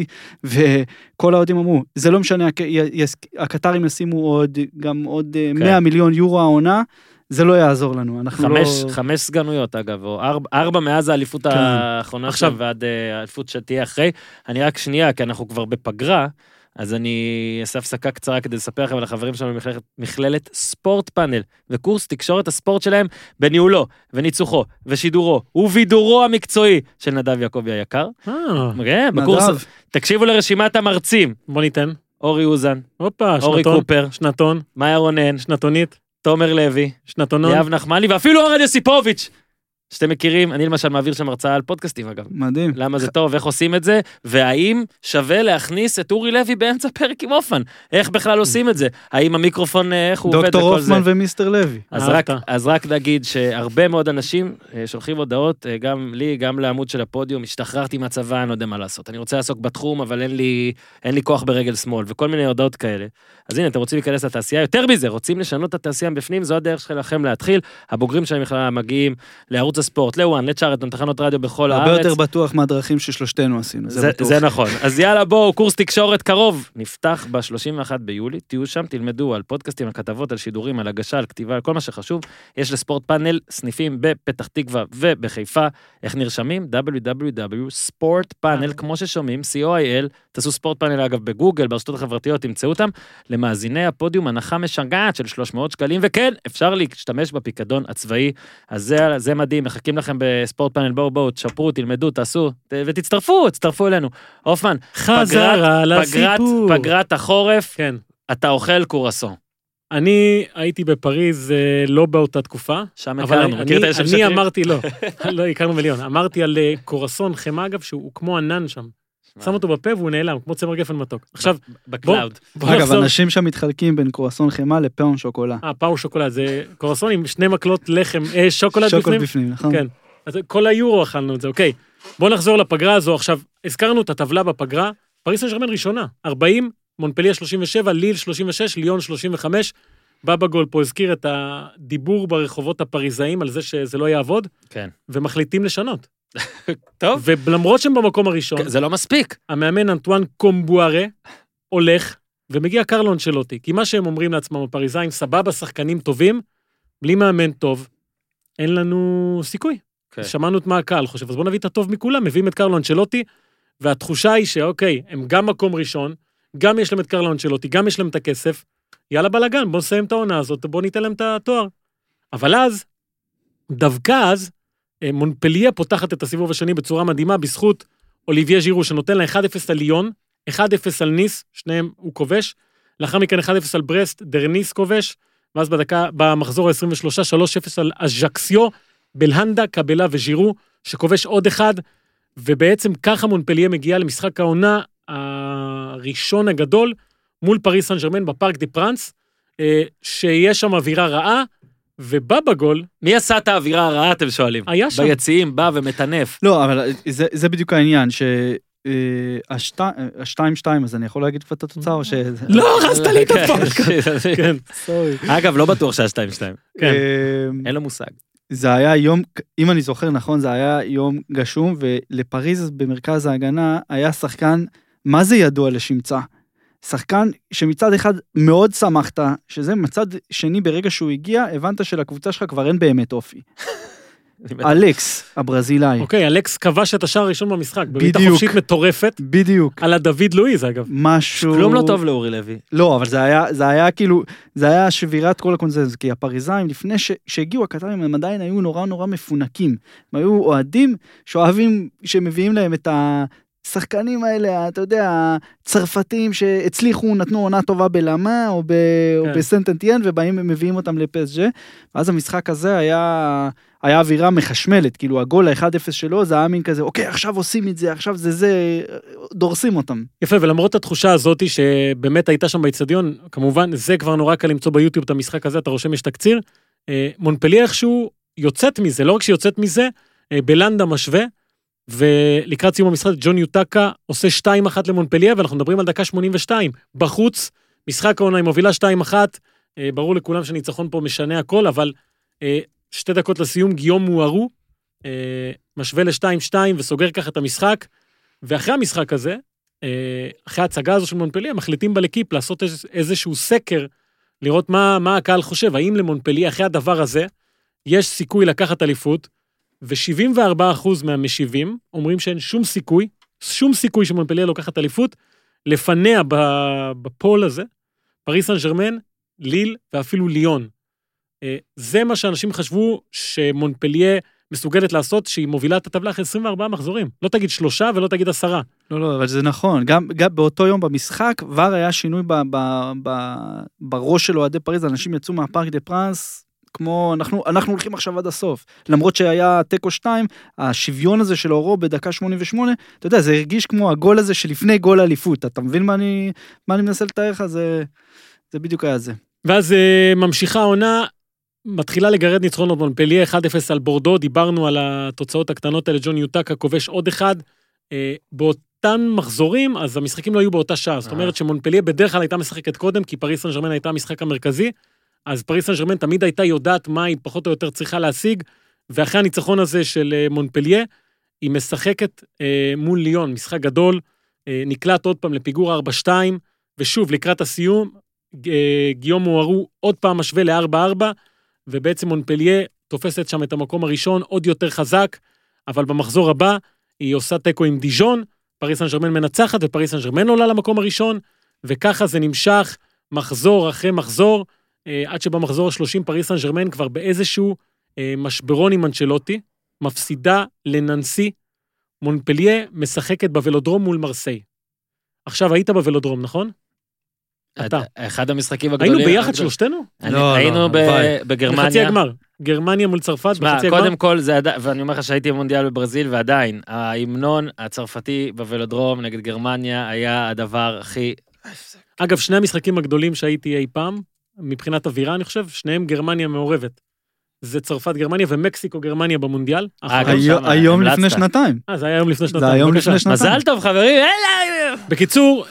וכל האוהדים אמרו, זה לא משנה, הקטרים ישימו גם עוד 100 מיליון יורו העונה, זה לא יעזור לנו, אנחנו לא... 5 סגנויות אגב, או 4 מאז האליפות האחרונה עכשיו ועד האליפות שתהיה אחרי. אני רק שנייה, כי אנחנו כבר בפגרה, אז אני אעשה הפסקה קצרה כדי לספר לכם על החברים שלנו במכללת ספורט פאנל, וקורס תקשורת הספורט שלהם בניהולו, וניצוחו, ושידורו, ובידורו המקצועי של נדב יעקבי היקר. בקורס, תקשיבו לרשימת המרצים. בוא ניתן. אורי אוזן, אורי קופר, שנתון, מאיה רונן, שנתונית, תומר לוי, שנתונון, יאב נחמני, ואפילו אורן יוסיפוביץ'. שאתם מכירים, אני למשל מעביר שם הרצאה על פודקאסטים אגב. מדהים. למה זה טוב, איך עושים את זה, והאם שווה להכניס את אורי לוי באמצע פרק עם אופן? איך בכלל עושים את זה? האם המיקרופון, איך הוא עובד וכל זה? דוקטור אופמן ומיסטר לוי. אז רק נגיד שהרבה מאוד אנשים שולחים הודעות, גם לי, גם לעמוד של הפודיום, השתחררתי מהצבא, אני לא יודע מה לעשות. אני רוצה לעסוק בתחום, אבל אין לי כוח ברגל שמאל, וכל מיני הודעות כאלה. אז הנה, אתם רוצים להיכנס לתעשייה, יותר מזה, רוצים לשנות את התעשייה בפנים, זו הדרך שלכם להתחיל. הבוגרים שלהם בכלל מגיעים לערוץ הספורט, לוואן, לצ'ארטון, תחנות רדיו בכל הארץ. הרבה יותר בטוח מהדרכים ששלושתנו עשינו, זה בטוח. זה נכון. אז יאללה, בואו, קורס תקשורת קרוב. נפתח ב-31 ביולי, תהיו שם, תלמדו על פודקאסטים, על כתבות, על שידורים, על הגשה, על כתיבה, על כל מה שחשוב. יש לספורט פאנל סניפים בפתח תקווה ובחיפה. איך נרשמים? www.sportpanel, כמו ששומעים, COIL, תעשו ספורט פאנל אגב בגוגל, ברשתות החברתיות, תמצאו אותם. למאזיני הפודיום, הנחה משגעת של 300 שקלים, וכן, אפשר להשתמש בפיקדון הצבאי. אז זה מדהים, מחכים לכם בספורט פאנל, בואו, תשפרו, תלמדו, תעשו, ותצטרפו אלינו. אופמן, חזרה לסיפור. פגרת החורף, כן. אתה אוכל קורסון. אני הייתי בפריז לא באותה תקופה. שם אבל הכרנו, מכיר את האלה אני שמשקרים? אמרתי, לא הכרנו מיליון. אמרתי על קורסון חמה, אגב, שהוא כמו ענן שם. שם אותו בפה והוא נעלם, כמו צמר גפן מתוק. עכשיו, בקלאוד. אגב, אנשים שם מתחלקים בין קרואסון חמה לפאון שוקולה. פאו שוקולד, זה קורסון עם 2 מקלות לחם, שוקולד בפנים. שוקולד בפנים, נכון. כן. אז כל היורו אכלנו את זה, אוקיי. בואו נחזור לפגרה הזו. עכשיו, הזכרנו את הטבלה בפגרה. פריס סן ז'רמן ראשונה, 40, מונפליה 37, ליל 36, ליון 35. בבא גול פה הזכיר את הדיבור ברחובות הפריזאים על זה שזה לא יעבוד. כן. ומחליטים לשנות. טוב. ולמרות שהם במקום הראשון, זה לא מספיק. המאמן אנטואן קומבוארה הולך, ומגיע קרלו אנצ'לוטי, כי מה שהם אומרים לעצמם הפריזאים, סבבה, שחקנים טובים, בלי מאמן טוב, אין לנו סיכוי. Okay. שמענו את מה הקהל חושב, אז בואו נביא את הטוב מכולם, מביאים את קרלו אנצ'לוטי, והתחושה היא שאוקיי, הם גם מקום ראשון, גם יש להם את קרלו אנצ'לוטי, גם יש להם את הכסף, יאללה בלגן, בואו נסיים את העונה הזאת, בואו ניתן להם את התואר. אבל אז, דווקא אז, מונפליה פותחת את הסיבוב השני בצורה מדהימה, בזכות אוליביה ז'ירו, שנותן לה 1-0 על ליון, 1-0 על ניס, שניהם הוא כובש, לאחר מכן 1-0 על ברסט, דרניס כובש, ואז במחזור ה-23, 3-0 על אז'קסיו, בלהנדה, קבלה וז'ירו, שכובש עוד אחד, ובעצם ככה מונפליה מגיעה למשחק העונה הראשון הגדול, מול פריס סן ז'רמן בפארק דה פרנס, שיש שם אווירה רעה, ובא בגול... מי עשה את האווירה הרעה, אתם שואלים? היה שם. ביציעים, בא ומטנף. לא, אבל זה בדיוק העניין, ה-2-2, אז אני יכול להגיד כבר את התוצאה, או ש... לא, הרסת לי את הפודקאסט. כן, סורי. אגב, לא בטוח שה-2-2. כן. אין לו מושג. זה היה יום, אם אני זוכר נכון, זה היה יום גשום, ולפריז במרכז ההגנה היה שחקן, מה זה ידוע לשמצה? שחקן שמצד אחד מאוד שמחת, שזה מצד שני ברגע שהוא הגיע, הבנת שלקבוצה שלך כבר אין באמת אופי. אלכס, הברזילאי. אוקיי, אלכס כבש את השער הראשון במשחק, בביתה בדיוק. חופשית מטורפת, בדיוק. על הדוד לואיז, אגב. משהו... כלום לא טוב לאורי לוי. לא, אבל זה היה כאילו, זה היה שבירת כל הקונצנזוס, כי הפריזאים, לפני שהגיעו הקטרים, הם עדיין היו נורא מפונקים. הם היו אוהדים שאוהבים, שמביאים להם את השחקנים האלה, אתה יודע, הצרפתים שהצליחו, נתנו עונה טובה בלמה, או בסנט-אנטיין, ובאים ומביאים אותם לפסג'ה, ואז המשחק הזה היה אווירה מחשמלת, כאילו הגול ה-1-0 שלו, זה היה מין כזה, אוקיי, עכשיו עושים את זה, עכשיו זה, דורסים אותם. יפה, ולמרות התחושה הזאת, שבאמת הייתה שם באצטדיון, כמובן, זה כבר נורא קל למצוא ביוטיוב את המשחק הזה, אתה רושם יש תקציר, מונפליה איכשהו יוצאת מזה, לא רק שיוצאת מזה, בלנדה משווה, ולקראת סיום המשחק, ג'ון יוטקה עושה 2-1 למונפליה, ואנחנו מדברים על דקה 82, בחוץ, משחק העונה, היא מובילה 2-1, ברור לכולם שניצחון פה משנה הכל, אבל 2 דקות לסיום, גיום מוארו, משווה ל-2-2 וסוגר ככה את המשחק, ואחרי המשחק הזה, אחרי ההצגה הזו של מונפליה, מחליטים בלקיפ לעשות איזשהו סקר, לראות מה הקהל חושב, האם למונפליה, אחרי הדבר הזה, יש סיכוי לקחת אליפות, ו-74% מהמשיבים אומרים שאין שום סיכוי שמונפליה לוקחת אליפות, לפניה בפול הזה, פריס סן ז'רמן, ליל ואפילו ליון. זה מה שאנשים חשבו שמונפליה מסוגלת לעשות, שהיא מובילה את הטבלה אחרי 24 מחזורים. לא תגיד 3 ולא תגיד 10. לא, אבל זה נכון. גם באותו יום במשחק, כבר היה שינוי בראש של אוהדי פריז, אנשים יצאו מהפארק דה פרנס, כמו, אנחנו הולכים עכשיו עד הסוף. למרות שהיה טקו 2, השוויון הזה של אורו בדקה 88, אתה יודע, זה הרגיש כמו הגול הזה שלפני גול אליפות. אתה מבין מה אני מנסה לתאר לך? זה בדיוק היה זה. ואז ממשיכה העונה, מתחילה לגרד ניצחונות מונפליה, 1-0 על בורדו, דיברנו על התוצאות הקטנות האלה, ג'ון יוטקה כובש עוד אחד, באותן מחזורים, אז המשחקים לא היו באותה שעה, זאת אומרת שמונפליה בדרך כלל הייתה משחקת קודם, כי פריס סן ז'רמן הייתה המשחק המרכזי, אז פריס סן ז'רמן תמיד הייתה יודעת מה היא פחות או יותר צריכה להשיג, ואחרי הניצחון הזה של מונפליה, היא משחקת מול ליון, משחק גדול, נקלט עוד פעם לפיגור 4-2, ושוב, לקראת הסיום, גיום מוארו עוד פעם משווה ל-4-4, ובעצם מונפליה תופסת שם את המקום הראשון, עוד יותר חזק, אבל במחזור הבא, היא עושה טקו עם דיז'ון, פריס סן ז'רמן מנצחת, ופריס סן ז'רמן עולה למקום הראשון, וככה זה נמשך מחזור אחרי מחזור, עד שבמחזור ה-30 פריס סן ז'רמן כבר באיזשהו משברון עם אנצ'לוטי, מפסידה לננסי, מונפליה משחקת בוולודרום מול מרסיי. עכשיו היית בוולודרום, נכון? אתה. אחד המשחקים הגדולים. היינו ביחד שלושתנו? היינו בגרמניה. בחצי הגמר. גרמניה מול צרפת בחצי הגמר. קודם כל, ואני אומר לך שהייתי במונדיאל בברזיל, ועדיין, ההמנון הצרפתי בוולודרום נגד גרמניה היה הדבר הכי... אגב, שני המשחקים הגדולים שהייתי אי פעם, מבחינת אווירה, אני חושב, שניהם גרמניה מעורבת. זה צרפת גרמניה ומקסיקו גרמניה במונדיאל. היום לפני שנתיים. זה היה היום לפני שנתיים. זה היום לפני שנתיים. מזל טוב, חברים. בקיצור,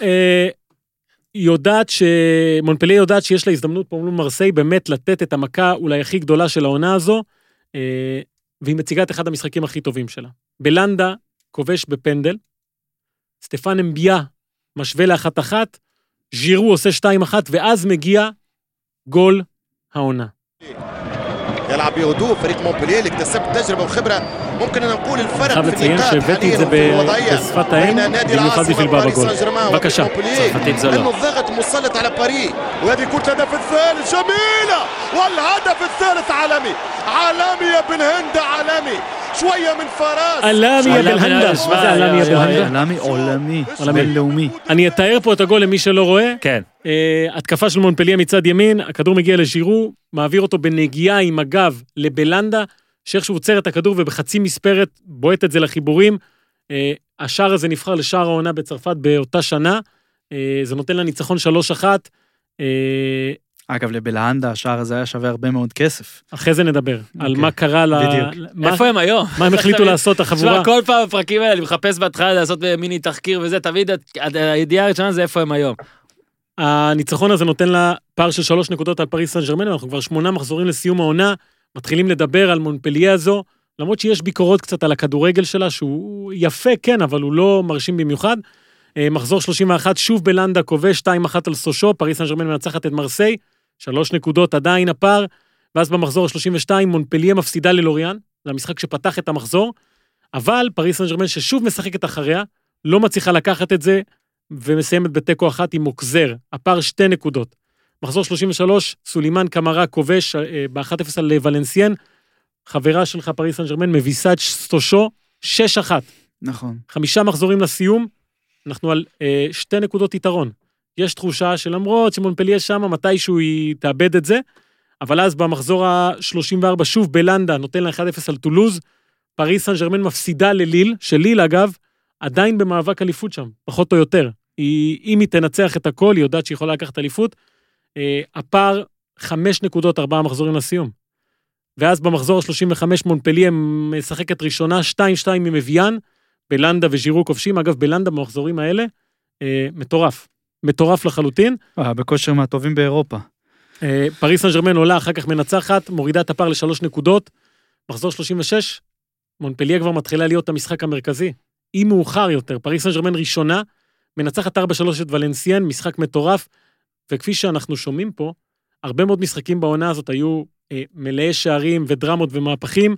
מונפליה יודעת שיש לה הזדמנות פה מול מרסיי באמת לתת את המכה אולי הכי גדולה של העונה הזו, והיא מציגה את אחד המשחקים הכי טובים שלה. בלנדה כובש בפנדל, סטפן אמביה משווה ל1-1, ז'ירו עושה 2-1, ואז מגיע גול העונה. يلعب بهدوء فريق مونبلييه اللي اكتسب تجربه وخبره ممكن ان نقول الفرق חייב לציין שהבאתי את זה בשפת האם, במיוחד בשביל בא בגול. בבקשה, צרפתית זו לא. انه الضغط مسلط على باريس وهذه كرة الهدف الثالث جميلة والهدف الثالث عالمي يا بن هند عالمي شوية من فراس עלמי יא בלהנדה. מה זה עלמי יא בלהנדה? עולמי, עולמי, בינלאומי. אני אתאר פה את הגול למי שלא רואה. כן. התקפה של מונפליה מצד ימין, הכדור מגיע לז'ירו, מעביר אותו בנגיעה עם הגב לבלנדה, שאיכשהו עוצר את הכדור ובחצי מספרת בועט את זה לחיבורים. השער הזה נבחר לשער העונה בצרפת באותה שנה, זה נותן לה ניצחון 3-1. אגב, לבלהנדה השער הזה היה שווה הרבה מאוד כסף. אחרי זה נדבר, על מה קרה איפה הם היום? מה הם החליטו לעשות החבורה? כל פעם בפרקים האלה, אני מחפש בהתחלה לעשות מיני תחקיר וזה, תמיד הידיעה הראשונה זה איפה הם היום. הניצחון הזה נותן לה פער של 3 נקודות על פריס סן ז'רמן, אנחנו כבר 8 מחזורים לסיום העונה, מתחילים לדבר על מונפליה הזו, למרות שיש ביקורות קצת על הכדורגל שלה, שהוא יפה כן, אבל הוא לא מרשים במיוחד. מחזור 31, שוב בלנדה כובש 2-1 על סושו, פריס סן ז'רמן מנצחת את מרסיי, 3 נקודות עדיין הפער, ואז במחזור 32 מונפליה מפסידה ללוריאן, זה המשחק שפתח את המחזור, אבל פריס סן ז'רמן ששוב משחקת אחריה, לא מצליחה לקחת את זה, ומסיימת בתיקו 1 עם אוקזר, הפער 2 נקודות. מחזור 33, סולימן קמרה כובש ב-1-0 על ולנסיין, חברה שלך פריס סן ז'רמן מביסה את סושו 6-1. נכון. 5 מחזורים לסיום, אנחנו על 2 נקודות יתרון. יש תחושה שלמרות שמונפליה שם, מתישהו היא תאבד את זה, אבל אז במחזור ה-34, שוב בלנדה, נותן לה 1-0 על טולוז, פריס סן ז'רמן מפסידה לליל, שליל אגב, עדיין במאבק אליפות שם, פחות או יותר. אם היא תנצח את הכל, היא יודעת שהיא יכולה לקחת אליפות, הפער 5 נקודות, 4 מחזורים לסיום. ואז במחזור ה-35 מונפליה משחקת ראשונה, 2-2 ממביאן, בלנדה וז'ירו כובשים, אגב בלנדה במחזורים האלה, מטורף. מטורף לחלוטין. בכושר מהטובים באירופה. פריס סן ז'רמן עולה, אחר כך מנצחת, מורידה את הפער ל3 נקודות, מחזור 36, מונפליה כבר מתחילה להיות המשחק המרכזי. היא מאוחר יותר, פריס סן ז'רמן ראשונה, מנצחת 4-3 את ולנסיין, משחק מטורף, וכפי שאנחנו שומעים פה, הרבה מאוד משחקים בעונה הזאת היו מלאי שערים ודרמות ומהפכים,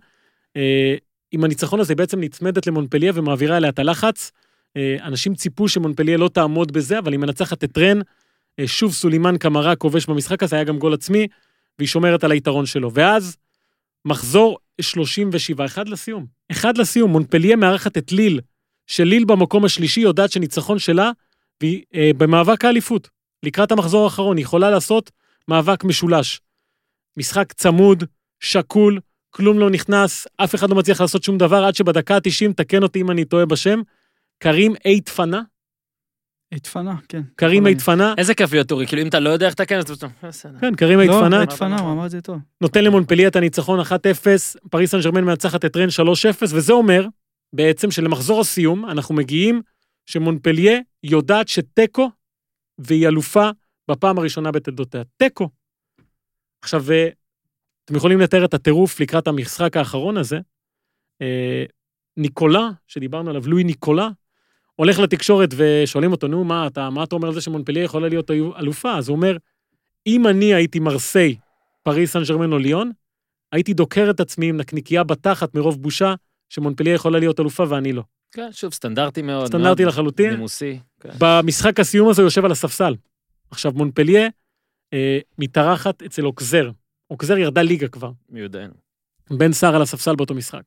עם הניצחון הזה בעצם נצמדת למונפליה ומעבירה אליה את הלחץ, אנשים ציפו שמונפליה לא תעמוד בזה, אבל היא מנצחת את רן, שוב סולימן קמרה כובש במשחק הזה, היה גם גול עצמי, והיא שומרת על היתרון שלו, ואז מחזור 37, אחד לסיום, מונפליה מארחת את ליל, שליל במקום השלישי יודעת שניצחון שלה, והיא במאבק האליפות, לקראת המחזור האחרון, היא יכולה לעשות מאבק משולש, משחק צמוד, שקול, כלום לא נכנס, אף אחד לא מצליח לעשות שום דבר, עד שבדקה ה-90, תקן אותי אם אני טועה בשם, קרים אייטפנה. אייטפנה, כן. קרים אייטפנה. איזה כיף להיות אורי, כאילו אם אתה לא יודע איך תקן, אז אתה... כן, קרים אייטפנה. לא, אייטפנה, הוא אמר את זה טוב. נותן למונפליה את הניצחון 1-0, פריס סן ז'רמן מנצחת את רן 3-0, וזה אומר, בעצם שלמחזור הסיום, אנחנו מגיעים שמונפליה יודעת שטקו, והיא אלופה בפעם הראשונה בתולדותיה. טקו. עכשיו, אתם יכולים לתאר את הטירוף לקראת המשחק האחרון הזה, ניקולה, שדיברנו עליו, לואי ניקולה, הולך לתקשורת ושואלים אותו, נו, מה אתה אומר על זה שמונפליה יכולה להיות אלופה? אז הוא אומר, אם אני הייתי מרסיי, פריס סן ז'רמן או ליון, הייתי דוקר את עצמי עם נקניקייה בתחת מרוב בושה, שמונפליה יכולה להיות אלופה ואני לא. כן, שוב, סטנדרטי מאוד. סטנדרטי לחלוטין. נימוסי. במשחק הסיום הזה יושב על הספסל. עכשיו, מונפליה מתארחת אצל אוקזר. אוקזר ירדה ליגה כבר. מיודענו. בן שר על הספסל באותו משחק.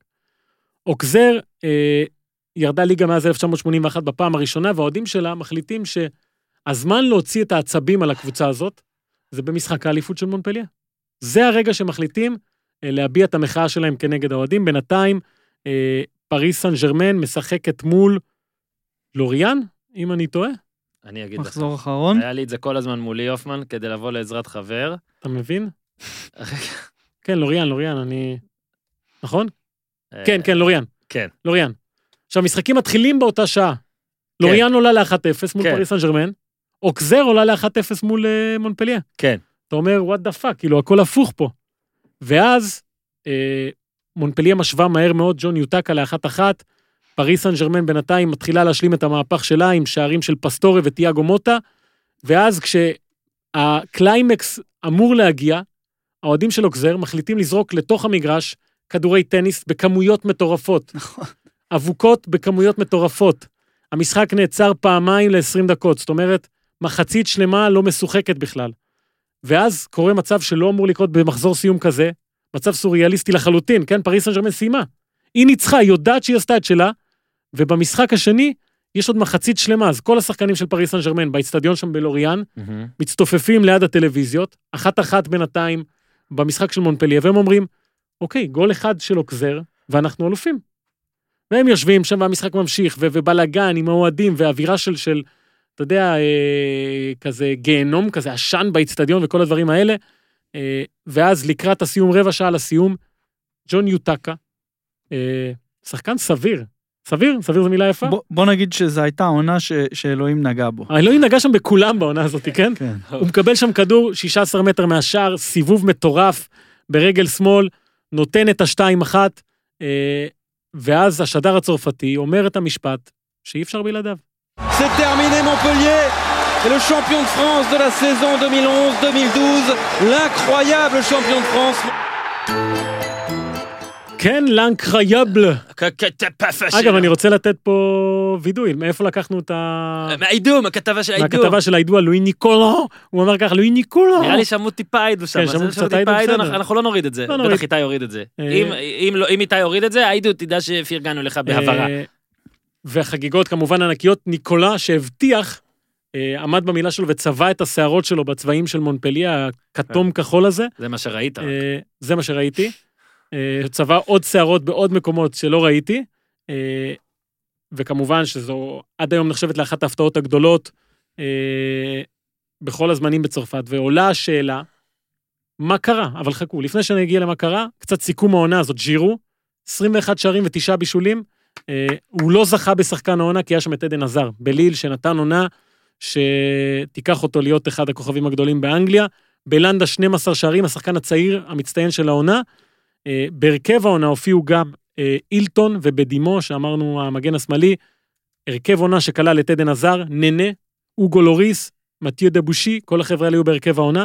אוקזר ירדה ליגה מאז 1981 בפעם הראשונה, והאוהדים שלה מחליטים הזמן להוציא את העצבים על הקבוצה הזאת, זה במשחק האליפות של מונפליה. זה הרגע שמחליטים להביע את המחאה שלהם כנגד האוהדים. בינתיים, פריס סן ז'רמן משחקת מול לוריאן, אם אני טועה. אני אגיד לך. מחזור אחרון. היה לי את זה כל הזמן מולי אופמן, כדי לבוא לעזרת חבר. אתה מבין? כן, לוריאן, אני... נכון? כן, לוריאן. כן. לוריאן. עכשיו, משחקים מתחילים באותה שעה. לוריאן עולה ל-1-0 מול פריס סן ז'רמן, אוקזר עולה ל-1-0 מול מונפליה. כן. אתה אומר, what the fuck, כאילו, הכל הפוך פה. ואז, מונפליה משווה מהר מאוד, ג'ון יוטקה ל-1-1, פריס סן ז'רמן בינתיים מתחילה להשלים את המהפך שלה, עם שערים של פסטורי וטיאגו מוטה, ואז כשהקליימקס אמור להגיע, האוהדים של אוקזר מחליטים לזרוק לתוך המגרש, כדורי טניס בכמויות מטורפות. נכון. אבוקות בכמויות מטורפות. המשחק נעצר פעמיים ל-20 דקות, זאת אומרת, מחצית שלמה לא משוחקת בכלל. ואז קורה מצב שלא אמור לקרות במחזור סיום כזה, מצב סוריאליסטי לחלוטין, כן? פריס סן ז'רמן סיימה. היא ניצחה, היא יודעת שהיא עשתה את שלה, ובמשחק השני יש עוד מחצית שלמה, אז כל השחקנים של פריס סן ז'רמן, באצטדיון שם בלוריאן, מצטופפים ליד הטלוויזיות, 1-1 בינתיים, במשחק של מונפליה, והם אומרים, אוקיי, גול אחד של אוקזר, ואנחנו אלופים. והם יושבים שם, והמשחק ממשיך, ובלגן עם האוהדים, ואווירה של, אתה יודע, כזה גיהנום, כזה עשן באצטדיון, וכל הדברים האלה, ואז לקראת הסיום, רבע שעה לסיום, ג'ון יוטקה, שחקן סביר. סביר זו מילה יפה? בוא נגיד שזו הייתה העונה שאלוהים נגע בו. האלוהים נגע שם בכולם בעונה הזאת, כן? כן. הוא מקבל שם כדור 16 מטר מהשאר, סיבוב מטורף, ברגל שמאל, נותן את ה-2-1, ואז השדר הצרפתי אומר את המשפט שאי אפשר בלעדיו. C'est terminé Montpellier, est le champion de France de la saison 2011-2012, l'incroyable champion de France. כן, לאנקרייבל. אגב, אני רוצה לתת פה וידוי, מאיפה לקחנו את ה... מהעידום, הכתבה של העידום. מהכתבה של העידום, לואי ניקולו, הוא אמר ככה, לואי ניקולו. נראה לי שמעו טיפה עידו שם, אנחנו לא נוריד את זה, בטח איתי יוריד את זה. אם איתי יוריד את זה, העידו תדע שפרגנו לך בהברה. והחגיגות כמובן ענקיות, ניקולה שהבטיח, עמד במילה שלו וצבע את השערות שלו בצבעים של מונפליה, הכתום כחול הזה. זה מה שראית. זה מה שראיתי. צבע עוד שערות בעוד מקומות שלא ראיתי, וכמובן שזו עד היום נחשבת לאחת ההפתעות הגדולות בכל הזמנים בצרפת, ועולה השאלה, מה קרה? אבל חכו, לפני שאני אגיע למה קרה, קצת סיכום העונה הזאת, ג'ירו, 21 שערים ו9 בישולים, הוא לא זכה בשחקן העונה, כי היה שם את עדן עזר, בליל שנתן עונה, שתיקח אותו להיות אחד הכוכבים הגדולים באנגליה, בלנדה 12 שערים, השחקן הצעיר, המצטיין של העונה, בהרכב העונה הופיעו גם אילטון ובדימו, שאמרנו המגן השמאלי, הרכב עונה שכלל את עדן עזר, ננה, אוגו לוריס, מתיו דבושי, כל החבר'ה האלה היו בהרכב העונה,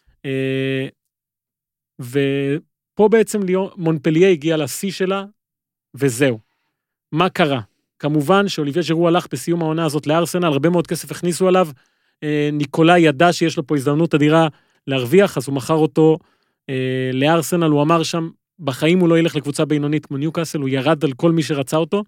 ופה בעצם מונפליה הגיעה לשיא שלה, וזהו. מה קרה? כמובן שאוליביה ז'ירו הלך בסיום העונה הזאת לארסנל, הרבה מאוד כסף הכניסו עליו, ניקולאי ידע שיש לו פה הזדמנות אדירה להרוויח, אז הוא מכר אותו לארסנל, הוא אמר שם, בחיים הוא לא ילך לקבוצה בינונית כמו ניוקאסל, הוא ירד על כל מי שרצה אותו,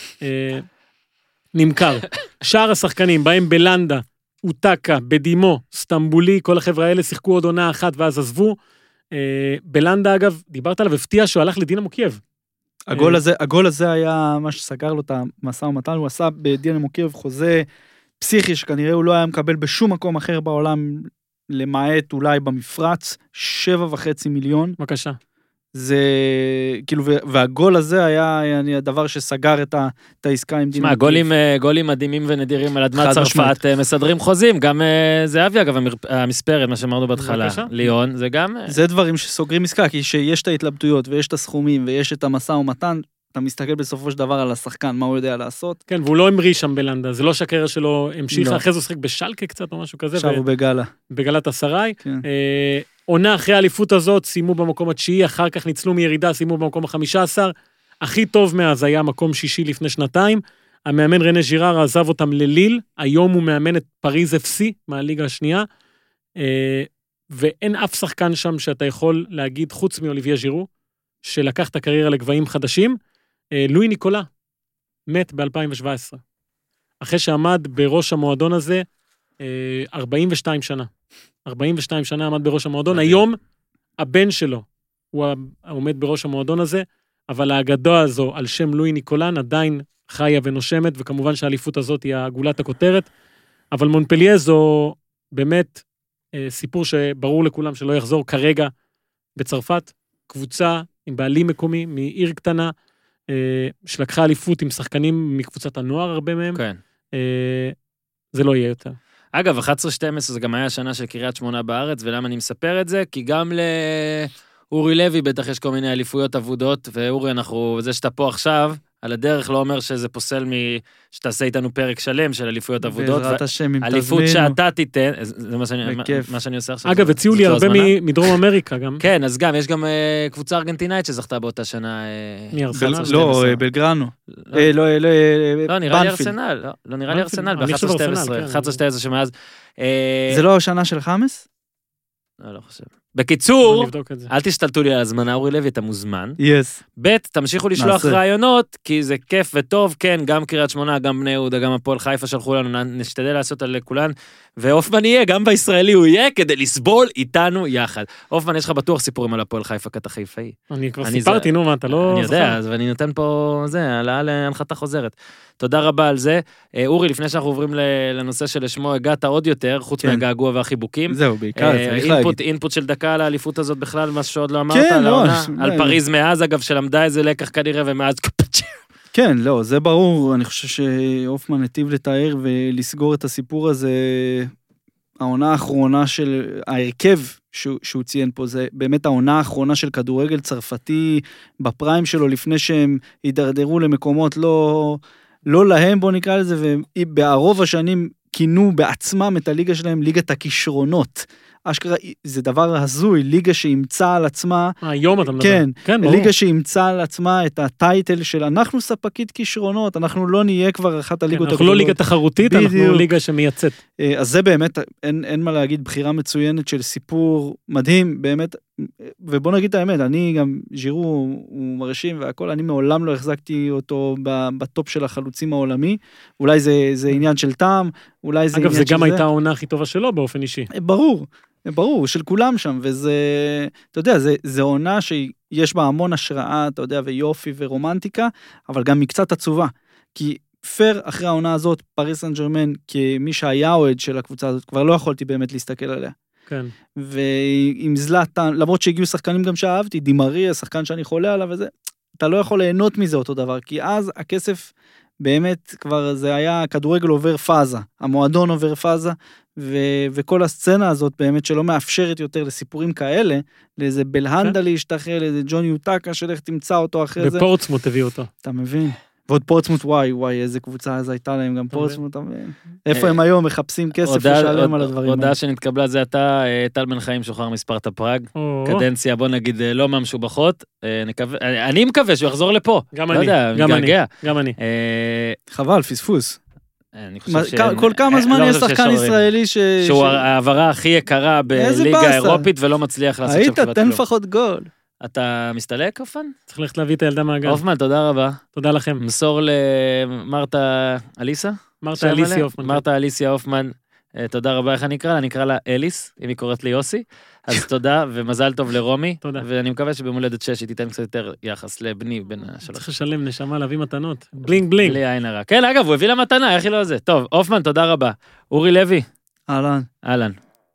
נמכר. שאר השחקנים, בהם בלנדה, אוטקה, בדימו, סטמבולי, כל החבר'ה האלה שיחקו עוד עונה אחת ואז עזבו. בלנדה, אגב, דיברת עליו, הפתיע שהוא הלך לדינמו קייב. הגול הזה היה מה שסגר לו את המשא ומתן, הוא עשה בדינמו קייב חוזה פסיכי, שכנראה הוא לא היה מקבל בשום מקום אחר בעולם, למעט אולי במפרץ, 7.5 מיליון. בבקשה. זה, כאילו, והגול הזה היה הדבר שסגר את העסקה עם דינמו קייב. גולים מדהימים ונדירים על אדמת צרפת, מסדרים חוזים, גם זהבי, אגב, המספרת, מה שאמרנו בהתחלה, ליון, זה גם... זה דברים שסוגרים עסקה, כי שיש את ההתלבטויות, ויש את הסכומים, ויש את המשא ומתן, אתה מסתכל בסופו של דבר על השחקן, מה הוא יודע לעשות. כן, והוא לא המריא שם בלנדה, זה לא שהקריירה שלו המשיכה, אחרי זה הוא שחק בשלקה קצת או משהו כזה. עכשיו הוא בגלה. בגלת הסראי. עונה אחרי האליפות הזאת, סיימו במקום התשיעי, אחר כך ניצלו מירידה, סיימו במקום ה-15, הכי טוב מאז היה מקום שישי לפני שנתיים, המאמן רנה ז'ירר עזב אותם לליל, היום הוא מאמן את פריז FC, מהליגה השנייה, ואין אף שחקן שם שאתה יכול להגיד, חוץ מאוליביה ז'ירו, שלקח את הקריירה לגבהים חדשים, לואי ניקולה, מת ב-2017. אחרי שעמד בראש המועדון הזה, 42 שנה. 42 שנה עמד בראש המועדון. היום הבן שלו, הוא עומד בראש המועדון הזה, אבל האגדה הזו על שם לואי ניקולן עדיין חיה ונושמת, וכמובן שהאליפות הזאת היא הגולת הכותרת, אבל מונפליה זו באמת סיפור שברור לכולם שלא יחזור כרגע בצרפת, קבוצה עם בעלים מקומי, מעיר קטנה, שלקחה אליפות עם שחקנים מקבוצת הנוער, הרבה מהם. כן. זה לא יהיה יותר. אגב, 11-12 זה גם היה השנה של קריית שמונה בארץ, ולמה אני מספר את זה? כי גם לאורי לוי בטח יש כל מיני אליפויות עבודות, ואורי, זה שאתה פה עכשיו, על הדרך לא אומר שזה פוסל שתעשה איתנו פרק שלם של אליפויות עבודות. בעזרת השם, אם תזמינו. אליפות שאתה תיתן, זה מה שאני עושה עכשיו. אגב, הציעו לי הרבה מדרום אמריקה גם. כן, אז גם, יש גם קבוצה ארגנטינאית שזכתה באותה שנה. מארסנל? לא, בלגרנו. לא, נראה לי ארסנל. לא, נראה לי ארסנל, ב-11-12 שמאז. זה לא השנה של חמאס? לא חושב. בקיצור, אל תשתלטו לי על הזמנה, אורי לוי, אתה מוזמן. ב', תמשיכו לשלוח רעיונות, כי זה כיף וטוב, כן, גם קריית שמונה, גם בני יהודה, גם הפועל חיפה שלחו לנו, נשתדל לעשות על כולן, ואופמן יהיה, גם בישראלי הוא יהיה, כדי לסבול איתנו יחד. אופמן, יש לך בטוח סיפורים על הפועל חיפה, כי אתה חיפאי. אני כבר סיפרתי, נו, מה, אתה לא אני יודע, ואני נותן פה, העלאה להנחתה חוזרת. תודה רבה על זה. אורי, לפני שאנחנו עוברים לנושא שלשמו הגעת עוד יותר, חוץ מהגעגוע והחיבוקים. זהו, בעיקר, צריך להגיד. אינפוט של דקה על האליפות הזאת בכלל, מה שעוד לא אמרת על העונה, על פריז מאז, אגב, שלמדה איזה לקח כנראה, ומאז כן, לא, זה ברור, אני חושב שאופמן היטיב לתאר ולסגור את הסיפור הזה, העונה האחרונה של ההרכב שהוא ציין פה, זה באמת העונה האחרונה של כדורגל צרפתי בפריים שלו, לפני שהם הידרדרו למקומות לא להם, בוא נקרא לזה, ובערוב השנים כינו בעצמם את הליגה שלהם, ליגת הכישרונות. אשכרה, זה דבר הזוי, ליגה שימצא על עצמה, היום אתה מדבר. כן, ליגה שימצא על עצמה את הטייטל של אנחנו ספקית כישרונות, אנחנו לא נהיה כבר אחת הליגות. אנחנו לא ליגה תחרותית, אנחנו ליגה שמייצאת. אז זה באמת, אין מה להגיד, בחירה מצוינת של סיפור מדהים, באמת, ובוא נגיד את האמת, אני גם, ז'ירו הוא מרשים והכל, אני מעולם לא החזקתי אותו בטופ של החלוצים העולמי, אולי זה עניין של טעם, אולי זה עניין של זה. אגב, זה גם הייתה העונה הכי טובה שלו באופן אישי. ברור, של כולם שם, וזה, אתה יודע, זה עונה שיש בה המון השראה, אתה יודע, ויופי ורומנטיקה, אבל גם מקצת עצובה, כי פייר אחרי העונה הזאת, פריס סן ז'רמן, כמי שהיה אוהד של הקבוצה הזאת, כבר לא יכולתי באמת להסתכל עליה. כן. ועם זלאטן, למרות שהגיעו שחקנים גם שאהבתי, דימרי, שחקן שאני חולה עליו וזה, אתה לא יכול ליהנות מזה אותו דבר, כי אז הכסף באמת כבר זה היה, כדורגל עובר פאזה, המועדון עובר פאזה, וכל הסצנה הזאת באמת שלא מאפשרת יותר לסיפורים כאלה, לאיזה בלהנדה להשתחרר, לאיזה ג'וני יוטקה שלך תמצא אותו אחרי זה. ופורטסמוט הביא אותו. אתה מבין? ועוד פורטסמוט, וואי, איזה קבוצה אז הייתה להם, גם פורטסמוט, אתה מבין? איפה הם היום מחפשים כסף לשלם על הדברים האלה? הודעה שנתקבלה זה אתה, טל בן חיים שוחרר מספרטה פראג, קדנציה, בוא נגיד, לא מהמשובחות, אני מקווה שהוא יחזור לפה. גם אני. חבל, פספוס. כל כמה זמן יש שחקן ישראלי שהוא העברה הכי יקרה בליגה האירופית ולא מצליח לעשות שם היית, תן לפחות גול. אתה מסתלק, אופן? צריך ללכת להביא את הילדה מהגן. אופמן, תודה רבה. תודה לכם. מסור למרתה אליסה? מרתה אליסיה אופמן. תודה רבה, איך אני אקרא לה? אני אקרא לה אליס, אם היא קוראת לי יוסי. אז תודה, ומזל טוב לרומי. תודה. ואני מקווה שבמולדת 6 היא תיתן קצת יותר יחס לבני בין השלוש. צריך לשלם נשמה להביא מתנות. בלינג בלינג. בלי עין הרע. כן, אגב, הוא הביא לה מתנה, איך היא לא זה? טוב, אופמן, תודה רבה. אורי לוי. אהלן.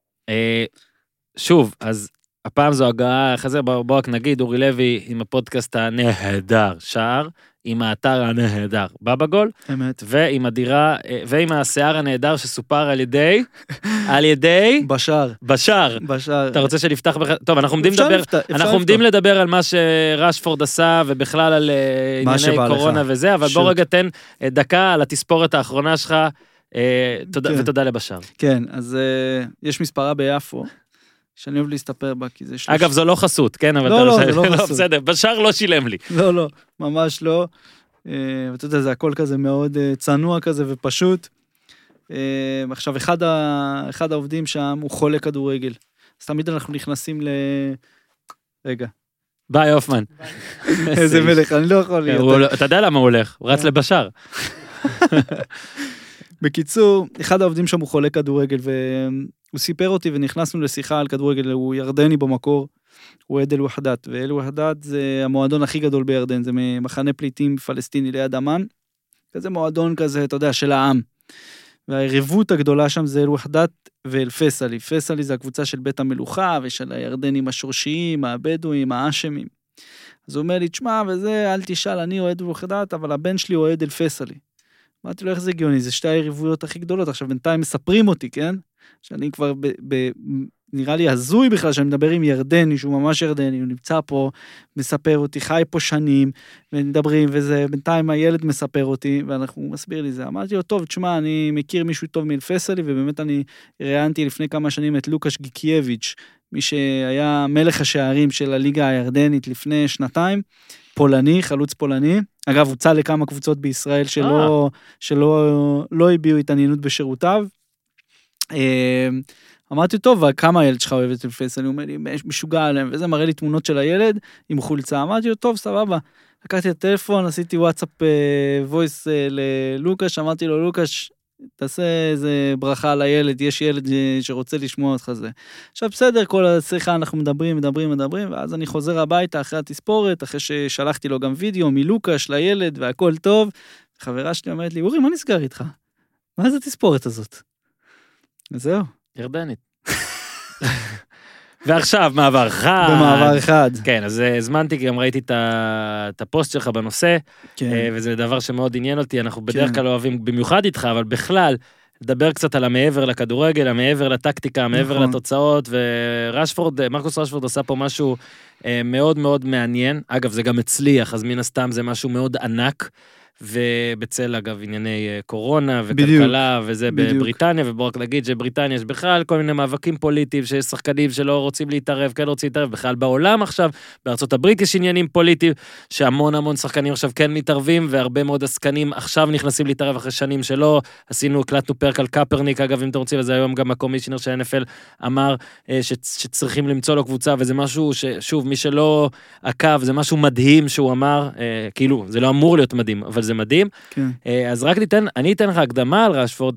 שוב, אז הפעם זו הגעה, חזר, בוא רק נגיד, אורי לוי עם הפודקאסט הנהדר, שער, עם האתר הנהדר, בבגול, אמת. ועם הדירה, ועם השיער הנהדר שסופר על ידי, בשער. אתה רוצה שנפתח טוב, אנחנו עומדים לדבר על מה שרשפורד עשה, ובכלל על ענייני קורונה וזה, אבל בוא רגע תן דקה על התספורת האחרונה שלך, ותודה לבשער. כן, אז יש מספרה ביפו, שאני אוהב להסתפר בה, כי זה אגב, זו לא חסות, כן? לא, זה לא חסות. בסדר, בשער לא שילם לי. לא, ממש לא. ואתה יודע, זה הכל כזה מאוד צנוע כזה ופשוט. עכשיו, אחד העובדים שם הוא חולה כדורגל. אז תמיד אנחנו נכנסים רגע. ביי, אופמן. איזה מלך, אני לא יכול להיות. אתה יודע למה הוא הולך? הוא רץ לבשער. בקיצור, אחד העובדים שם הוא חולה כדורגל, והוא סיפר אותי ונכנסנו לשיחה על כדורגל, הוא ירדני במקור, הוא אל וחדת, ואל וחדת זה המועדון הכי גדול בירדן, זה מחנה פליטים פלסטיני ליד אמן, כזה מועדון כזה, אתה יודע, של העם. והיריבות הגדולה שם זה אל וחדת ואל פסלי. פסלי זה הקבוצה של בית המלוכה, ושל הירדנים השורשיים, הבדואים, האשמים. אז הוא אומר לי, תשמע, וזה, אל תשאל, אני אוהד אל וחדת, אבל הבן שלי אוהד אל פסלי. אמרתי לו, איך זה הגיוני? זה שתי היריבויות הכי גדולות. עכשיו, בינתיים מספרים אותי, כן? שאני כבר נראה לי הזוי בכלל, שאני מדבר עם ירדני, שהוא ממש ירדני, הוא נמצא פה, מספר אותי, חי פה שנים, ומדברים, וזה, בינתיים הילד מספר אותי, ואנחנו מסביר לי זה. אמרתי לו, טוב, תשמע, אני מכיר מישהו טוב מאלפסלי, ובאמת אני ראיינתי לפני כמה שנים את לוקאש גיקייביץ', מי שהיה מלך השערים של הליגה הירדנית לפני שנתיים, פולני, חלוץ פולני. אגב, הוצא לכמה קבוצות בישראל שלא הביעו התעניינות בשירותיו. אמרתי, טוב, כמה הילד שלך אוהב את אלפסלי? הוא אומר לי, משוגע עליהם, וזה מראה לי תמונות של הילד עם חולצה. אמרתי לו, טוב, סבבה. לקחתי את הטלפון, עשיתי וואטסאפ וויס ללוקאש, אמרתי לו, לוקאש, תעשה איזה ברכה על הילד, יש ילד שרוצה לשמוע אותך זה. עכשיו בסדר, כל השיחה אנחנו מדברים, ואז אני חוזר הביתה אחרי התספורת, אחרי ששלחתי לו גם וידאו מלוקאש לילד, והכל טוב. חברה שלי אומרת לי, אורי, מה נסגר איתך? מה זה התספורת הזאת? וזהו. ירדנית. ועכשיו, מעבר חד. במעבר חד. כן, אז הזמנתי, גם ראיתי את הפוסט שלך בנושא, וזה דבר שמאוד עניין אותי, אנחנו בדרך כלל אוהבים, במיוחד איתך, אבל בכלל, לדבר קצת על המעבר לכדורגל, המעבר לטקטיקה, המעבר לתוצאות, מרקוס רשפורד עשה פה משהו מאוד מאוד מעניין, אגב, זה גם הצליח, אז מן הסתם זה משהו מאוד ענק, ובצל אגב ענייני קורונה וכלכלה וזה בבריטניה, ובואו רק להגיד שבריטניה יש בכלל כל מיני מאבקים פוליטיים, שיש שחקנים שלא רוצים להתערב, כן רוצים להתערב, בכלל בעולם עכשיו, בארצות הברית יש עניינים פוליטיים, שהמון שחקנים עכשיו כן מתערבים, והרבה מאוד עסקנים עכשיו נכנסים להתערב אחרי שנים שלא, הקלטנו פרק על קפרניק, אגב אם אתם רוצים, וזה היום גם הקומישיונר של NFL אמר שצריכים למצוא לו קבוצה, וזה משהו ששוב, מי שלא עקב, זה משהו מדהים שהוא אמר, כאילו, זה לא אמור להיות מדהים, אבל זה מדהים. אז רק אני אתן לך הקדמה על רשפורד.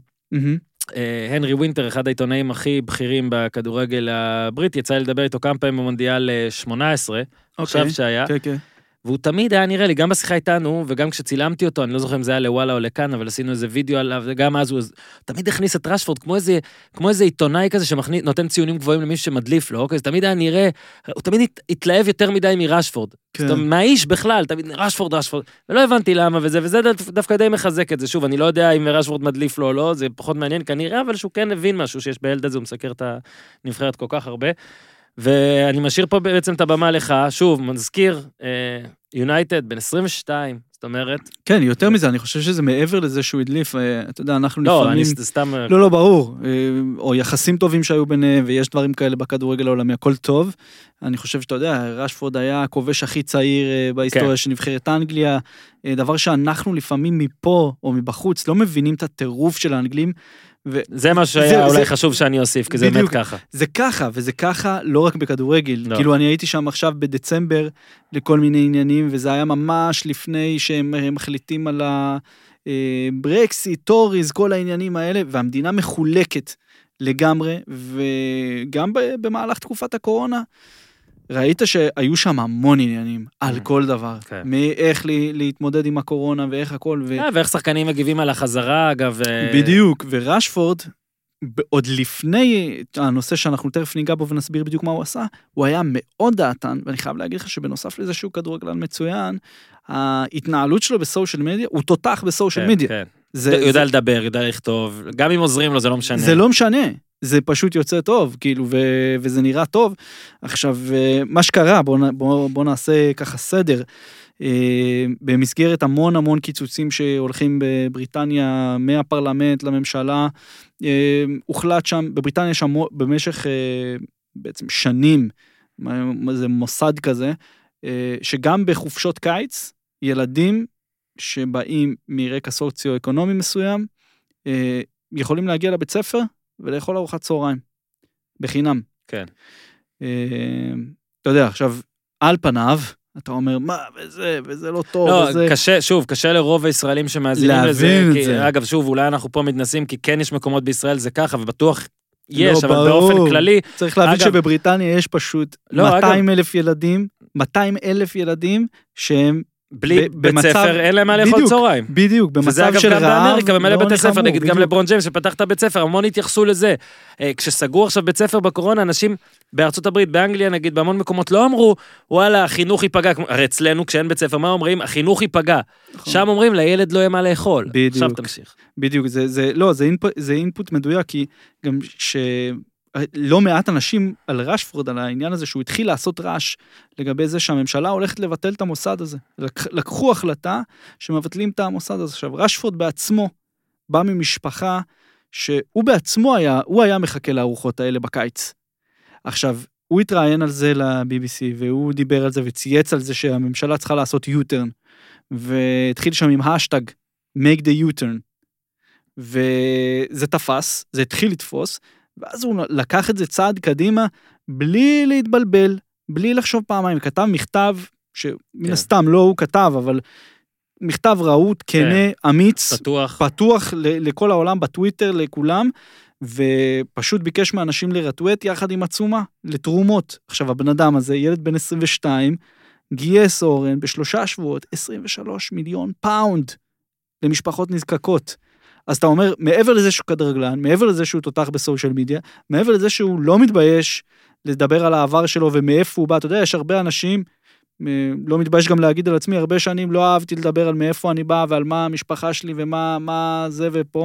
הנרי ווינטר, אחד העיתונאים הכי בכירים בכדורגל הבריטי, יצא לי לדבר איתו כמה פעמים במונדיאל 18, עכשיו שהיה. והוא תמיד היה נראה לי, גם בשיחה איתנו, וגם כשצילמתי אותו, אני לא זוכר אם זה היה לוואלה או לכאן, אבל עשינו איזה וידאו עליו, וגם אז הוא תמיד הכניס את רשפורד, כמו איזה עיתונאי כזה, שנותן ציונים גבוהים למישהו שמדליף לו, אוקיי? זה תמיד היה נראה, הוא תמיד התלהב יותר מדי מרשפורד. מהאיש בכלל, תמיד רשפורד, ולא הבנתי למה, וזה דווקא די מחזק את זה. שוב, אני לא יודע אם רשפורד מדליף לו או לא, זה פחות מעניין כנראה, אבל שהוא כן הבין משהו שיש בילד הזה, הוא מסקר את הנבחרת כל כך הרבה. ואני משאיר פה בעצם את הבמה לך, שוב, מזכיר, יונייטד, בין 22, זאת אומרת. כן, יותר מזה, אני חושב שזה מעבר לזה שהוא הדליף, אתה יודע, אנחנו לא, לפעמים... אני סתם... לא, ברור, או יחסים טובים שהיו ביניהם, ויש דברים כאלה בכדורגל העולמי, הכל טוב. אני חושב שאתה יודע, רשפורד היה הכובש הכי צעיר בהיסטוריה של נבחרת אנגליה, דבר שאנחנו לפעמים מפה או מבחוץ לא מבינים את הטירוף של האנגלים, זה מה שהיה אולי חשוב שאני אוסיף, כי זה באמת ככה. זה ככה, וזה ככה לא רק בכדורגל. כאילו אני הייתי שם עכשיו בדצמבר לכל מיני עניינים, וזה היה ממש לפני שהם מחליטים על הברקסיט, טוריז, כל העניינים האלה, והמדינה מחולקת לגמרי, וגם במהלך תקופת הקורונה, ראית שהיו שם המון עניינים על כל דבר, מאיך להתמודד עם הקורונה ואיך הכל. ואיך שחקנים מגיבים על החזרה, אגב. בדיוק, ורשפורד, עוד לפני הנושא שאנחנו תכף ניגע בו ונסביר בדיוק מה הוא עשה, הוא היה מאוד דעתן, ואני חייב להגיד לך שבנוסף לזה שהוא כדורגלן מצוין, ההתנהלות שלו בסושיאל מדיה, הוא תותח בסושיאל מדיה. יודע לדבר, יודע לכתוב, גם אם עוזרים לו זה לא משנה. זה לא משנה. זה פשוט יוצא טוב, כאילו, וזה נראה טוב. עכשיו, מה שקרה, בוא נעשה ככה סדר, במסגרת המון קיצוצים שהולכים בבריטניה, מהפרלמנט לממשלה, הוחלט שם, בבריטניה שם במשך בעצם שנים, זה מוסד כזה, שגם בחופשות קיץ, ילדים שבאים מרקע סוציו-אקונומי מסוים, יכולים להגיע לבית ספר, ולאכול ארוחת צהריים, בחינם. כן. אתה יודע, עכשיו, על פניו, אתה אומר, מה, וזה לא טוב, לא, וזה... קשה לרוב הישראלים שמאזינים לזה, להבין את כי, זה. אגב, שוב, אולי אנחנו פה מתנסים, כי כן יש מקומות בישראל, זה ככה, ובטוח יש, לא, אבל ברור. באופן כללי... צריך להבין אגב, שבבריטניה יש פשוט 200,000 ילדים, 200,000 ילדים שהם... בלי בית ספר, אין להם מה לאכול צהריים. בדיוק, במצב של רעב, וזה אגב גם באמריקה, במלא בתי ספר, נגיד בדיוק. גם לברון ג'יימס שפתח את הבית ספר, המון התייחסו לזה. כשסגרו עכשיו בית ספר בקורונה, אנשים בארצות הברית, באנגליה נגיד, בהמון מקומות לא אמרו, וואלה, החינוך ייפגע, הרי אצלנו כשאין בית ספר, מה אומרים? החינוך ייפגע. שם אומרים, לילד לא יהיה מה לאכול. בדיוק. עכשיו תמשיך. בדיוק, זה אינפוט מדויק, כי גם לא מעט אנשים על רשפורד, על העניין הזה, שהוא התחיל לעשות רעש לגבי זה שהממשלה הולכת לבטל את המוסד הזה. לקחו החלטה שמבטלים את המוסד הזה. עכשיו, רשפורד בעצמו בא ממשפחה שהוא בעצמו היה מחכה לארוחות האלה בקיץ. עכשיו, הוא התראיין על זה ל-BBC, והוא דיבר על זה וצייץ על זה שהממשלה צריכה לעשות U-turn, והתחיל שם עם השטג, make the U-turn, וזה תפס, זה התחיל לתפוס, ואז הוא לקח את זה צעד קדימה, בלי להתבלבל, בלי לחשוב פעמיים, כתב מכתב, שמן הסתם לא הוא כתב, אבל מכתב רהוט, כנה, אמיץ, פתוח לכל העולם, בטוויטר, לכולם, ופשוט ביקש מאנשים לרטווט יחד עם עצומה, לתרומות. עכשיו, הבן אדם הזה, ילד בן 22, גייס אורן ב3 שבועות, 23 מיליון פאונד, למשפחות נזקקות. אז אתה אומר, מעבר לזה שהוא כדרגלן, מעבר לזה שהוא תותח בסושיאל מדיה, מעבר לזה שהוא לא מתבייש לדבר על העבר שלו ומאיפה הוא בא, אתה יודע, יש הרבה אנשים, לא מתבייש גם להגיד על עצמי, הרבה שנים לא אהבתי לדבר על מאיפה אני בא ועל מה המשפחה שלי ומה זה ופה.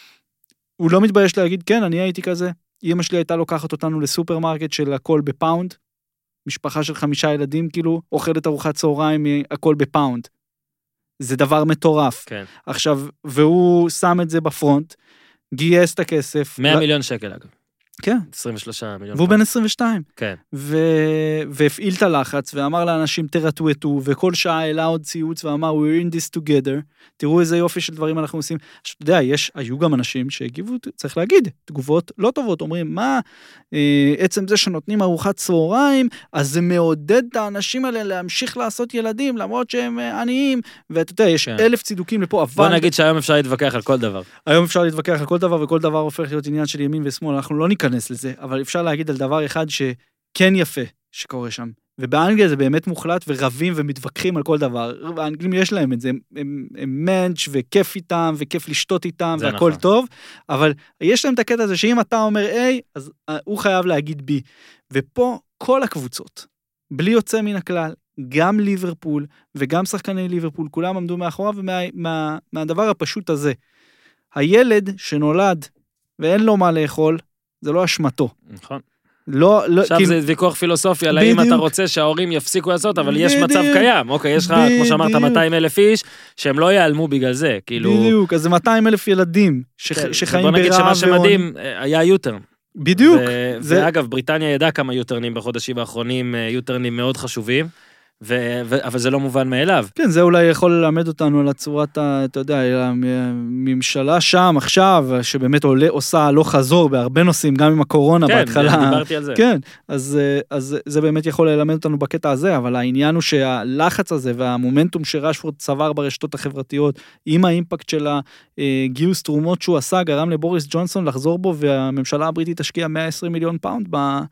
הוא לא מתבייש להגיד, כן, אני הייתי כזה, אמא שלי הייתה לוקחת אותנו לסופרמרקט של הכל בפאונד, משפחה של 5 ילדים כאילו, אוכלת ארוחת צהריים, הכל בפאונד. זה דבר מטורף. כן. עכשיו, והוא שם את זה בפרונט, גייס את הכסף. 100 מיליון שקל, אגב. כן. 23 מיליון. והוא בן 22. כן. והפעיל את הלחץ, ואמר לאנשים תרטווטו, וכל שעה העלה עוד ציוץ, ואמר, we're in this together, תראו איזה יופי של דברים אנחנו עושים. עכשיו, אתה יודע, היו גם אנשים שהגיבו, צריך להגיד, תגובות לא טובות, אומרים, מה, עצם זה שנותנים ארוחת צהריים, אז זה מעודד את האנשים האלה להמשיך לעשות ילדים, למרות שהם עניים, ואתה יודע, יש 1,000 צידוקים לפה, אבל... בוא נגיד שהיום אפשר להתווכח על כל דבר. היום אפשר להתווכח על כל דבר, וכל דבר הופך להיות עניין של ימין ושמאל, אנחנו לא ניכנס לזה, אבל אפשר להגיד על דבר אחד שכן יפה שקורה שם. ובאנגליה זה באמת מוחלט, ורבים ומתווכחים על כל דבר. האנגלים יש להם את זה, הם מנץ' וכיף איתם, וכיף לשתות איתם, והכל נכון. טוב, אבל יש להם את הקטע הזה, שאם אתה אומר A, אז הוא חייב להגיד B. ופה כל הקבוצות, בלי יוצא מן הכלל, גם ליברפול, וגם שחקני ליברפול, כולם עמדו מאחוריו, מהדבר הפשוט הזה. הילד שנולד, ואין לו מה לאכול, זה לא אשמתו. נכון. עכשיו זה ויכוח פילוסופי, על האם אתה רוצה שההורים יפסיקו לעשות, אבל יש מצב קיים. אוקיי, יש לך, כמו שאמרת, 200,000 איש, שהם לא ייעלמו בגלל זה. בדיוק, אז זה 200,000 ילדים שחיים ברעב. בוא נגיד שמה שמדהים, היה יוטרן. בדיוק. ואגב, בריטניה ידעה כמה יוטרנים בחודשים האחרונים, יוטרנים מאוד חשובים. אבל זה לא מובן מאליו. כן, זה אולי יכול ללמד אותנו על הצורת, אתה יודע, הממשלה שם עכשיו, שבאמת עושה לא חזור בהרבה נושאים, גם עם הקורונה בהתחלה. כן, דיברתי על זה. כן, אז זה באמת יכול ללמד אותנו בקטע הזה, אבל העניין הוא שהלחץ הזה והמומנטום שרשפורד צבר ברשתות החברתיות, עם האימפקט של הגיוס תרומות שהוא עשה, גרם לבוריס ג'ונסון לחזור בו, והממשלה הבריטית תשקיע 120 מיליון פאונד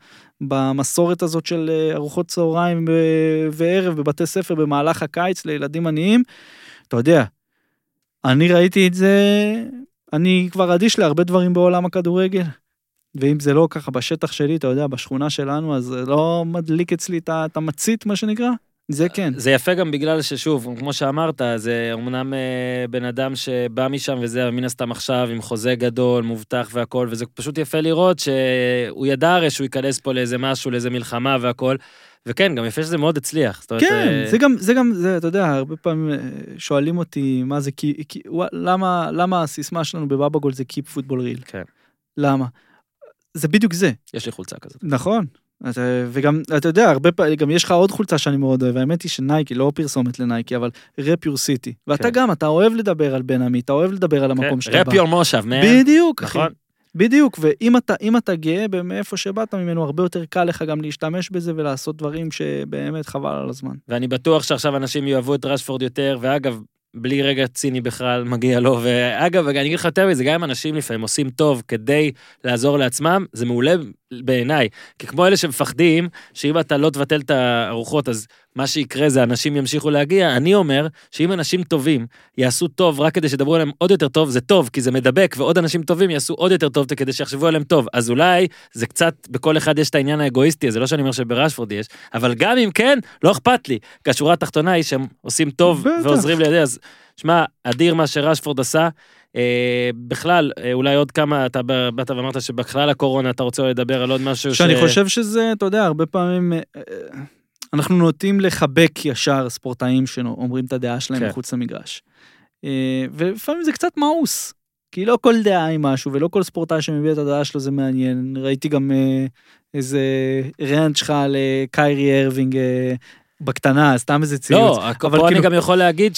במסורת הזאת של ארוחות צהריים וערב בבתי ספר במהלך הקיץ לילדים עניים. אתה יודע, אני ראיתי את זה, אני כבר אדיש להרבה דברים בעולם הכדורגל, ואם זה לא ככה בשטח שלי, אתה יודע, בשכונה שלנו, אז זה לא מדליק אצלי את המצית, מה שנקרא. זה כן. זה יפה גם בגלל ששוב, כמו שאמרת, זה אמנם בן אדם שבא משם וזה מן הסתם עכשיו עם חוזה גדול, מובטח והכל, וזה פשוט יפה לראות שהוא ידע הרי שהוא ייכנס פה לאיזה משהו, לאיזה מלחמה והכל, וכן, גם יפה שזה מאוד הצליח. כן, זה גם, אתה יודע, הרבה פעמים שואלים אותי, מה זה, למה הסיסמה שלנו בבאבגול זה Keep Football Real? כן. למה? זה בדיוק זה. יש לי חולצה כזאת. נכון. וגם, אתה יודע, הרבה פעמים, גם יש לך עוד חולצה שאני מאוד אוהב, האמת היא שנייקי, לא פרסומת לנייקי, אבל Rap Your City. ואתה גם, אתה אוהב לדבר על בן עמי, אתה אוהב לדבר על המקום שאתה בא. Rap Your מושב, man. בדיוק, אחי. בדיוק, ואם אתה גאה מאיפה שבאת ממנו, הרבה יותר קל לך גם להשתמש בזה ולעשות דברים שבאמת חבל על הזמן. ואני בטוח שעכשיו אנשים יאהבו את רשפורד יותר, ואגב, בלי רגע ציני בכלל מגיע לו, ואגב, אני אגיד לך יותר מזה, גם אם אנשים לפעמים עושים טוב כדי לעזור לעצמם, זה מעולה בעיניי, כי כמו אלה שמפחדים, שאם אתה לא תבטל את הארוחות, אז מה שיקרה זה אנשים ימשיכו להגיע, אני אומר שאם אנשים טובים יעשו טוב רק כדי שדברו עליהם עוד יותר טוב, זה טוב, כי זה מדבק, ועוד אנשים טובים יעשו עוד יותר טוב כדי שיחשבו עליהם טוב, אז אולי זה קצת, בכל אחד יש את העניין האגואיסטי, זה לא שאני אומר שברשפורד יש, אבל גם אם כן, לא אכפת לי, כי השורה התחתונה היא שהם עושים טוב ועוזרים לידי, אז שמע, אדיר מה שרשפורד עשה, בכלל, אולי עוד כמה, אתה באת ואמרת שבכלל הקורונה אתה רוצה לדבר על עוד משהו שאני חושב שזה, אתה יודע, הרבה פעמים, אנחנו נוטים לחבק ישר ספורטאים שאומרים את הדעה שלהם מחוץ למגרש. ולפעמים זה קצת מאוס, כי לא כל דעה היא משהו, ולא כל ספורטאי שמביע את הדעה שלו זה מעניין. ראיתי גם איזה רנט שלך על קיירי ארווינג בקטנה, סתם איזה ציוץ. לא, פה אני גם יכול להגיד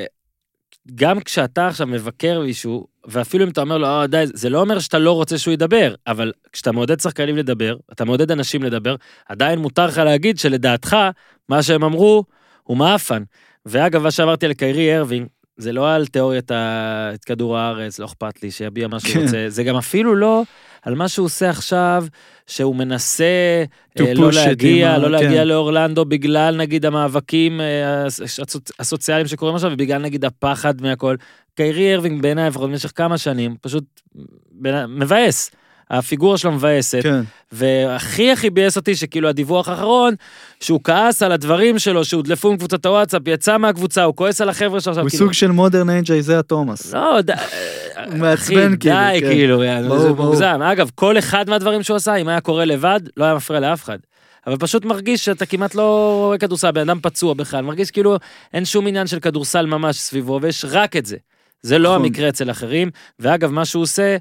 גם כשאתה עכשיו מבקר מישהו, ואפילו אם אתה אומר לו, די, זה לא אומר שאתה לא רוצה שהוא ידבר, אבל כשאתה מעודד שחקנים לדבר, אתה מעודד אנשים לדבר, עדיין מותר לך להגיד שלדעתך, מה שהם אמרו, הוא מאפן. ואגב, מה שאמרתי על קיירי ארווינג, זה לא על תיאוריית כדור הארץ, לא אכפת לי, שיביע מה שהוא רוצה, זה גם אפילו לא על מה שהוא עושה עכשיו, שהוא מנסה לא להגיע לאורלנדו, בגלל נגיד המאבקים הסוציאליים שקורים עכשיו, ובגלל נגיד הפחד מהכל. קיירי ארווינג בעיניי, לפחות במשך כמה שנים, פשוט מבאס. הפיגורה שלו מבאסת, והכי בייס אותי שכאילו הדיווח האחרון, שהוא כעס על הדברים שלו, שהודלפו עם קבוצת הוואטסאפ, יצא מהקבוצה, הוא כועס על החבר'ה שלו. הוא סוג של מודרן איינג' איזיה תומאס. לא, אחי, די כאילו, זה מוגזם. אגב, כל אחד מהדברים שהוא עשה, אם היה קורא לבד, לא היה מפריע לאף אחד. אבל פשוט מרגיש שאתה כמעט לא רואה כדורסל, בן אדם פצוע בכלל, מרגיש כאילו אין שום עניין של כדורסל ממש סביבו, ויש רק את זה. זה לא המקרה אצל אחרים, ואגב, מה שהוא עושה,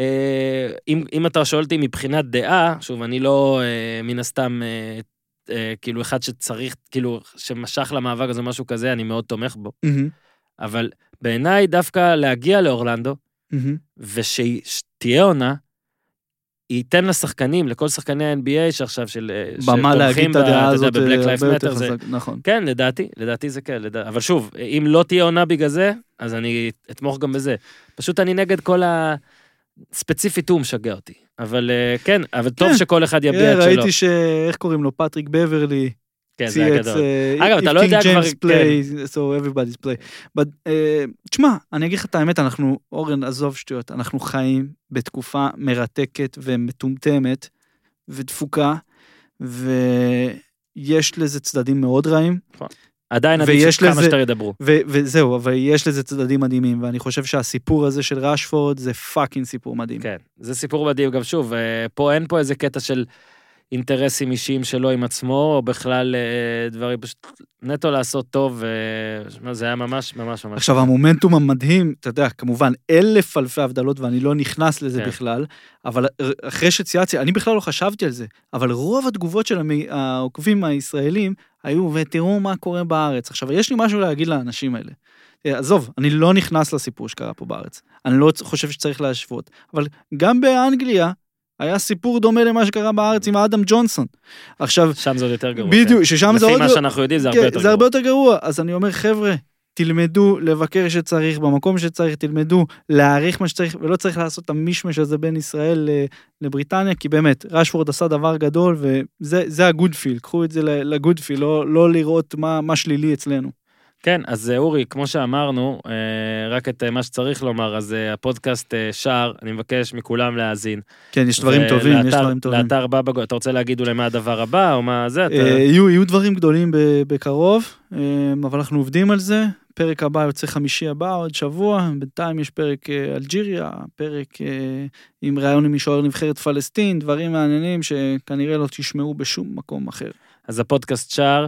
אם אתה שואל אותי מבחינת דעה, שוב, אני לא מן הסתם, כאילו אחד שצריך, כאילו, שמשך למאבק הזה משהו כזה, אני מאוד תומך בו. אבל בעיניי דווקא להגיע לאורלנדו, ושתהיה עונה, ייתן לשחקנים, לכל שחקני ה-NBA שעכשיו במה להגיד את הדעה הזאת, בבלק לייף מטר, נכון. כן, לדעתי זה כן, אבל שוב, אם לא תהיה עונה בגלל זה, אז אני אתמוך גם בזה. פשוט אני נגד כל הספציפית הוא משגע אותי. אבל כן, אבל טוב שכל אחד יביע את שלו. ראיתי איך קוראים לו, פטריק בברלי, כן, זה היה גדול. אגב, אתה לא יודע כבר... So everybody's play. תשמע, אני אגיד לך את האמת, אנחנו, אורן, עזוב שטויות, אנחנו חיים בתקופה מרתקת ומטומטמת ודפוקה, ויש לזה צדדים מאוד רעים. עדיין עדיף שכמה שאתה ידברו. וזהו, אבל יש לזה צדדים מדהימים, ואני חושב שהסיפור הזה של רשפורד זה פאקינג סיפור מדהים. כן, זה סיפור מדהים, גם שוב, פה אין פה איזה קטע של אינטרסים אישיים שלו עם עצמו, או בכלל דברים, פשוט נטו לעשות טוב, זה היה ממש ממש ממש. עכשיו, המומנטום המדהים, אתה יודע, כמובן, 1000 אלפי הבדלות, ואני לא נכנס לזה בכלל, אבל אחרי שצייצתי, אני בכלל לא חשבתי על זה, אבל רוב התגובות של העוקבים הישראלים, היו, ותראו מה קורה בארץ. עכשיו, יש לי משהו להגיד לאנשים האלה. עזוב, אני לא נכנס לסיפור שקרה פה בארץ. אני לא חושב שצריך להשוות. אבל גם באנגליה, היה סיפור דומה למה שקרה בארץ עם אדם ג'ונסון. עכשיו... שם זה עוד יותר גרוע. בדיוק, ששם זה עוד... לפי מה שאנחנו יודעים, זה הרבה יותר גרוע. זה הרבה יותר גרוע. אז אני אומר, חבר'ה, תלמדו לבקר שצריך, במקום שצריך, תלמדו להעריך מה שצריך, ולא צריך לעשות את המשמש הזה בין ישראל לבריטניה, כי באמת, רשפורד עשה דבר גדול, וזה הגודפיל, קחו את זה לגודפיל, לא לראות מה שלילי אצלנו. כן, אז אורי, כמו שאמרנו, רק את מה שצריך לומר, אז הפודקאסט שער, אני מבקש מכולם להאזין. כן, יש דברים טובים, יש דברים טובים. לאתר בבגו, אתה רוצה להגיד אולי מה הדבר הבא, או מה זה? יהיו דברים גדולים בקרוב, אבל אנחנו עובדים על זה, פרק הבא יוצא חמישי הבא, עוד שבוע, בינתיים יש פרק אלג'יריה, פרק עם רעיון עם משוער נבחרת פלסטין, דברים מעניינים שכנראה לא תשמעו בשום מקום אחר. אז הפודקאסט שער,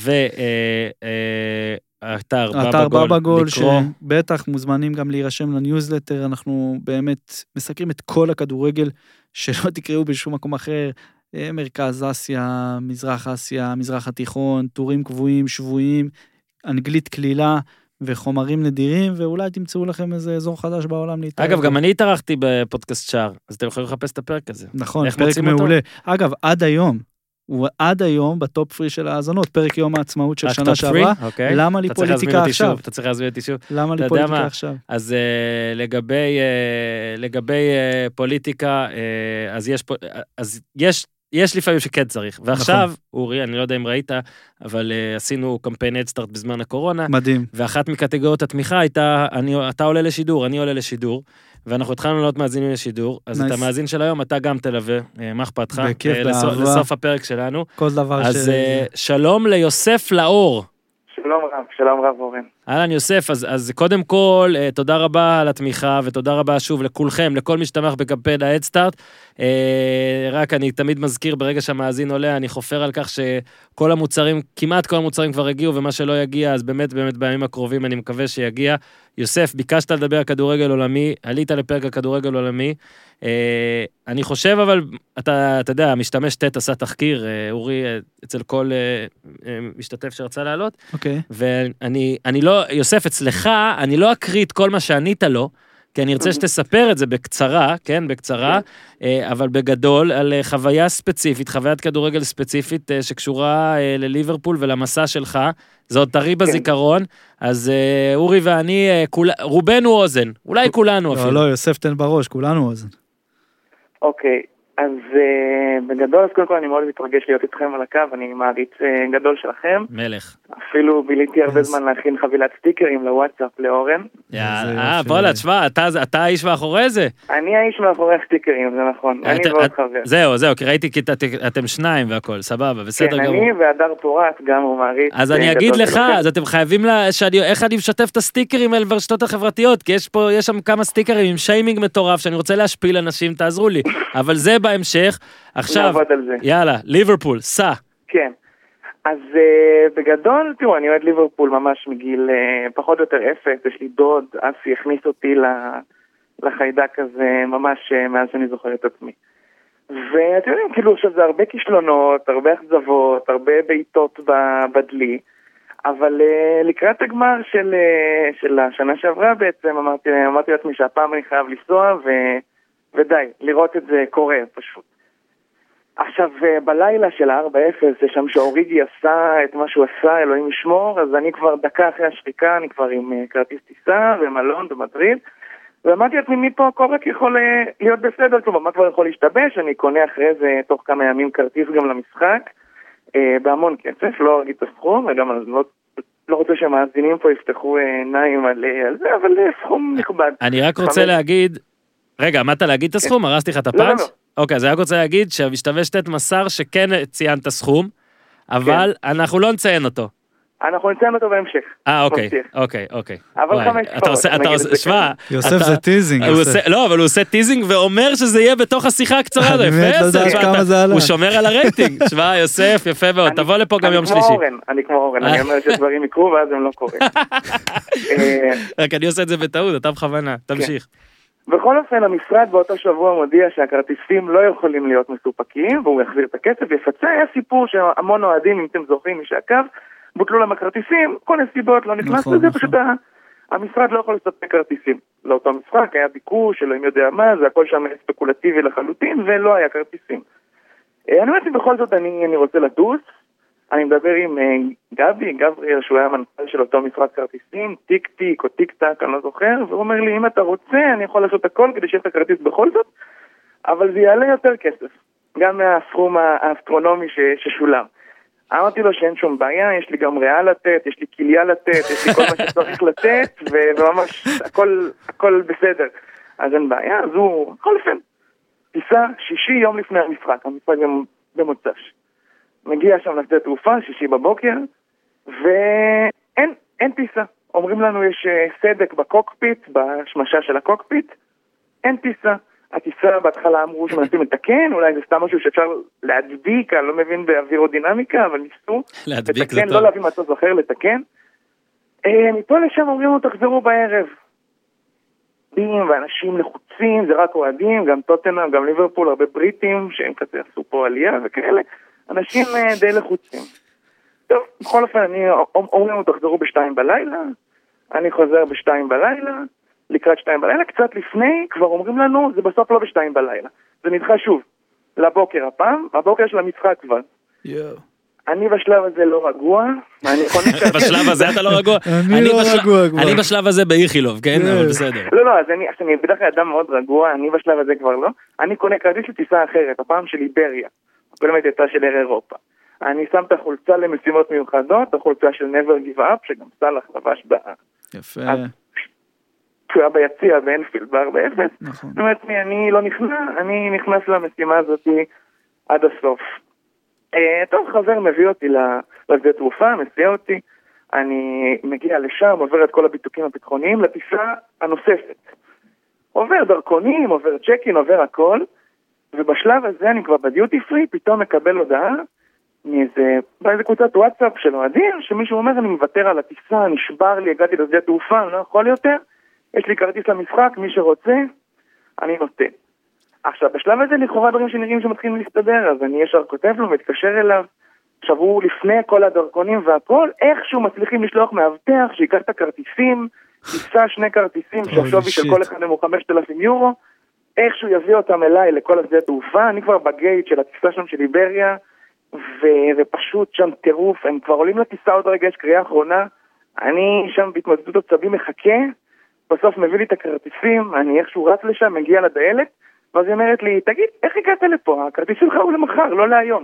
האתר בבגול, שבטח מוזמנים גם להירשם לניוזלטר, אנחנו באמת מסקרים את כל הכדורגל שלא תקראו בשום מקום אחר, מרכז אסיה, מזרח אסיה, מזרח התיכון, טורים קבועים, שבועים, אנגלית כלילה, וחומרים נדירים, ואולי תמצאו לכם איזה אזור חדש בעולם להתאהב. אגב, גם אני התארחתי בפודקאסט שער, אז אתם יכולים לחפש את הפרק הזה. נכון, פרק מעולה. אגב, עד היום בטופ פרי של האזנות, פרק יום העצמאות של שנה שעברה, למה לי פוליטיקה עכשיו? אתה צריך להזמין אותי שוב. למה לי פוליטיקה עכשיו? אז לגבי פוליטיקה, אז יש לפעמים שכן צריך. ועכשיו, אורי, אני לא יודע אם ראית, אבל עשינו קמפיין הדסטארט בזמן הקורונה. מדהים. ואחת מקטגוריות התמיכה הייתה, אתה עולה לשידור, אני עולה לשידור, ואנחנו התחלנו לעלות מאזינים לשידור, אז את המאזין של היום אתה גם תלווה, מה אכפתך? בכיף, באהבה. לסוף הפרק שלנו. כל דבר אז שלום ליוסף לאור. שלום רב אורן. אהלן יוסף, אז קודם כל, תודה רבה על התמיכה, ותודה רבה שוב לכולכם, לכל מי שתמך בקמפיין ההדסטארט. רק אני תמיד מזכיר, ברגע שהמאזין עולה, אני חופר על כך שכל המוצרים, כמעט כל המוצרים כבר הגיעו, ומה שלא יגיע, אז באמת בימים הקרובים אני מקווה שיגיע. יוסף, ביקשת לדבר על כדורגל עולמי, עלית לפרק הכדורגל עולמי. אני חושב, אבל אתה יודע, משתמש תת עשה תחקיר, אורי, אצל כל משתתף שרצה לעלות. אוקיי. ואני לא, יוסף, אצלך, אני לא אקריא את כל מה שענית לו, כי אני ארצה שתספר את זה בקצרה, כן, בקצרה, אבל בגדול, על חוויה ספציפית, חוויית כדורגל ספציפית, שקשורה לליברפול ולמסע שלך, זה עוד טרי בזיכרון, אז אורי ואני, רובנו אוזן, אולי כולנו אפילו. לא, יוסף תן בראש, כולנו אוזן. אוקיי, אז בגדול, אז קודם כל אני מאוד מתרגש להיות איתכם על הקו, אני מעריץ גדול שלכם. מלך. אפילו ביליתי הרבה זמן להכין חבילת סטיקרים לוואטסאפ לאורן. בואלה, תשמע, אתה האיש מאחורי זה. אני האיש מאחורי הסטיקרים, זה נכון. אני ועוד חבר. זהו, כי ראיתי כי אתם שניים והכל, סבבה, בסדר גמור. כן, אני והדר פורט, גם הוא מעריץ. אז אני אגיד לך, אז אתם חייבים, איך אני משתף את הסטיקרים האלה ברשתות החברתיות, כי יש שם כמה סטיקרים עם שיימינג מטורף, שאני רוצה להשפיל אנשים, תעזרו לי. אבל זה בהמשך. עכשיו, יאללה, ליברפול, סע. כן. אז בגדול, תראו, אני אוהד ליברפול ממש מגיל פחות או יותר 0, יש לי דוד, אסי הכניס אותי לחיידק הזה ממש מאז שאני זוכר את עצמי. ואתם יודעים, כאילו עכשיו זה הרבה כישלונות, הרבה אכזבות, הרבה בעיטות בדלי, אבל לקראת הגמר של השנה שעברה בעצם אמרתי לעצמי שהפעם אני חייב לנסוע ודי, לראות את זה קורה פשוט. עכשיו, בלילה של ה-4-0, זה שם שאוריגי עשה את מה שהוא עשה, אלוהים ישמור, אז אני כבר דקה אחרי השריקה, אני כבר עם כרטיס טיסה ומלון במדריד, ואמרתי לעצמי, מפה הכל רק יכול להיות בסדר, כלומר, מה כבר יכול להשתבש? אני קונה אחרי זה תוך כמה ימים כרטיס גם למשחק, בהמון כסף, לא אגיד את הסכום, וגם אני לא רוצה שהמאזינים פה יפתחו עיניים על זה, אבל סכום נכבד. אני רק רוצה להגיד, רגע, עמדת להגיד את הסכום? הרסתי לך את הפאנץ'? אוקיי, אז אני רק רוצה להגיד שהמשתמש תת מסר שכן ציינת סכום, אבל אנחנו לא נציין אותו. אנחנו נציין אותו בהמשך. אוקיי. אבל 5 ספרות. שמע, יוסף זה טיזינג. לא, אבל הוא עושה טיזינג ואומר שזה יהיה בתוך השיחה הקצרה. הוא שומר על הרייטינג. שמע, יוסף, יפה מאוד. תבוא לפה גם יום שלישי. אני כמו אורן, אני אומר שדברים יקרו ואז הם לא קורים. רק אני עושה את זה בטעות, אתה בכוונה. תמשיך. בכל אופן, המשרד באותו שבוע מודיע שהכרטיסים לא יכולים להיות מסופקים, והוא יחזיר את הכסף ויפצה. היה סיפור שהמון אוהדים, אם אתם זוכרים, מי שעקב, בוטלו להם הכרטיסים, כל נסיבות לא נכנס לזה, פשוט המשרד לא יכול לספק כרטיסים. לאותו משחק היה ביקוש, אלוהים יודע מה, זה הכל שם ספקולטיבי לחלוטין, ולא היה כרטיסים. אני אומרת, בכל זאת אני רוצה לטוס, אני מדבר עם גבריאל, שהוא היה מנכ"ל של אותו משרד כרטיסים, טיק טיק או טיק טק, אני לא זוכר, והוא אומר לי, אם אתה רוצה, אני יכול לעשות הכל כדי שיהיה את הכרטיס בכל זאת, אבל זה יעלה יותר כסף, גם מהסכום האסטרונומי ששולם. אמרתי לו שאין שום בעיה, יש לי גם ריאה לתת, יש לי כליה לתת, יש לי כל מה שצריך לתת, וממש הכל בסדר. אז אין בעיה, אז הוא, בכל אופן, טיסה 6 יום לפני המשחק גם במוצ"ש. מגיע שם לשדה תעופה, 6 בבוקר, ואין טיסה. אומרים לנו יש סדק בקוקפיט, בשמשה של הקוקפיט, אין טיסה. הטיסה בהתחלה אמרו שמנסים לתקן, אולי זה סתם משהו שאפשר להדביק, אני לא מבין באווירודינמיקה, אבל ניסו לתקן, לא להביא מטוס אחר לתקן. מפה לשם אומרים לנו תחזרו בערב. ואנשים לחוצים, זה רק אוהדים, גם טוטנהאם, גם ליברפול, הרבה בריטים, שהם כזה עשו פה עלייה וכאלה. אנשים די לחוצים. טוב, בכל אופן, אומרים לנו תחזרו ב2 בלילה, אני חוזר בשתיים בלילה, לקראת 2 בלילה, קצת לפני, כבר אומרים לנו, זה בסוף לא 2 בלילה. זה נדחה שוב, לבוקר הפעם, הבוקר של המשחק כבר. אני בשלב הזה לא רגוע, בשלב הזה אתה לא רגוע? אני לא רגוע כבר. אני בשלב הזה באיכילוב, כן? אבל בסדר. לא, אז אני בדרך כלל אדם מאוד רגוע, אני בשלב הזה כבר לא. אני קונה כרטיס לטיסה אחרת, הפעם של איבריה, הקודמת הייתה של אייר אירופה. אני שם את החולצה למשימות מיוחדות, החולצה של Never Give Up, שגם סלח לבש בה. יפה. הוא היה ביציע באנפילד ב4-0. נכון. זאת אומרת, אני לא נכנע, אני נכנס למשימה הזאת עד הסוף. טוב, חבר מביא אותי לשדה תעופה, מסיע אותי, אני מגיע לשם, עובר את כל הביטוקים הביטחוניים לטיסה הנוספת. עובר דרכונים, עובר צ'קין, עובר הכל, ובשלב הזה אני כבר בדיוטי פרי, פתאום מקבל הודעה באיזה קבוצת וואטסאפ של אוהדים, שמישהו אומר, אני מוותר על הטיסה, נשבר לי, הגעתי לשדה תעופה, אני לא יכול יותר, יש לי כרטיס למשחק, מי שרוצה, אני נותן. עכשיו, בשלב הזה לכאורה דברים שנראים שמתחילים להסתדר, אז אני ישר כותב לו, מתקשר אליו, עכשיו הוא לפני כל הדרכונים והכל, איכשהו מצליחים לשלוח מאבטח, שיקח את הכרטיסים, ייסע 2 כרטיסים, שהשווי של כל אחד הוא 5,000 יורו, איכשהו יביא אותם אליי לכל השדה תעופה, אני כבר בגייט של הטיסה שם של איבריה, ופשוט שם טירוף, הם כבר עולים לטיסה עוד רגע, יש קריאה אחרונה, אני שם בהתמודדות עצבים מחכה, בסוף מביא לי את הכרטיסים, אני איכשהו רץ לשם, מגיע לדיילת, ואז היא אומרת לי, תגיד, איך הגעת לפה? הכרטיס שלך הוא למחר, לא להיום.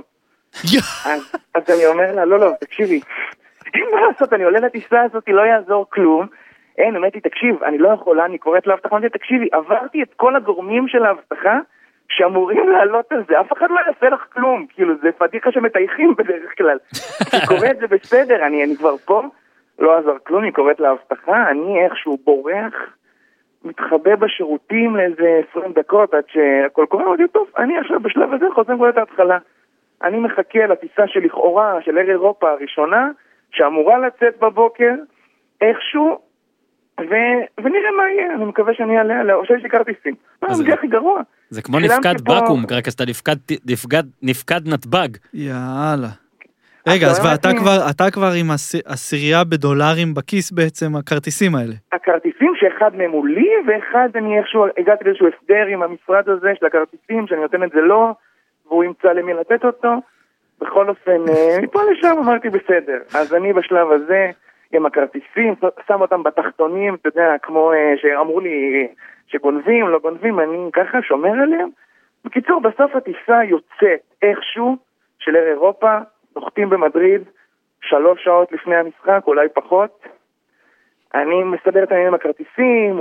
אז אני אומר לה, לא, תקשיבי, אין מה לעשות, אני עולה לטיסה הזאת, לא יעזור כלום. אין, אמרתי, תקשיב, אני לא יכולה, אני קוראת להבטחה, אמרתי, תקשיבי, עברתי את כל הגורמים של ההבטחה, שאמורים לעלות על זה, אף אחד לא יעשה לך כלום, כאילו, זה פתיחה שמתייחים בדרך כלל. היא קוראת זה בסדר, אני כבר פה, לא עזר כלום, היא קוראת להבטחה, אני איכשהו בורח, מתחבא בשירותים לאיזה 20 דקות, עד שהכל קורה, עוד טוב, אני עכשיו בשלב הזה חוזר כבר את ההתחלה. אני מחכה לטיסה שלכאורה, של אייר אירופה הראשונה, שאמורה לצאת בבוקר, איכשהו, ונראה מה יהיה, אני מקווה שאני אעלה עליה, או שיש לי כרטיסים. זה הכי גרוע. זה כמו נפקד בקום, רק שאתה נפקד נתב"ג. יאללה. רגע, אז אתה כבר עם $10 בכיס בעצם, הכרטיסים האלה. הכרטיסים שאחד מהם הוא לי, ואחד אני איכשהו הגעתי לאיזשהו הסדר עם המשרד הזה של הכרטיסים, שאני נותן את זה לו, והוא ימצא למי לתת אותו. בכל אופן, מפה לשם אמרתי בסדר. אז אני בשלב הזה, עם הכרטיסים, שם אותם בתחתונים, אתה יודע, כמו שאמרו לי שגונבים, לא גונבים, אני ככה שומר עליהם. בקיצור, בסוף הטיסה יוצאת איכשהו של אייר אירופה, נוחתים במדריד, 3 שעות לפני המשחק, אולי פחות. אני מסדר את העניין עם הכרטיסים,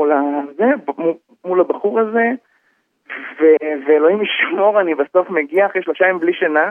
מול הבחור הזה, ואלוהים ישמור, אני בסוף מגיע אחרי 3 ימים בלי שינה,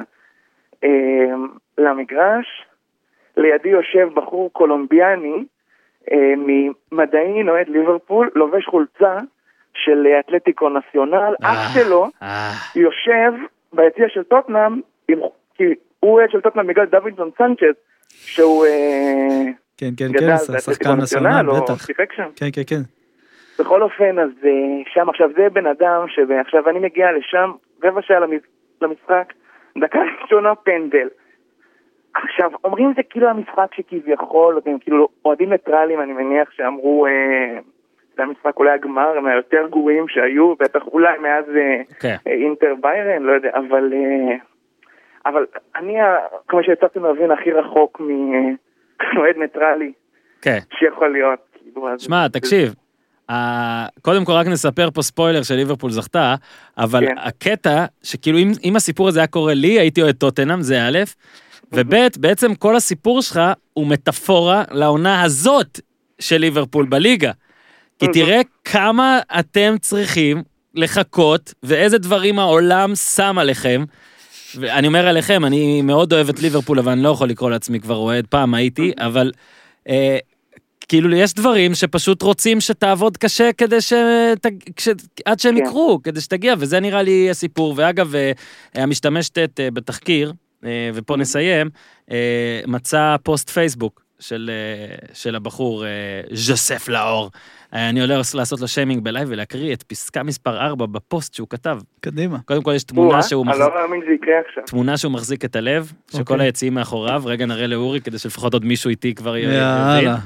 למגרש, לידי יושב בחור קולומביאני, ממדעי נועד ליברפול, לובש חולצה של אתלטיקו נציונל, אח שלו יושב ביציע של טוטנהאם, כי הוא של טוטנהאם בגלל דוידסון סנצ'ז, שהוא גדל באתלטיקו נציונל, או שיחק שם. כן. בכל אופן, אז שם עכשיו זה בן אדם, שעכשיו אני מגיע לשם, 15 שעה למשחק, דקה ראשונה פנדל. עכשיו, אומרים זה כאילו המשחק שכביכול, אתם כאילו אוהדים ניטרלים, אני מניח שאמרו, זה המשחק אולי הגמר, מהיותר גרועים שהיו, בטח אולי מאז אינטר ביירן, לא יודע, אבל אני, כמו שהצלחתי להבין, הכי רחוק מאוהד ניטרלי שיכול להיות. שמע, תקשיב, קודם כל רק נספר פה ספוילר של ליברפול זכתה, אבל הקטע שכאילו אם הסיפור הזה היה קורה לי, הייתי אוהד טוטנהאם, זה א', וב' בעצם כל הסיפור שלך הוא מטאפורה לעונה הזאת של ליברפול בליגה. כי תראה כמה אתם צריכים לחכות, ואיזה דברים העולם שם עליכם, ואני אומר עליכם, אני מאוד אוהב את ליברפול, אבל אני לא יכול לקרוא לעצמי כבר אוהד, פעם הייתי, אבל כאילו יש דברים שפשוט רוצים שתעבוד קשה כדי עד שהם יקרו, כדי שתגיע, וזה נראה לי הסיפור, ואגב, המשתמשת בתחקיר, ופה נסיים, מצא פוסט פייסבוק של הבחור ז'וסף לאור. אני הולך לעשות לו שיימינג בלייב ולהקריא את פסקה מספר 4 בפוסט שהוא כתב. קדימה. קודם כל יש תמונה שהוא מחזיק, אני לא מאמין שזה יקרה עכשיו. תמונה שהוא מחזיק את הלב, שכל היציאים מאחוריו, רגע נראה לאורי כדי שלפחות עוד מישהו איתי כבר יבין. יאללה.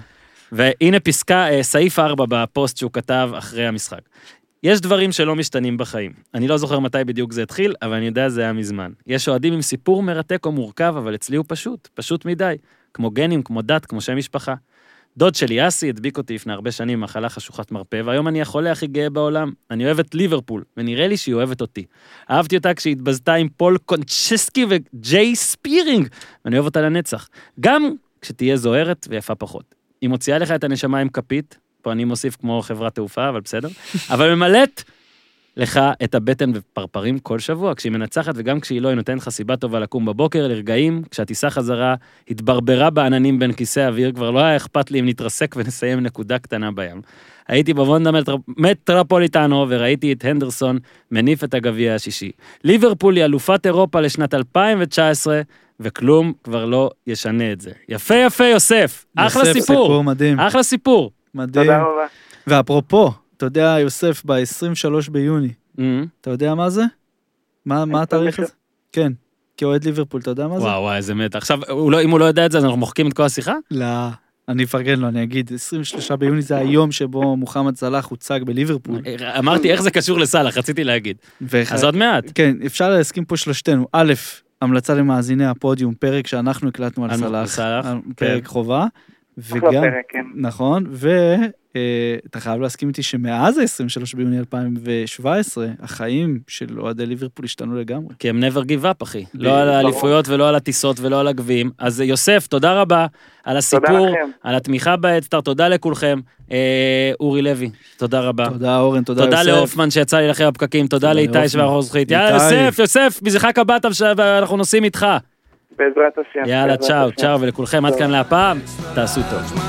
והנה פסקה, סעיף 4 בפוסט שהוא כתב אחרי המשחק. יש דברים שלא משתנים בחיים. אני לא זוכר מתי בדיוק זה התחיל, אבל אני יודע זה היה מזמן. יש אוהדים עם סיפור מרתק או מורכב, אבל אצלי הוא פשוט מדי. כמו גנים, כמו דת, כמו שם משפחה. דוד שלי אסי הדביק אותי לפני הרבה שנים מחלה חשוכת מרפא, והיום אני החולה הכי גאה בעולם. אני אוהב את ליברפול, ונראה לי שהיא אוהבת אותי. אהבתי אותה כשהיא התבזתה עם פול קונצ'סקי וג'יי ספירינג, ואני אוהב אותה לנצח. גם כשתהיה זוהרת ויפה פחות. היא מוציאה לך את הנשמה עם כפית, פה אני מוסיף כמו חברת תעופה, אבל בסדר, אבל ממלאת לך את הבטן ופרפרים כל שבוע, כשהיא מנצחת וגם כשהיא לא, היא נותנת לך סיבה טובה לקום בבוקר, לרגעים, כשהטיסה חזרה, התברברה בעננים בין כיסא האוויר, כבר לא היה אכפת לי אם נתרסק ונסיים נקודה קטנה בים. הייתי בוונדה מטרופוליטנו, וראיתי את הנדרסון מניף את הגביע השישי. ליברפול היא אלופת אירופה לשנת 2019, וכלום כבר לא ישנה את זה. יפה יפה יוסף, אחלה סיפור, אחלה סיפור. מדהים. תודה רבה. ואפרופו, אתה יודע, יוסף, ב-23 ביוני, אתה יודע מה זה? מה התאריך הזה? כן, כאוהד ליברפול, אתה יודע מה זה? וואו, איזה מת. עכשיו, אם הוא לא יודע את זה, אז אנחנו מוחקים את כל השיחה? לא, אני אפרגן לו, אני אגיד, 23 ביוני זה היום שבו מוחמד סלאח הוצג בליברפול. אמרתי, איך זה קשור לסלאח, רציתי להגיד. אז עוד מעט. כן, אפשר להסכים פה שלושתנו. א', המלצה למאזיני הפודיום, פרק שאנחנו הקלטנו על סלאח, פרק חובה. וגם, נכון, ואתה חייב להסכים איתי שמאז ה-23 ביוני 2017, החיים של אוהדי ליברפול השתנו לגמרי. כי הם never give up, אחי. לא על האליפויות ולא על הטיסות ולא על הגביעים. אז יוסף, תודה רבה על הסיפור, על התמיכה בהדסטארט, תודה לכולכם. אורי לוי, תודה רבה. תודה אורן, תודה יוסף. תודה לאופמן שיצא לי אחרי הפקקים, תודה לאיתי שבאחור זכית. יאללה, יוסף, מזרחק הבטב ואנחנו נוסעים איתך. בעזרת השם. יאללה, צ'או, צ'או, ולכולכם עד כאן להפעם, תעשו טוב.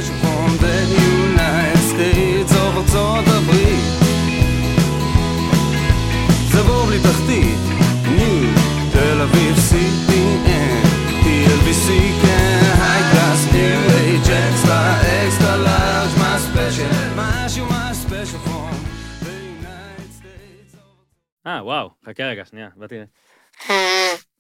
זה בור בלי תחתית, ניו, תל אביב, CPN, TLBC, כן, היי קלאס, ניו, אקסטרה, אקסטרה לארג', מה ספיישל, משהו, מה ספיישל פרום, the United States. וואו, חכה רגע, שנייה, באתי...